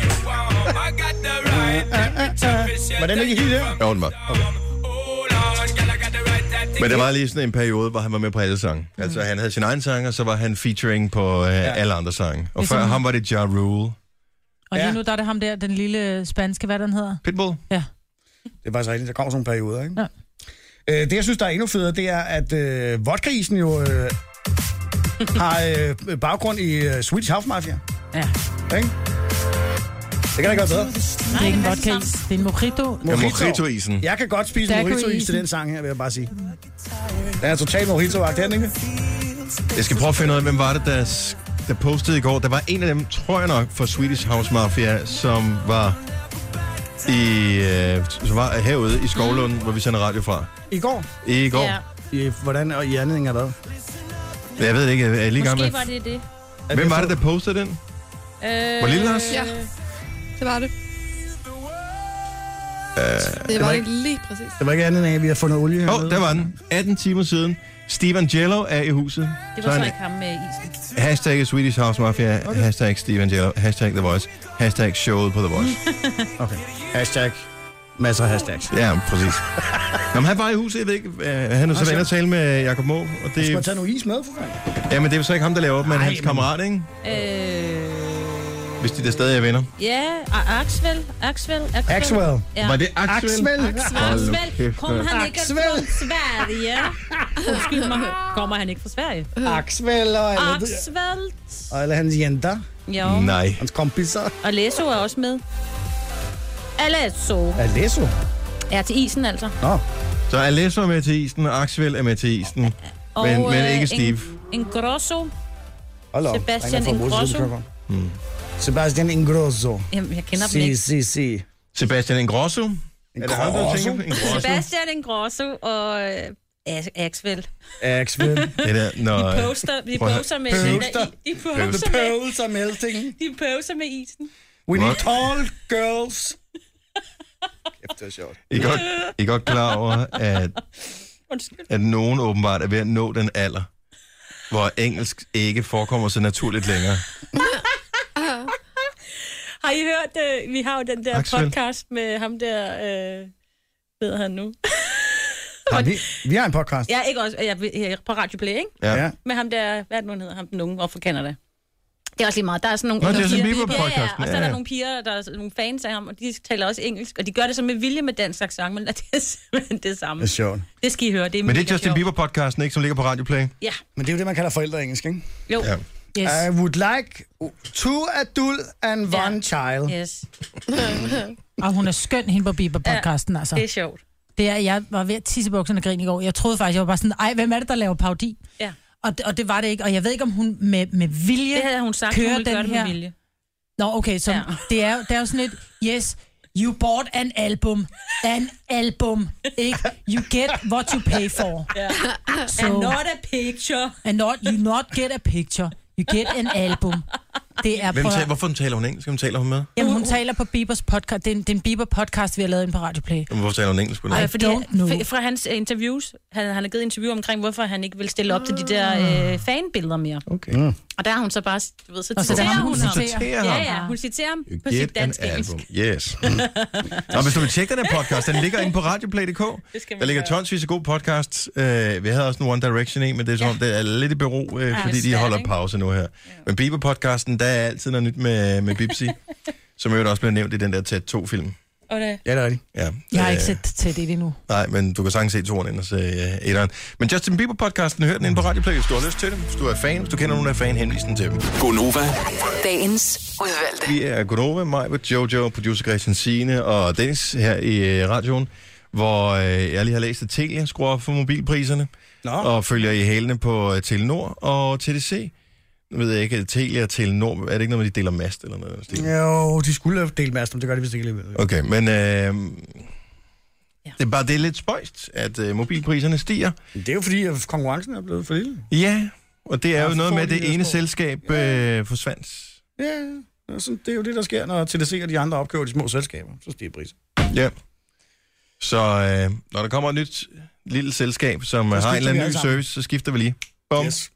Speaker 3: Var den ikke helt her?
Speaker 1: Jo, den var. Okay. Men der var lige sådan en periode, hvor han var med på alle sange. Mm. Altså, han havde sin egen sang, og så var han featuring på øh, ja. alle andre sange. Og før ham var det Ja Rule.
Speaker 2: Og lige nu, der er det ham der, den lille spanske, hvad den hedder?
Speaker 1: Pitbull?
Speaker 2: Ja.
Speaker 3: Det er faktisk rigtigt, der kommer sådan nogle perioder, ikke?
Speaker 2: Ja.
Speaker 3: Øh, det, jeg synes, der er endnu federe, det er, at øh, vodka-isen jo øh, har øh, baggrund i uh, Swedish House Mafia.
Speaker 2: Ja.
Speaker 3: Ikke? Det kan da godt bedre.
Speaker 2: Det er ikke en vodka-is, det er en mojito.
Speaker 1: Ja, mojito-isen.
Speaker 3: Jeg kan godt spise en mojito-is til den sang her, vil jeg bare sige. Den er totalt mojito-agt, er den ikke?
Speaker 1: Jeg skal prøve at finde ud af, hvem var det, der, der postede i går. Der var en af dem, tror jeg nok, fra Swedish House Mafia, som var i øh, som var herude i Skovlund, hvor vi sender radio fra.
Speaker 3: I går?
Speaker 1: I går.
Speaker 3: Ja. I, hvordan og i anledning af hvad?
Speaker 1: Jeg ved det ikke, jeg er lige gang med.
Speaker 5: Måske var det det.
Speaker 1: Hvem var det, der postede den?
Speaker 5: Øh,
Speaker 1: var Lille Lars?
Speaker 4: Ja, det var det.
Speaker 1: Uh,
Speaker 4: det var det lige præcis.
Speaker 3: Det var ikke andet end, at vi har fundet olie her.
Speaker 1: Åh, oh, der var den. atten timer siden. Steven Jello er i huset.
Speaker 5: Det var så, så ikke ham med isen.
Speaker 1: Hashtag Swedish House Mafia. Okay. Hashtag Steven Jello. Hashtag The Voice. Hashtag showet på The Voice.
Speaker 3: Okay. Hashtag masser af hashtags.
Speaker 1: Ja, præcis. Nå, men han var i huset, jeg ved ikke. Han er så vendt at tale med Jacob Moe. Og det...
Speaker 3: Skal man tage noget is med, for fanden?
Speaker 1: Ja, men det er jo så ikke ham, der laver op, men
Speaker 3: Ej,
Speaker 1: hans
Speaker 3: men...
Speaker 1: kammerat, ikke?
Speaker 5: Øh...
Speaker 1: Hvis de der stadig er venner.
Speaker 5: Ja, Axel. Axel.
Speaker 3: Axel.
Speaker 5: Ja.
Speaker 1: Var det Axel?
Speaker 5: Axel. Axel. Kommer han ikke fra Sverige? Undskyld mig. Kommer han ikke fra Sverige?
Speaker 3: Axel og...
Speaker 5: Axel.
Speaker 3: Og alle hans jenter.
Speaker 5: Jo.
Speaker 1: Nej.
Speaker 3: Hans kompiser.
Speaker 5: Og Lesso er også med. Alesso.
Speaker 3: Alesso?
Speaker 5: Ja, til isen altså.
Speaker 3: Nå.
Speaker 1: Så Alesso er med til isen, og Axel er med til isen.
Speaker 5: Og,
Speaker 1: men, men ikke
Speaker 5: øh,
Speaker 1: Steve.
Speaker 5: Ingrosso.
Speaker 3: Hello.
Speaker 5: Sebastian Ingrosso.
Speaker 3: Hmm. Sebastian Ingrosso.
Speaker 5: Jamen, jeg kender
Speaker 3: si,
Speaker 5: dem ikke.
Speaker 3: Si, si.
Speaker 1: Sebastian Ingrosso?
Speaker 3: Ingrosso?
Speaker 1: Er det ham, du tænker på? Ingrosso?
Speaker 5: Sebastian Ingrosso og øh, Axel.
Speaker 3: Axel.
Speaker 1: Det der, når...
Speaker 5: De poster, de poster med...
Speaker 3: Poster.
Speaker 5: De poster
Speaker 3: med... Poster melting.
Speaker 5: De poster med isen.
Speaker 3: We need tall girls. Kæft, det er sjovt.
Speaker 1: I er godt, I er godt klar over, at, at nogen åbenbart er ved at nå den alder, hvor engelsk ikke forekommer så naturligt længere.
Speaker 5: Har I hørt, uh, vi har jo den der Axel. Podcast med ham der, uh, ved han nu?
Speaker 3: Har vi, vi har en podcast.
Speaker 5: Ja, ikke også, jeg, jeg, på Radio Play, ikke?
Speaker 1: Ja.
Speaker 5: Med ham der, hvad er det nu, hedder ham den unge, og fra Canada. Det er også lige meget. Der er sådan nogle
Speaker 1: Nå, det er
Speaker 5: piger,
Speaker 1: piger,
Speaker 5: ja, ja, og så er der
Speaker 1: ja, ja.
Speaker 5: nogle piger, der er nogle fans af ham, og de taler også engelsk, og de gør det så med vilje med dansk accent, men det er simpelthen det samme.
Speaker 3: Det er sjovt.
Speaker 5: Det skal I høre, det er
Speaker 1: Men det er Justin Bieber-podcasten, ikke, som ligger på Radio Play?
Speaker 5: Ja.
Speaker 3: Men det er jo det, man kalder forældreengelsk, ikke?
Speaker 5: Jo. Ja.
Speaker 2: Yes.
Speaker 3: I would like two adult and one
Speaker 5: ja.
Speaker 3: child.
Speaker 5: Yes.
Speaker 2: Og hun er skøn, hende på Bieber-podcasten,
Speaker 5: ja,
Speaker 2: altså.
Speaker 5: Det er sjovt.
Speaker 2: Det er, jeg var ved at tisse bukserne og grine i går. Jeg troede faktisk, jeg var bare sådan, ej, hvem er det, der laver parodi?
Speaker 5: Ja.
Speaker 2: Og, og det var det ikke. Og jeg ved ikke, om hun med, med vilje
Speaker 5: det havde hun sagt,
Speaker 2: kører
Speaker 5: hun ville
Speaker 2: den
Speaker 5: gøre det
Speaker 2: her...
Speaker 5: med vilje.
Speaker 2: Nå, okay, så ja. det, er, det er jo sådan et, yes, you bought an album. An album, ikke? You get what you pay for.
Speaker 5: Ja. So, and not a picture.
Speaker 2: And not, you not get a picture. You get an album. Det er
Speaker 1: Hvem
Speaker 2: på...
Speaker 1: taler, hvorfor taler hun engelsk? Hvem taler hun med?
Speaker 2: Jamen, hun taler på Biebers podcast. Det er en, det er en Bieber-podcast, vi har lavet ind på Radio Play.
Speaker 1: Jamen, hvorfor taler hun engelsk på det?
Speaker 5: Ej, fordi han, fra hans interviews, han, han har givet interview omkring, hvorfor han ikke vil stille op til de der øh, fanbilleder mere.
Speaker 1: Okay. Mm.
Speaker 5: Og der har hun så bare, du ved, så
Speaker 2: citerer
Speaker 5: hun,
Speaker 2: hun
Speaker 5: ham.
Speaker 1: Citerer
Speaker 5: Ja, ja, hun citerer ham
Speaker 1: you
Speaker 5: på sit danske
Speaker 1: album. Yes. Nå, hvis du vil tjekke den her podcast, den ligger inde på radioplay punktum d k. Der ligger tonsvis af gode podcasts. Uh, vi havde også en One Direction en, men det er, som, ja. det er lidt i bero, uh, fordi de holder pause nu her. Ja. Men Bieber-podcasten, der er altid noget nyt med, med Bibsi. som jo også blev nævnt i den der Ted to-film.
Speaker 5: Og det...
Speaker 3: Ja, det er rigtigt.
Speaker 1: Ja.
Speaker 2: Jeg har
Speaker 1: Øh,
Speaker 2: ikke set Ted et endnu.
Speaker 1: Nej, men du kan sagtens se toeren ind og se uh, etteren. Men Justin Bieber-podcasten, hør den inde på Radio Play, hvis du har lyst til det. Hvis du er fan, hvis du kender nogen, der er fan, henvis den til dem.
Speaker 6: Gonova.
Speaker 7: Dagens udvalgte.
Speaker 1: Vi er Gonova, mig med Jojo, producer Christian Signe og Dennis her i uh, radioen, hvor uh, jeg lige har læst, at Telia skruer op for mobilpriserne,
Speaker 3: Nå.
Speaker 1: og følger i hælene på uh, Telenor og T D C. Nu ved jeg ikke, at Telia og Telenor, er det ikke noget, de deler mast eller noget? Stil?
Speaker 3: Jo, de skulle have delt mast, men det gør de vist ikke alligevel.
Speaker 1: Okay, men øh, ja. det er bare det er lidt spøjst, at øh, mobilpriserne stiger.
Speaker 3: Det er jo fordi, at konkurrencen er blevet for lille.
Speaker 1: Ja, og det er
Speaker 3: Ja,
Speaker 1: jo noget med, at
Speaker 3: får de
Speaker 1: det
Speaker 3: der
Speaker 1: ene
Speaker 3: små.
Speaker 1: selskab øh, forsvandt.
Speaker 3: Ja, altså, det er jo det, der sker, når T D C og de andre opkøber de små selskaber. Så stiger prisen.
Speaker 1: Ja. Så øh, når der kommer et nyt lille selskab, som
Speaker 3: Så
Speaker 1: har en
Speaker 3: skifter
Speaker 1: eller
Speaker 3: vi
Speaker 1: anden ny
Speaker 3: alle sammen.
Speaker 1: service, så skifter vi lige. Bum.
Speaker 3: Yes.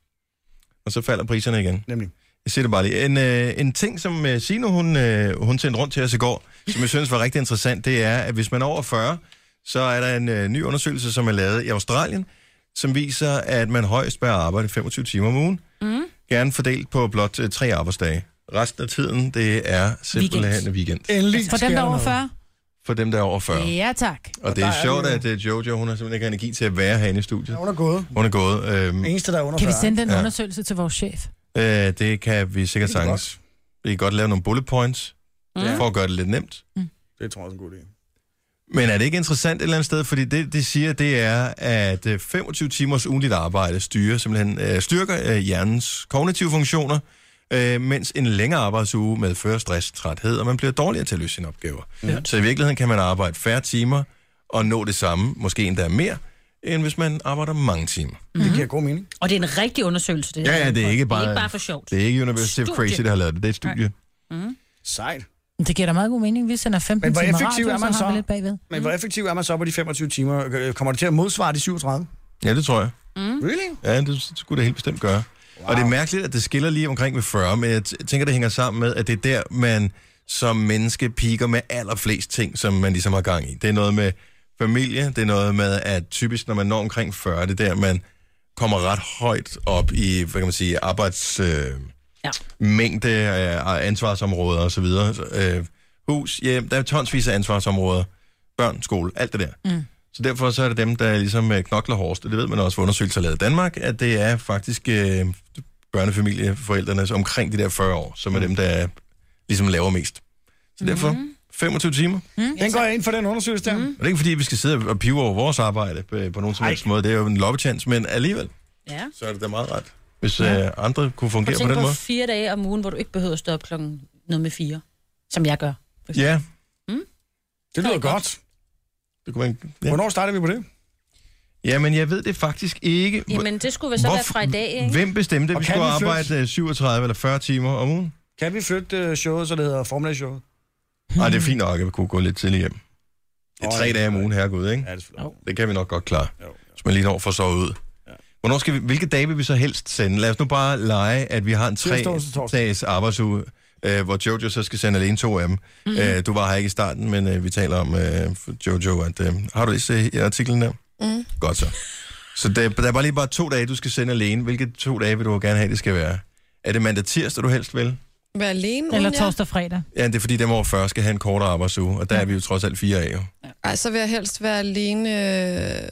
Speaker 1: Og så falder priserne igen.
Speaker 3: Nemlig.
Speaker 1: Jeg siger det bare lige. En, øh, en ting, som øh, Sino, hun, øh, hun sendte rundt til os i går, som jeg synes var rigtig interessant, det er, at hvis man er over fyrre, så er der en øh, ny undersøgelse, som er lavet i Australien, som viser, at man højst bør arbejde femogtyve timer om ugen. Mm. Gerne fordelt på blot øh, tre arbejdsdage. Resten af tiden, det er simpelthen weekend. en weekend.
Speaker 3: Endelig
Speaker 2: For dem, der er over fyrre?
Speaker 1: For dem, der er over fyrre.
Speaker 2: Ja, tak.
Speaker 1: Og det er sjovt, at uh, Jojo, hun har simpelthen ikke energi til at være herinde i studiet.
Speaker 3: Ja, hun er gået.
Speaker 1: Hun er gået. Øhm,
Speaker 3: Eneste, der er under
Speaker 2: Kan vi
Speaker 3: fyrre.
Speaker 2: sende den
Speaker 1: Ja.
Speaker 2: undersøgelse til vores chef?
Speaker 1: øh, det kan vi sikkert
Speaker 3: Det er
Speaker 1: sagtens. Vi kan godt lave nogle bullet points, mm. for at gøre det lidt nemt.
Speaker 3: Det tror jeg også er en god idé.
Speaker 1: Men er det ikke interessant et eller andet sted? Fordi det, det siger, det er, at øh, femogtyve timers ugentligt arbejde styrer, simpelthen, øh, styrker øh, hjernens kognitive funktioner, øh, mens en længere arbejdsuge medfører stress, træthed, og man bliver dårligere til at løse sine opgaver. Ja. Så i virkeligheden kan man arbejde færre timer og nå det samme, måske endda mere, end hvis man arbejder mange timer.
Speaker 3: Mm-hmm. Det giver god mening.
Speaker 5: Og det er en rigtig undersøgelse, det
Speaker 1: Ja,
Speaker 5: der.
Speaker 1: ja, det er ikke bare,
Speaker 5: det er ikke bare for sjovt.
Speaker 1: Det er ikke University of
Speaker 5: Studie.
Speaker 1: Crazy, der har lavet det. Det er et studie.
Speaker 5: Mm.
Speaker 3: Sejt.
Speaker 2: Det giver da meget god mening. Vi sender femten
Speaker 3: Men hvor
Speaker 2: timer
Speaker 3: effektiv
Speaker 2: radio,
Speaker 3: er man
Speaker 2: så har vi
Speaker 3: så?
Speaker 2: lidt bagved.
Speaker 3: Men hvor effektiv er man så på de femogtyve timer? Kommer det til at modsvare de syvogtredive?
Speaker 1: Ja, det tror jeg.
Speaker 5: Mm.
Speaker 3: Really?
Speaker 1: Ja, det skulle det helt bestemt gøre. Wow. Og det er mærkeligt, at det skiller lige omkring ved fyrre, men jeg t- tænker, det hænger sammen med, at det er der, man som menneske piker med allerflest ting, som man ligesom har gang i. Det er noget med familie, det er noget med, at typisk, når man når omkring fyrre, det er der, man kommer ret højt op i, hvad kan man sige, arbejds... Øh,
Speaker 5: ja.
Speaker 1: mængde af ansvarsområder og så videre. Øh, hus, hjem, der er tonsvis af ansvarsområder. Børn, skole, alt det der. Mm. Så derfor så er det dem, der ligesom knokler hårdest. Det ved man også, hvor undersøgelser lavet i Danmark, at det er faktisk øh, børnefamilieforældrene omkring de der fyrre år, som er dem, der ligesom laver mest. Så derfor femogtyve timer.
Speaker 3: Mm. Den går jeg ind for den undersøgelse der. Mm.
Speaker 1: Og det er ikke fordi, vi skal sidde og pive over vores arbejde på, på nogen som helst måde. Det er jo en loppechance, men alligevel,
Speaker 5: Ja.
Speaker 1: så er det da meget ret. Hvis ja. øh, andre kunne fungere på
Speaker 5: tænk
Speaker 1: den
Speaker 5: på
Speaker 1: måde.
Speaker 5: fire dage om ugen, hvor du ikke behøver at stå op klokken noget med fire, som jeg gør.
Speaker 1: Ja.
Speaker 5: Mm?
Speaker 3: Det lyder godt.
Speaker 1: Det kunne man, ja.
Speaker 3: Hvornår starter vi på det?
Speaker 1: Jamen, jeg ved det faktisk ikke.
Speaker 5: Jamen, det skulle vel så
Speaker 1: Hvor,
Speaker 5: være fra i dag, ikke?
Speaker 1: Hvem bestemte, at
Speaker 3: Og
Speaker 1: vi
Speaker 3: kan
Speaker 1: skulle
Speaker 3: vi flytte-
Speaker 1: arbejde syvogtredive eller fyrre timer om ugen?
Speaker 3: Kan vi flytte uh, showet, så det hedder formiddagsshowet?
Speaker 1: Nej, det er fint nok, at vi kunne gå lidt tidligere hjem. Det er
Speaker 3: Åh,
Speaker 1: tre
Speaker 3: ja.
Speaker 1: dage om ugen, herregud, ikke?
Speaker 3: Ja, det, er
Speaker 1: Det kan vi nok godt klare,
Speaker 3: Jo, jo.
Speaker 1: hvis man lige når for at sove ud. Hvornår skal vi, hvilke dage vil vi så helst sende? Lad os nu bare lege, at vi har en tre
Speaker 3: Tirsdag, onsdag, torsdag.
Speaker 1: dages arbejdsuge, øh, hvor Jojo så skal sende alene to af dem. Mm-hmm. Øh, du var her ikke i starten, men øh, vi taler om øh, for Jojo, at øh, har du læst øh, artiklen der?
Speaker 4: Mm.
Speaker 1: Godt så. Så der, der er bare lige bare to dage, du skal sende alene. Hvilke to dage vil du gerne have, det skal være? Er det mandag tirsdag, du helst vil?
Speaker 4: Være alene
Speaker 2: Eller
Speaker 4: uden jer?
Speaker 2: torsdag fredag.
Speaker 1: Ja, det er fordi, dem over fyrre skal have en kortere arbejdsuge, og der er vi jo trods alt fire af, jo.
Speaker 4: Ej, så vil jeg helst være alene... Øh...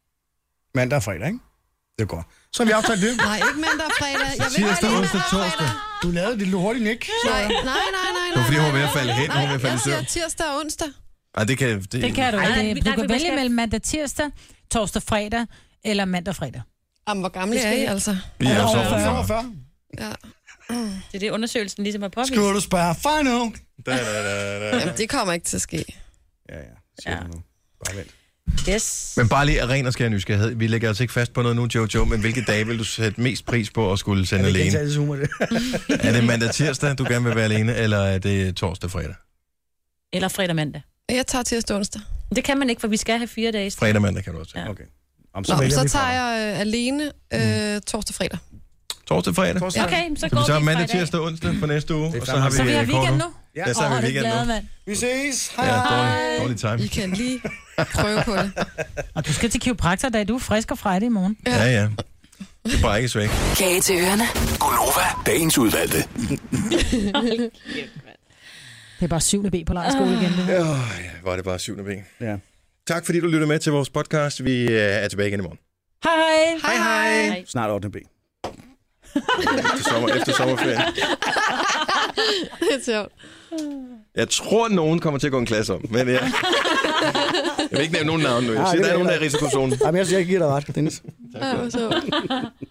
Speaker 3: Mandag og fredag, ikke? Det er godt. Så har vi aftalt det.
Speaker 4: Nej, ikke mandag og fredag. Jeg vil
Speaker 1: Tirsdag,
Speaker 4: alene
Speaker 1: onsdag,
Speaker 4: mandag og
Speaker 1: torsdag.
Speaker 4: fredag.
Speaker 3: Du lavede det lidt hurtigt, Nick.
Speaker 4: Nej, nej, nej, nej.
Speaker 1: Det var fordi, hun var ved at falde hen, hun var ved at falde i
Speaker 4: Jeg siger
Speaker 1: søvn.
Speaker 4: tirsdag og onsdag.
Speaker 1: Ej, det kan... Det,
Speaker 2: Det kan du
Speaker 5: Ej,
Speaker 2: ikke.
Speaker 5: nej,
Speaker 2: Du
Speaker 5: nej,
Speaker 2: kan
Speaker 5: man
Speaker 2: vælge
Speaker 5: skal-
Speaker 2: mellem mandag, tirsdag, torsdag, fredag eller mandag, fredag.
Speaker 4: Jamen, hvor gamle
Speaker 5: Det skal
Speaker 4: er I,
Speaker 5: vi-
Speaker 4: altså?
Speaker 1: Vi er
Speaker 2: Over
Speaker 1: så over
Speaker 2: fyrre.
Speaker 1: fyrre.
Speaker 3: fyrre.
Speaker 4: Ja.
Speaker 5: Det er det, undersøgelsen ligesom har påvist.
Speaker 3: Skal du spørge? Final.
Speaker 1: Da, da, da, da.
Speaker 4: Jamen, det kommer ikke til at ske.
Speaker 3: Ja, ja. Siger
Speaker 5: Ja.
Speaker 3: du nu. Bare vent.
Speaker 5: Yes.
Speaker 1: Men bare lige af ren og skær nysgerrighed. Vi lægger altså ikke fast på noget nu, Jojo, men hvilke dage vil du sætte mest pris på at skulle sende
Speaker 3: Ja, det kan
Speaker 1: alene?
Speaker 3: ikke humor, det.
Speaker 1: Er det mandag tirsdag, du gerne vil være alene, eller er det torsdag fredag?
Speaker 5: Eller fredag mandag.
Speaker 4: Jeg tager tirsdag og onsdag.
Speaker 5: Det kan man ikke, for vi skal have fire dage.
Speaker 1: Fredag mandag kan du også.
Speaker 5: Ja.
Speaker 3: Okay. Om,
Speaker 4: Nå,
Speaker 3: vælger
Speaker 4: så
Speaker 3: vi
Speaker 4: tager
Speaker 3: fra.
Speaker 4: jeg øh, alene øh, torsdag fredag.
Speaker 1: Torsdag fredag?
Speaker 3: Torsdag.
Speaker 5: Okay, så
Speaker 1: Så
Speaker 5: går
Speaker 1: vi tager
Speaker 5: vi
Speaker 1: mandag,
Speaker 5: fra i dag.
Speaker 1: tirsdag og onsdag på næste uge, og så
Speaker 3: fandme
Speaker 1: har vi...
Speaker 2: Så vi har
Speaker 1: øh,
Speaker 2: weekend
Speaker 1: kortet.
Speaker 2: nu?
Speaker 1: Ja, så har
Speaker 2: Åh,
Speaker 1: vi
Speaker 2: det er
Speaker 1: weekend
Speaker 2: glade,
Speaker 1: nu.
Speaker 2: mand.
Speaker 3: Vi ses. Hej.
Speaker 1: Ja, dårlig, dårlig time.
Speaker 4: I kan lige prøve på det.
Speaker 2: Og du skal til kiropraktor, du er frisk og frejdig i morgen.
Speaker 1: Ja, ja. Det er bare ikke svæk.
Speaker 7: Kage til ørerne.
Speaker 6: Gonova, dagens udvalgte.
Speaker 2: Det er bare syvende B på lejrskole igen. Det her.
Speaker 1: Oh, ja, var det bare syvende B.
Speaker 3: Ja.
Speaker 1: Tak fordi du lyttede med til vores podcast. Vi er tilbage igen i morgen.
Speaker 2: Hej.
Speaker 1: Hej hej.
Speaker 3: Snart ottende B.
Speaker 1: Efter, sommer, efter sommerferien.
Speaker 4: Det er sjovt.
Speaker 1: Jeg tror, nogen kommer til at gå en klasse om, men jeg, jeg vil ikke nævne nogen navn nu. Jeg siger, der er nogen, der er i risikozonen.
Speaker 3: Jamen, jeg, jeg giver dig ret, Dennis.
Speaker 4: Ja, så.